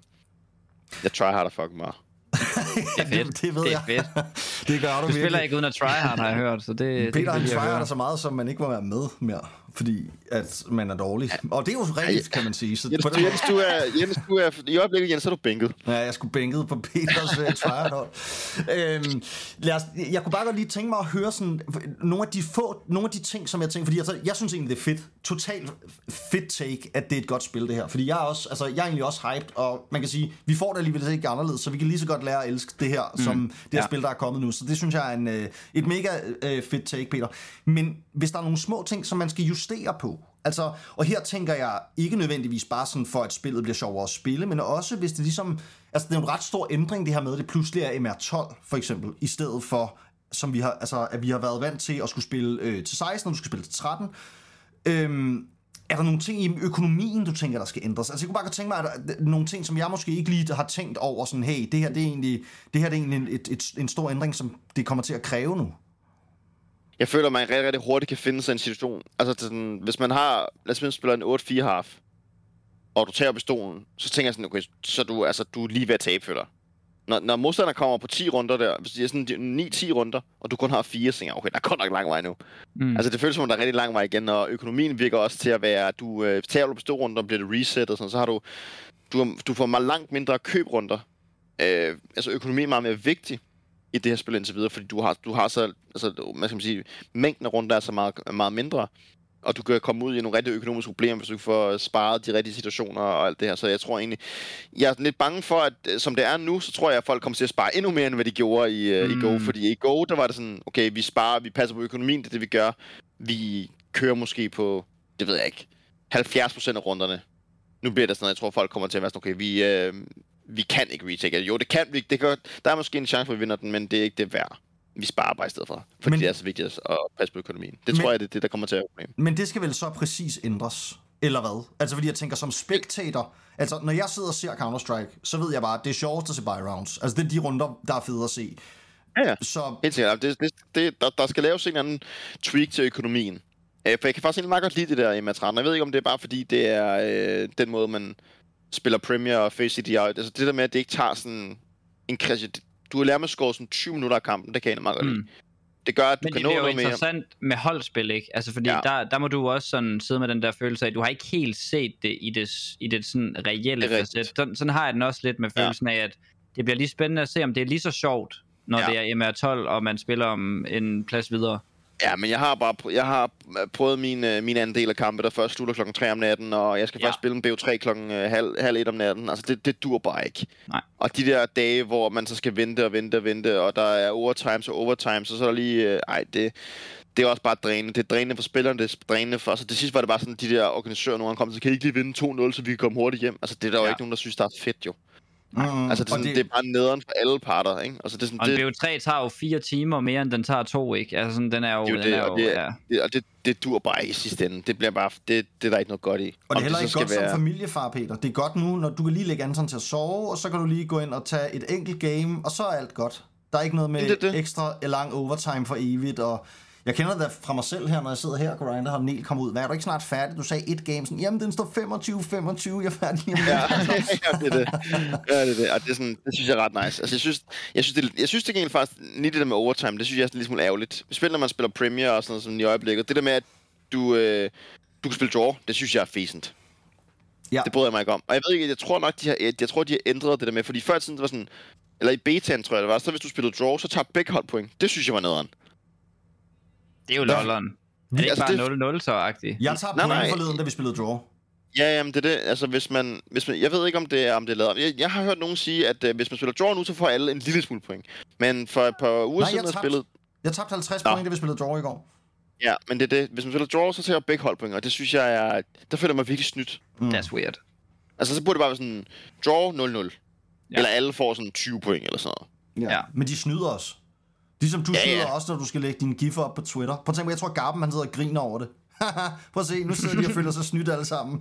Jeg tryharder fucking meget. Det er fedt. det ved det er jeg. Fedt. Det gør du, du spiller ikke uden at tryhard, har jeg hørt. Så det, Peter, det han tryharder så meget, som man ikke må være med mere, fordi at man er dårlig. Og det er jo rigtigt, kan man sige. Så Jens, på du, Jens, du er, Jens, du er, i øjeblikket, Jens, er du bænket. Ja, jeg skulle bænket på Peters uh, tryhard. øhm, lad os, jeg kunne bare godt lige tænke mig at høre sådan, nogle af de få, nogle af de ting, som jeg tænker, fordi jeg, jeg synes egentlig, det er fedt. Totalt fedt take, at det er et godt spil, det her. Fordi jeg er også, altså, jeg er egentlig også hyped, og man kan sige, vi får det alligevel ikke anderledes, så vi kan lige så godt lære at elske det her, mm. som det her ja. spil, der er kommet nu. Så det synes jeg er en, et mega uh, fedt take, Peter. Men hvis der er nogle små ting, som man skal justere på, altså, og her tænker jeg ikke nødvendigvis bare sådan for, at spillet bliver sjovere at spille, men også hvis det ligesom, altså det er en ret stor ændring det her med, at det pludselig er M R tolv for eksempel, i stedet for, som vi har, altså, at vi har været vant til at skulle spille øh, til seksten, og du skal spille til tretten. Øhm, er der nogle ting i økonomien, du tænker, der skal ændres? Altså jeg kunne bare godt tænke mig, at der er nogle ting, som jeg måske ikke lige har tænkt over, sådan, hey, det her det er egentlig, det her det er egentlig et, et, en stor ændring, som det kommer til at kræve nu. Jeg føler, at man rigtig, rigtig hurtigt kan finde sig en situation. Altså, sådan, hvis man har, lad os sige, spiller en otte fire half, og du tager pistolen, så tænker jeg sådan, okay, så du, altså, du er lige ved at tabe, føler. Når, når modstanderen kommer på ti runder der, hvis det er sådan ni ti runder, og du kun har fire, så tænker jeg, okay, der er godt nok lang vej nu. Mm. Altså, det føles som om, der er rigtig lang vej igen, og økonomien virker også til at være, du øh, tager du pistolrunder, bliver det resettet, sådan, så har du, du, du får meget langt mindre købrunder. Øh, altså, økonomien er meget mere vigtig i det her spil indtil videre, fordi du har, du har så, altså, man skal sige, mængden af runder er så meget, meget mindre, og du kan komme ud i nogle rigtig økonomiske problemer, hvis du får sparet de rigtige situationer og alt det her, så jeg tror egentlig, jeg er lidt bange for, at som det er nu, så tror jeg, at folk kommer til at spare endnu mere, end hvad de gjorde i, mm. i Go, fordi i Go, der var det sådan, okay, vi sparer, vi passer på økonomien, det er det, vi gør, vi kører måske på, det ved jeg ikke, halvfjerds procent af runderne. Nu bliver det sådan, jeg tror, folk kommer til at være sådan, okay, vi... Øh, vi kan ikke retake. Jo, det kan vi. Det kan, der er måske en chance for, at vi vinder den, men det er ikke det værd. Vi sparer bare i stedet for. Fordi men, det er så vigtigt at passe på økonomien. Det men, tror jeg, det er det, der kommer til at være. Men det skal vel så præcis ændres? Eller hvad? Altså, fordi jeg tænker som spectator, altså, når jeg sidder og ser Counter-Strike, så ved jeg bare, at det er sjovest at se buy rounds. Altså, det er de runder, der er fede at se. Ja, ja. Så... Helt sikkert. Det, det, det, der, der skal laves en anden tweak til økonomien. For jeg kan faktisk ikke meget godt lide det der i M R tretten. Jeg ved ikke, om det er bare fordi, det er øh, den måde, man spiller Premier og Face C D I. Altså det der med, at det ikke tager sådan en kredit. Du har lært med at score sådan tyve minutter af kampen, det kan jeg meget godt lide. Mm. Det gør, at du men kan nå noget mere. Men det er jo interessant med holdspil, ikke? Altså fordi ja. der, der må du også sådan sidde med den der følelse af, at du har ikke helt set det i det, i det sådan reelle facet. Sådan, sådan har jeg den også lidt med følelsen ja. af, at det bliver lige spændende at se, om det er lige så sjovt, når ja. det er M R tolv, og man spiller om en plads videre. Ja, men jeg har bare pr- jeg har prøvet min, uh, min anden del af kampe, der først slutter klokken tre om natten, og jeg skal ja. først spille en B O tre klokken uh, halv, halv et om natten. Altså, det, det dur bare ikke. Nej. Og de der dage, hvor man så skal vente og vente og vente, og der er overtimes og overtimes, så så er der lige... Uh, ej, det... Det er også bare drænende. Det er drænende for spillerne, det er drænende for... Altså, det sidste var det bare sådan, de der organisører, nogle gange kom, så kan I ikke lige vinde to nul, så vi kan komme hurtigt hjem. Altså, det er der jo ja. ikke nogen, der synes, der er fedt, jo. Mm, altså, det er, sådan, det... det er bare nederen for alle parter, ikke? Altså, det er sådan, og det... B O tre tager jo fire timer mere, end den tager to, ikke? Altså, sådan, den er jo... Det er jo den det, er og, jo, det, ja. det, og det, det dur bare i sidste ende. Det bliver bare... Det, det er der ikke noget godt i. Og det er heller ikke godt være... som familiefar, Peter. Det er godt nu, når du kan lige lægge Anton til at sove, og så kan du lige gå ind og tage et enkelt game, og så er alt godt. Der er ikke noget med det, det. ekstra lang overtime for evigt, og... Jeg kender det fra mig selv her, når jeg sidder her og grinder, og Niel kommer ud. Hvad er du ikke snart færdig? Du sagde et game, sådan, jamen den står femogtyve femogtyve, jeg er færdig. Ja, ja, det er det. Ja, det er det. Og det, er sådan, det synes jeg er ret nice. Altså, jeg synes, jeg synes, det, jeg synes det egentlig faktisk, lige det der med overtime, det synes jeg er sådan lidt smule ærgerligt. Specielt når man spiller Premier og sådan noget som i øjeblikket. Det der med, at du, øh, du kan spille draw, det synes jeg er fæsent. Ja. Det bryder jeg mig ikke om. Og jeg ved ikke, jeg tror nok, de har, jeg tror, de har ændret det der med, fordi før tiden det var sådan, eller i betaen, tror jeg det var, så hvis du spillede draw, så tager begge hold point. Det synes jeg var nederen. Det er jo lolleren. Er det ikke altså, bare det... nul nul så-agtigt? Jeg tager point forleden, da vi spillede draw. Ja, jamen det er det. Altså, hvis man, hvis man... Jeg ved ikke, om det er, om det er lavet. Jeg, jeg har hørt nogen sige, at uh, hvis man spiller draw nu, så får alle en lille smule point. Men for et par uger Nej, siden, jeg spillet... Jeg tabte halvtreds point, da vi spillede draw i går. Ja, men det er det. Hvis man spiller draw, så tager jeg begge hold point, og det synes jeg er... Der føler jeg mig virkelig snydt. Mm. That's weird. Altså, så burde det bare være sådan... Draw nul nul. Ja. Eller alle får sådan tyve point eller sådan noget. Ja, ja. Men de snyder os. Ligesom du ja, snyder ja. også, når du skal lægge dine giffer op på Twitter. Prøv at tænke, jeg tror, Garben han sidder og griner over det. Prøv at se, nu sidder de og føler sig snydt alle sammen.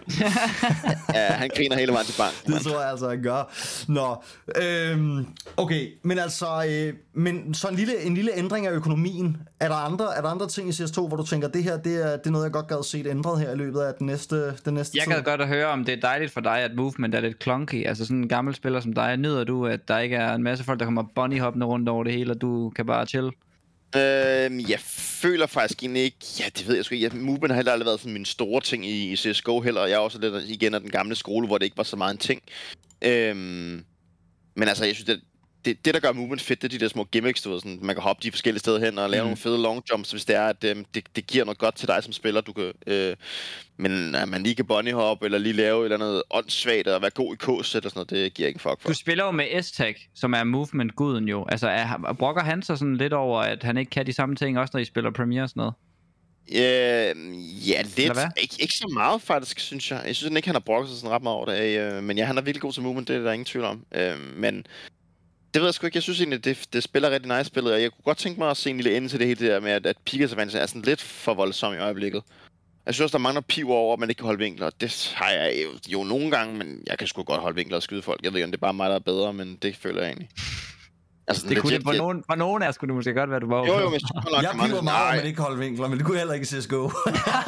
Ja, han griner hele vejen til banken. Det tror jeg altså, han gør. Nå, øhm, okay, men altså, øh, men så en lille, en lille ændring af økonomien. Er der andre, er der andre ting i C S to, hvor du tænker, det her, det er, det er noget, jeg godt gad set ændret her i løbet af den næste, den næste jeg tid? Jeg kan godt at høre, om det er dejligt for dig, at movement er lidt clunky. Altså sådan en gammel spiller som dig, nyder du, at der ikke er en masse folk, der kommer bunnyhoppende rundt over det hele, og du kan bare chill? Øh, jeg føler faktisk egentlig ikke... Ja, det ved jeg sgu ikke. Jeg, movement har heller aldrig været sådan min store ting i, i C S G O heller. Jeg er også lidt igen af den gamle skole, hvor det ikke var så meget en ting. Øhm, men altså, jeg synes, det, det, det der gør movement fedt, det er de der små gimmicks, du ved, sådan, man kan hoppe de forskellige steder hen og lave mm. nogle fede long jumps, hvis det er, at øhm, det, det giver noget godt til dig som spiller. Du kan, øh, men at man lige kan bunnyhoppe, eller lige lave et eller andet åndssvagt, og være god i K-sæt og sådan noget, det giver ikke fuck for. Du spiller jo med S-Tag, som er movement-guden jo. Altså, er, brokker han sig sådan lidt over, at han ikke kan de samme ting, også når I spiller Premier og sådan noget? Øh, ja, lidt. Ik- ikke så meget, faktisk, synes jeg. Jeg synes ikke, han har brokket sig sådan ret meget over det. Øh, men ja, han er virkelig god til movement, det er der ingen tvivl om. Øh, men det ved jeg sgu ikke. Jeg synes egentlig, det, det spiller rigtig nice spillet, og jeg kunne godt tænke mig at se en lille ende til det hele der med, at, at Pikas advantage er sådan lidt for voldsom i øjeblikket. Jeg synes også, der mangler piver over, at man ikke kan holde vinkler. Det har jeg jo, jo nogle gange, men jeg kan sgu godt holde vinkler og skyde folk. Jeg ved ikke, om det er bare mig, der er bedre, men det føler jeg egentlig. Altså, det kunne det, for, jeg... nogen, for nogen af os kunne det måske godt være, du var. Jo, jo, men jeg piver meget, at man ikke holder vinkler, men det kunne heller ikke i C S G O. Der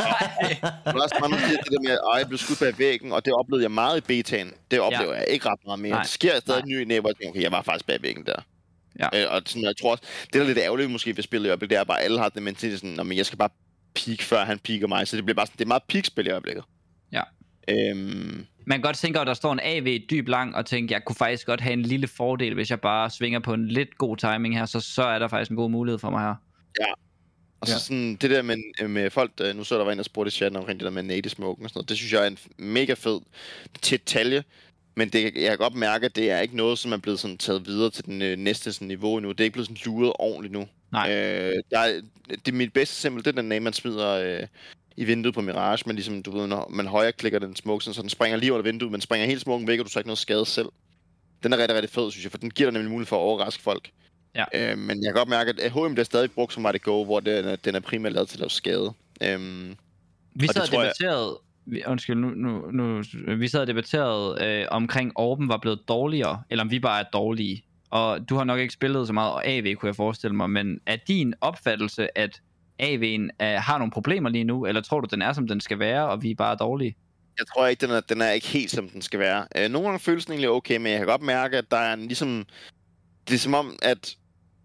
er også mange, der siger det der med, at jeg blev skudt bag væggen, og det oplevede jeg meget i betaen. Det oplever ja. jeg ikke ret meget mere. Nej. Det sker stadig ny i næber, og okay, jeg var faktisk bag væggen der. Ja. Øh, og sådan, jeg tror også, det der er lidt ærgerligt måske ved spillet i øjeblikket, det er bare, alle har det mentalitet sådan, men jeg skal bare peak, før han peaker mig, så det bliver bare sådan, det er meget peak-spil i øjeblikket. Ja. Øhm... Man kan godt tænke, at der står en A V dyb lang, og tænke, jeg kunne faktisk godt have en lille fordel, hvis jeg bare svinger på en lidt god timing her, så, så er der faktisk en god mulighed for mig her. Ja. Og så ja. sådan, det der med, med folk, nu så der var en, der spurgte i chatten omkring det der med native smoking og sådan noget, det synes jeg er en mega fed detalje, men det, jeg kan godt mærke, at det er ikke noget, som er blevet sådan taget videre til den øh, næste sådan, niveau nu. Det er ikke blevet sådan luret ordentligt nu. Nej. Øh, der er, det er mit bedste eksempel, det er den name, man smider øh, i vinduet på Mirage, men ligesom, du ved, når man højre klikker den smoke, så den springer lige under vinduet, men springer helt smoken væk, og du så ikke noget skade selv. Den er rigtig, rigtig fed, synes jeg, for den giver dig nemlig mulighed for at overraske folk. Ja. Øh, men jeg kan godt mærke, at H M bliver stadig brugt som Mighty Go, hvor den er, den er primært lavet til at lave skade. Øhm, vi sad og debatterede, jeg... undskyld, nu, nu, nu, vi sad og debatterede øh, omkring Orben var blevet dårligere, eller om vi bare er dårlige. Og du har nok ikke spillet så meget A V, kunne jeg forestille mig, men er din opfattelse, at A V'en er, har nogle problemer lige nu, eller tror du, den er, som den skal være, og vi er bare dårlige? Jeg tror ikke, den er, den er ikke helt, som den skal være. Øh, nogle gange føles den egentlig okay, men jeg kan godt mærke, at der er en ligesom... Det er som om, at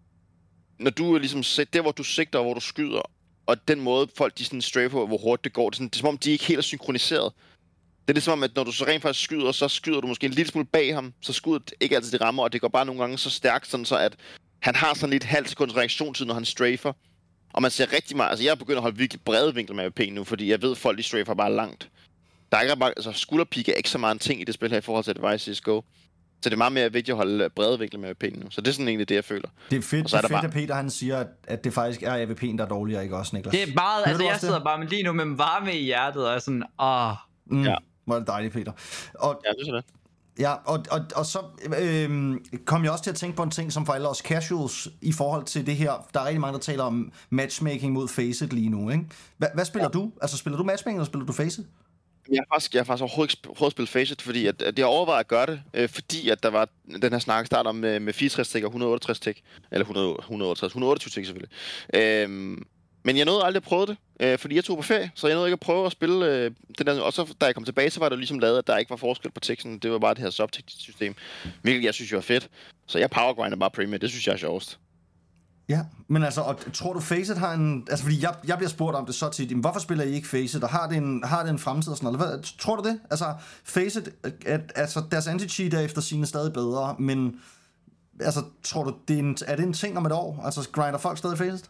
når du er ligesom... Der, hvor du sigter, og hvor du skyder, og den måde, folk de sådan strafer, hvor hurtigt det går, det er, sådan, det er som om, de ikke helt er synkroniseret. Det er ligesom om, at når du så rent faktisk skyder, så skyder du måske en lille smule bag ham, så skuddet ikke altid de rammer, og det går bare nogle gange så stærkt, sådan så at han har sådan lidt halv sekunds reaktionstid, når han strafer. Og man ser rigtig meget, altså jeg er begyndt at holde virkelig brede vinkler med A W P nu, fordi jeg ved, at folk i strafer bare langt. Der er ikke bare, altså skulderpik er ikke så meget en ting i det spil her i forhold til Device C S G O. Så det er meget mere vigtigt at holde brede vinkler med A W P nu. Så det er sådan egentlig det, jeg føler. Det er fedt, og så er det er fedt bare... at Peter han siger, at, at det faktisk er A W P'en, der er dårligere, ikke også, Niklas? Det er meget, Hører altså jeg sidder det? bare med lige nu med varme i hjertet, og er sådan, åh. Mm, ja. Hvor er det dejligt, Peter. Og, ja, det er det. Ja, og, og, og så øhm, kom jeg også til at tænke på en ting, som for alle os casuals, i forhold til det her. Der er rigtig mange, der taler om matchmaking mod Faceit lige nu, ikke? Hva, hvad spiller ja. du? Altså, spiller du matchmaking, eller spiller du Faceit? Jeg har faktisk, jeg har faktisk overhovedet ikke prøvet at spille Faceit, fordi at, at jeg overvejede at gøre det, øh, fordi at der var den her snak starter med, med fireogtres tick og et hundrede og otteogtres tick, eller hundrede, et hundrede og otteogtres, et hundrede og otteogtyve tick selvfølgelig. Øhm, men jeg nåede aldrig at prøve det, øh, fordi jeg tog på ferie, så jeg nåede ikke at prøve at spille øh, det der. Og så da jeg kom tilbage, så var det ligesom lavet, at der ikke var forskel på ticksen. Det var bare det her subtick-system, hvilket jeg synes jo er fedt. Så jeg powergrinder bare Premier, det synes jeg er sjovest. Ja, men altså, og tror du Faceit har en... Altså, fordi jeg, jeg bliver spurgt om det så tit, hvorfor spiller I ikke Faceit, og har det en, har det en fremtid og sådan noget? Hvad, tror du det? Altså, Faceit, at, altså, deres anti-cheat er efter sine stadig bedre, men... Altså, tror du, det er, en, er det en ting om et år? Altså, grinder folk stadig Faceit?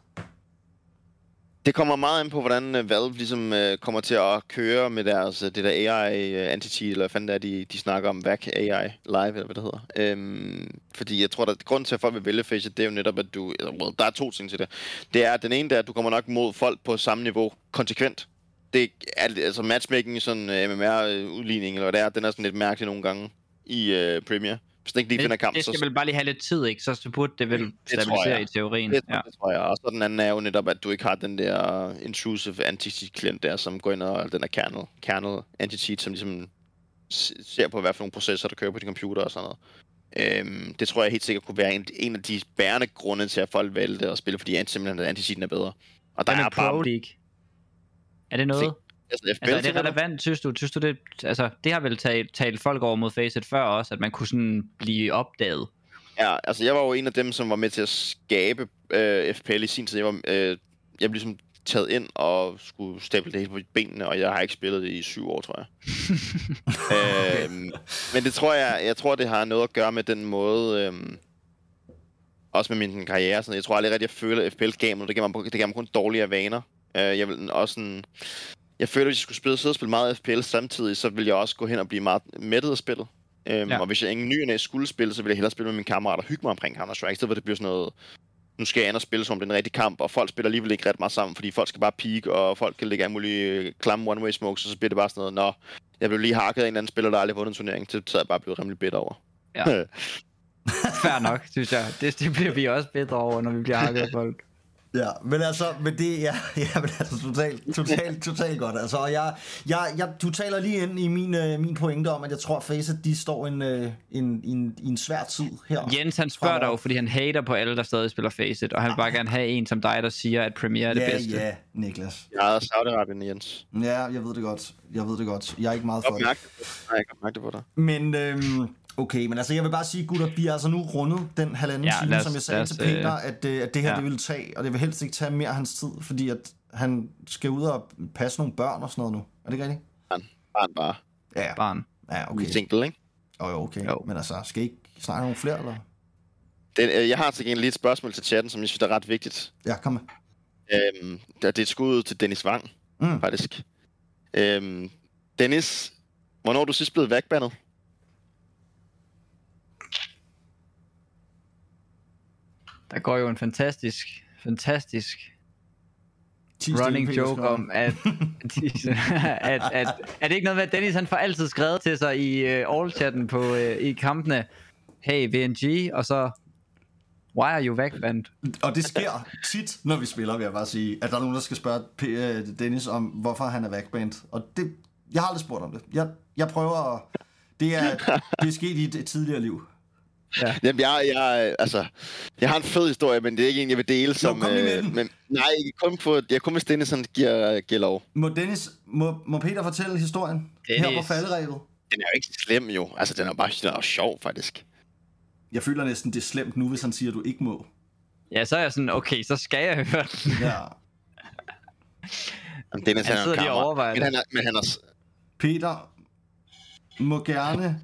Det kommer meget an på, hvordan uh, Valve ligesom uh, kommer til at køre med deres, uh, det der A I uh, anti-cheat, eller hvad fanden det er, de, de snakker om, V A C A I Live, eller hvad det hedder. Um, fordi jeg tror, at grunden til, at folk vil vælge Faceit, det er jo netop, at du... Well, der er to ting til det. Det er, den ene, der er, at du kommer nok mod folk på samme niveau konsekvent. Det er altså matchmaking, sådan uh, M M R-udligning, eller hvad det er, den er sådan lidt mærkelig nogle gange i uh, Premiere. Hvis den ikke lige finder kamp, det skal så... vel bare lige have lidt tid, ikke? Så burde det vel stabilisere i teorien. Det, ja. det tror jeg. Og så den anden er jo netop, at du ikke har den der intrusive anti-cheat-klient der, som går ind og den der kernel, kernel anti-cheat, som ligesom ser på, hvad for nogle processer, der kører på din computer og sådan noget. Øhm, det tror jeg helt sikkert kunne være en, en af de bærende grunde til, at folk valgte at spille, fordi simpelthen anti-cheaten er bedre. Og der er Pro bare... League. Er det noget? Altså, altså, er det relevant, synes du? Synes du det, altså, det har vel talt, talt folk over mod Faceit før også, at man kunne sådan blive opdaget? Ja, altså jeg var jo en af dem, som var med til at skabe øh, F P L i sin tid. Jeg var, øh, jeg blev ligesom taget ind og skulle stable det hele på benene, og jeg har ikke spillet det i syv år, tror jeg. øh, men det tror jeg, jeg tror, det har noget at gøre med den måde, øh, også med min karriere. Sådan, jeg tror aldrig rigtig, jeg føler, at F P L gav mig, det gav mig, det gav mig kun dårligere vaner. Øh, jeg vil også sådan... Jeg føler, at hvis jeg skulle spille, sidde og spille meget F P L samtidig, så ville jeg også gå hen og blive meget mættet af spillet. Øhm, ja. Og hvis jeg ingen ny og skulle spille, så ville jeg hellere spille med mine kammerater og hygge mig omkring Counter-Strike, i stedet for det bliver sådan noget, nu skal jeg ind og spille, som det er en rigtig kamp, og folk spiller alligevel ikke ret meget sammen, fordi folk skal bare peak, og folk kan lægge alle mulige klamme one-way smokes, og så bliver det bare sådan noget, nå, jeg blev lige hakket af en eller anden spiller, der aldrig vundet en turnering, det så er jeg bare blevet rimelig bitter over. Ja. Fair nok, synes jeg. Det, det bliver vi også bedre over, når vi bliver hakket af folk. Ja, men altså, men det, ja, ja, men altså totalt, totalt, totalt godt, altså, og jeg, jeg, jeg, du taler lige ind i min, uh, min pointe om, at jeg tror, at Faceit, de står en, uh, en, en, i en svær tid her. Jens, han spørger dig jo, fordi han hater på alle, der stadig spiller Faceit, og han vil bare gerne have en som dig, der siger, at Premier er det ja, bedste. Ja, ja, Niklas. Jeg er Saudi-Arabien, Jens. Ja, jeg ved det godt, jeg ved det godt, jeg er ikke meget for det. Nej, jeg kan mærke det på dig. Men, øhm, okay, men altså, jeg vil bare sige, gutter, vi har altså nu rundet den halvanden ja, time, os, som jeg sagde os, til Peter, at, at det her, ja. det vil tage, og det vil helst ikke tage mere af hans tid, fordi at han skal ud og passe nogle børn og sådan noget nu. Er det ikke rigtigt? Barn, barn bare. Ja, barn. Ja, okay. Single, ikke? Oh, jo, okay. Jo. Men altså, skal I ikke snakke nogle flere, eller? Det, jeg har til gengæld lige et spørgsmål til chatten, som jeg synes er ret vigtigt. Ja, kom med. Øhm, det er et skud ud til Dennis Wang, mm. faktisk. Øhm, Dennis, hvornår er du sidst blevet vækbandet? Der går jo en fantastisk, fantastisk running joke om, at, at, at, er det ikke noget med, at Dennis han får altid skrevet til sig i uh, all-chatten på, uh, i kampene, hey V N G, og så, why are you backbanned? Og det sker tit, når vi spiller, vil jeg bare sige, at der er nogen, der skal spørge P- Dennis om, hvorfor han er backbanned. Og det, jeg har aldrig spurgt om det. Jeg, jeg prøver at, det er, det er sket i et tidligere liv. Ja. Jamen, jeg, jeg, altså, jeg har en fed historie, men det er ikke en, jeg vil dele som... Nå, øh, men, nej, kun på, jeg kun hvis Dennis sådan giver, giver lov. Må Dennis, må, må Peter fortælle historien Dennis. Her på falderæbet? Den er jo ikke slem jo, altså den er bare den er jo sjov faktisk. Jeg føler næsten, det er slemt nu, hvis han siger, at du ikke må. Ja, så er jeg sådan, okay, så skal jeg høre den. Ja. Jamen, Dennis han er sidder lige og overvejer men han er, men han er... Peter må gerne...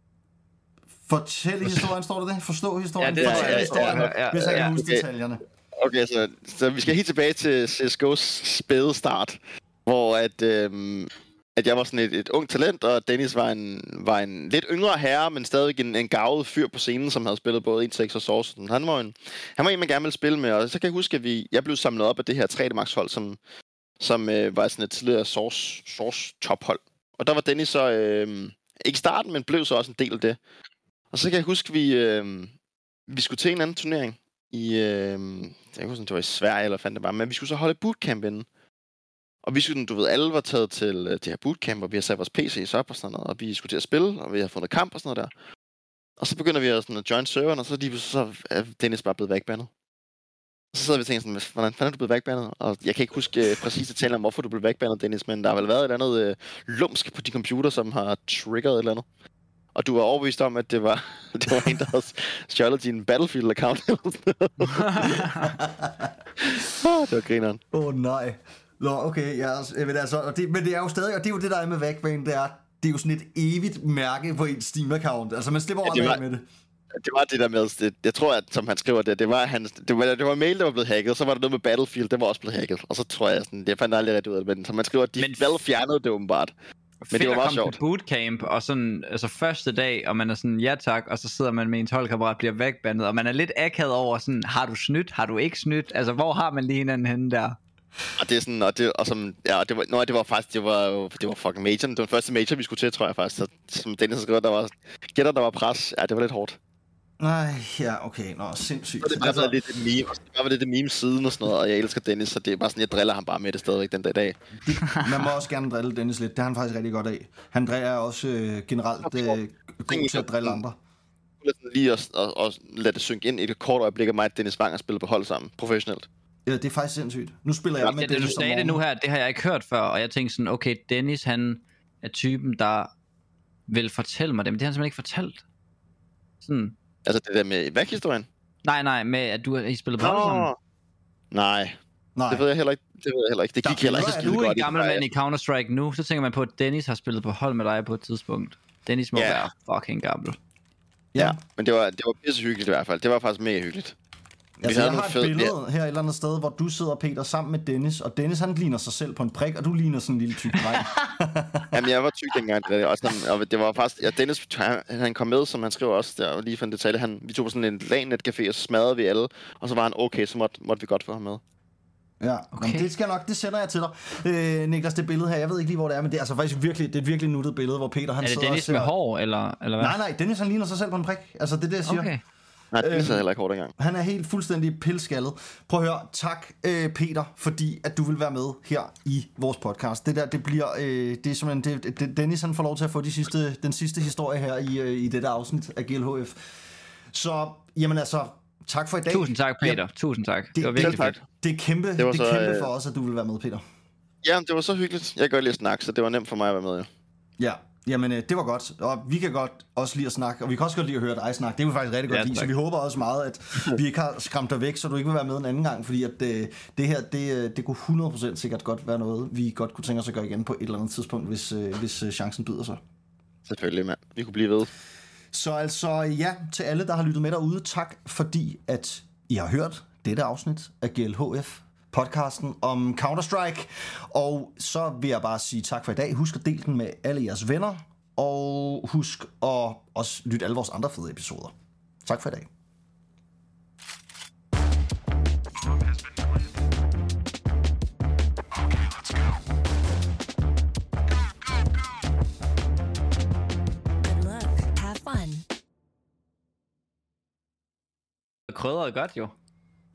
Fortælle historien, står det det? Forstå historien? Ja, det Fortælle ja, historien, ja, ja, hvis jeg kan ja, huske okay. detaljerne. Okay, så, så vi skal helt tilbage til C S G O's spæde start, hvor at, øhm, at jeg var sådan et, et ung talent, og Dennis var en, var en lidt yngre herre, men stadig en, en garvet fyr på scenen, som havde spillet både en seks og Source. Han var en, han var en, man gerne ville spille med, og så kan jeg huske, at vi, jeg blev samlet op af det her tre D Max hold, som, som øh, var sådan et tidligere Source, Source tophold. Og der var Dennis så, øh, ikke starten, men blev så også en del af det. Og så kan jeg huske, at vi, øh, vi skulle til en anden turnering i, øh, jeg huske, det var i Sverige, eller fandt det bare, men vi skulle så holde bootcamp inden. Og vi skulle, du ved, alle var taget til uh, det her bootcamp, og vi har sat vores P C's op og sådan noget, og vi skulle til at spille, og vi har fundet kamp og sådan noget der. Og så begynder vi at, sådan, at join serveren, og så, lige, så er Dennis bare blevet vækbandet. Og så sidder vi og tænker sådan, hvordan fanden er du blevet vækbandet? Og jeg kan ikke huske uh, præcis detaljer om, hvorfor du blev vækbandet, Dennis, men der har vel været et andet uh, lumsk på de computer, som har triggeret et eller andet. Og du var overbevist om, at det var, det var en, der havde stjålet din Battlefield-account eller sådan noget. oh, det var grineren. Åh oh, nej. Nå, okay, ja, men, altså, og det, men det er jo stadig, og det er jo det, der er med Vækbane, det er, det er jo sådan et evigt mærke på en Steam-account. Altså, man slipper over ja, med det. Det var det der med, det, jeg tror, at som han skriver det, det var, han, det, var, det var mail, der var blevet hacket, og så var der noget med Battlefield, det var også blevet hacket. Og så tror jeg sådan, det fandt aldrig rigtig ud af det, men som man skriver, at de men... vel fjernede det åbenbart. Men det var meget sjovt. Bootcamp, og sådan, altså første dag, og man er sådan, ja tak, og så sidder man med en holdkammerat, bliver vækbandet, og man er lidt akavet over sådan, har du snydt, har du ikke snydt? Altså, hvor har man lige hinanden henne der? Og det er sådan, og det, og som, ja, det var, nå, det var faktisk, det var jo, det var fucking major, det var den første major, vi skulle til, tror jeg faktisk, så, som Dennis skrev, der var, gætter, der var pres, ja, det var lidt hårdt. Nej, ja, okay, nå, sindssygt. Og det var altså... lidt et meme, og det var lidt et meme siden og sådan noget, og jeg elsker Dennis, så det er bare sådan, jeg driller ham bare med det stadigvæk den dag i dag. Det, man må også gerne drille Dennis lidt, det har han faktisk rigtig godt af. Han er også øh, generelt øh, god til at drille andre. Lige at, at, at lade det synke ind i et kort øjeblik af mig, at Dennis Wang har spillet på hold sammen, professionelt. Ja, det er faktisk sindssygt. Nu spiller jeg ja, med det, Dennis. Du sagde det nu her, det har jeg ikke hørt før, og jeg tænkte sådan, okay, Dennis han er typen, der vil fortælle mig det, men det har han simpelthen ikke fortalt. Sådan. Altså det der med væk-historien? Nej, nej, med at du har spillet på hold sammen. Nej. Nej, det ved jeg heller ikke. Det ved jeg heller ikke. Det gik heller ikke så skide godt. Du er en gammel mand i Counter-Strike nu, så tænker man på, at Dennis har spillet på hold med dig på et tidspunkt. Dennis må yeah. være fucking gammel. Ja, ja, men det var, det var pisse hyggeligt i hvert fald. Det var faktisk mega hyggeligt. Altså, jeg har et fed... billede her et eller andet sted, hvor du sidder, Peter, sammen med Dennis, og Dennis han ligner sig selv på en prik, og du ligner sådan en lille tyk dreng. Jamen, jeg var tyk dengang, det var, også, og det var faktisk, ja, Dennis, han, han kom med, som han skrev også, der lige for en detalje, han, vi tog på sådan en LAN-net-café, og så smadrede vi alle, og så var han okay, så måtte, måtte vi godt få ham med. Ja, okay. Jamen, det skal nok, det sender jeg til dig. Øh, Niklas, det billede her, jeg ved ikke lige, hvor det er, men det er altså faktisk virkelig, det er et virkelig nuttet billede, hvor Peter, han sidder. Er det Dennis ser... med hår, eller, eller hvad? Nej, nej, Dennis han ligner sig selv på en prik. Altså, det er det, jeg siger. Okay. Nej, det er heller ikke hårdt engang. Han er helt fuldstændig pilskaldet. Prøv at høre, tak øh, Peter, fordi at du vil være med her i vores podcast. Det der, det bliver, øh, det er simpelthen, det, det, Dennis han får lov til at få de sidste, den sidste historie her i, øh, i dette afsnit af G L H F. Så, jamen altså, tak for i dag. Tusind tak, Peter. Ja, Tusind tak. Det, det var virkelig fedt. Det er kæmpe, det, det er så, kæmpe øh... for os, at du vil være med, Peter. Ja, det var så hyggeligt. Jeg kan godt lide at snakke, så det var nemt for mig at være med, ja. Ja. Jamen, øh, det var godt, og vi kan godt også lide at snakke, og vi kan også godt lide at høre dig snakke, det er vi faktisk rigtig godt ja, lide, så vi håber også meget, at vi ikke har skræmt dig væk, så du ikke vil være med en anden gang, fordi at øh, det her, det, det kunne hundrede procent sikkert godt være noget, vi godt kunne tænke os at gøre igen på et eller andet tidspunkt, hvis, øh, hvis øh, chancen byder sig. Selvfølgelig, mand. Vi kunne blive ved. Så altså, ja, til alle, der har lyttet med derude, tak fordi, at I har hørt dette afsnit af G L H F, podcasten om Counter-Strike. Og så vil jeg bare sige tak for i dag. Husk at dele den med alle jeres venner. Og husk at også lytte alle vores andre fede episoder. Tak for i dag. Good luck. Have fun. Krydret godt jo.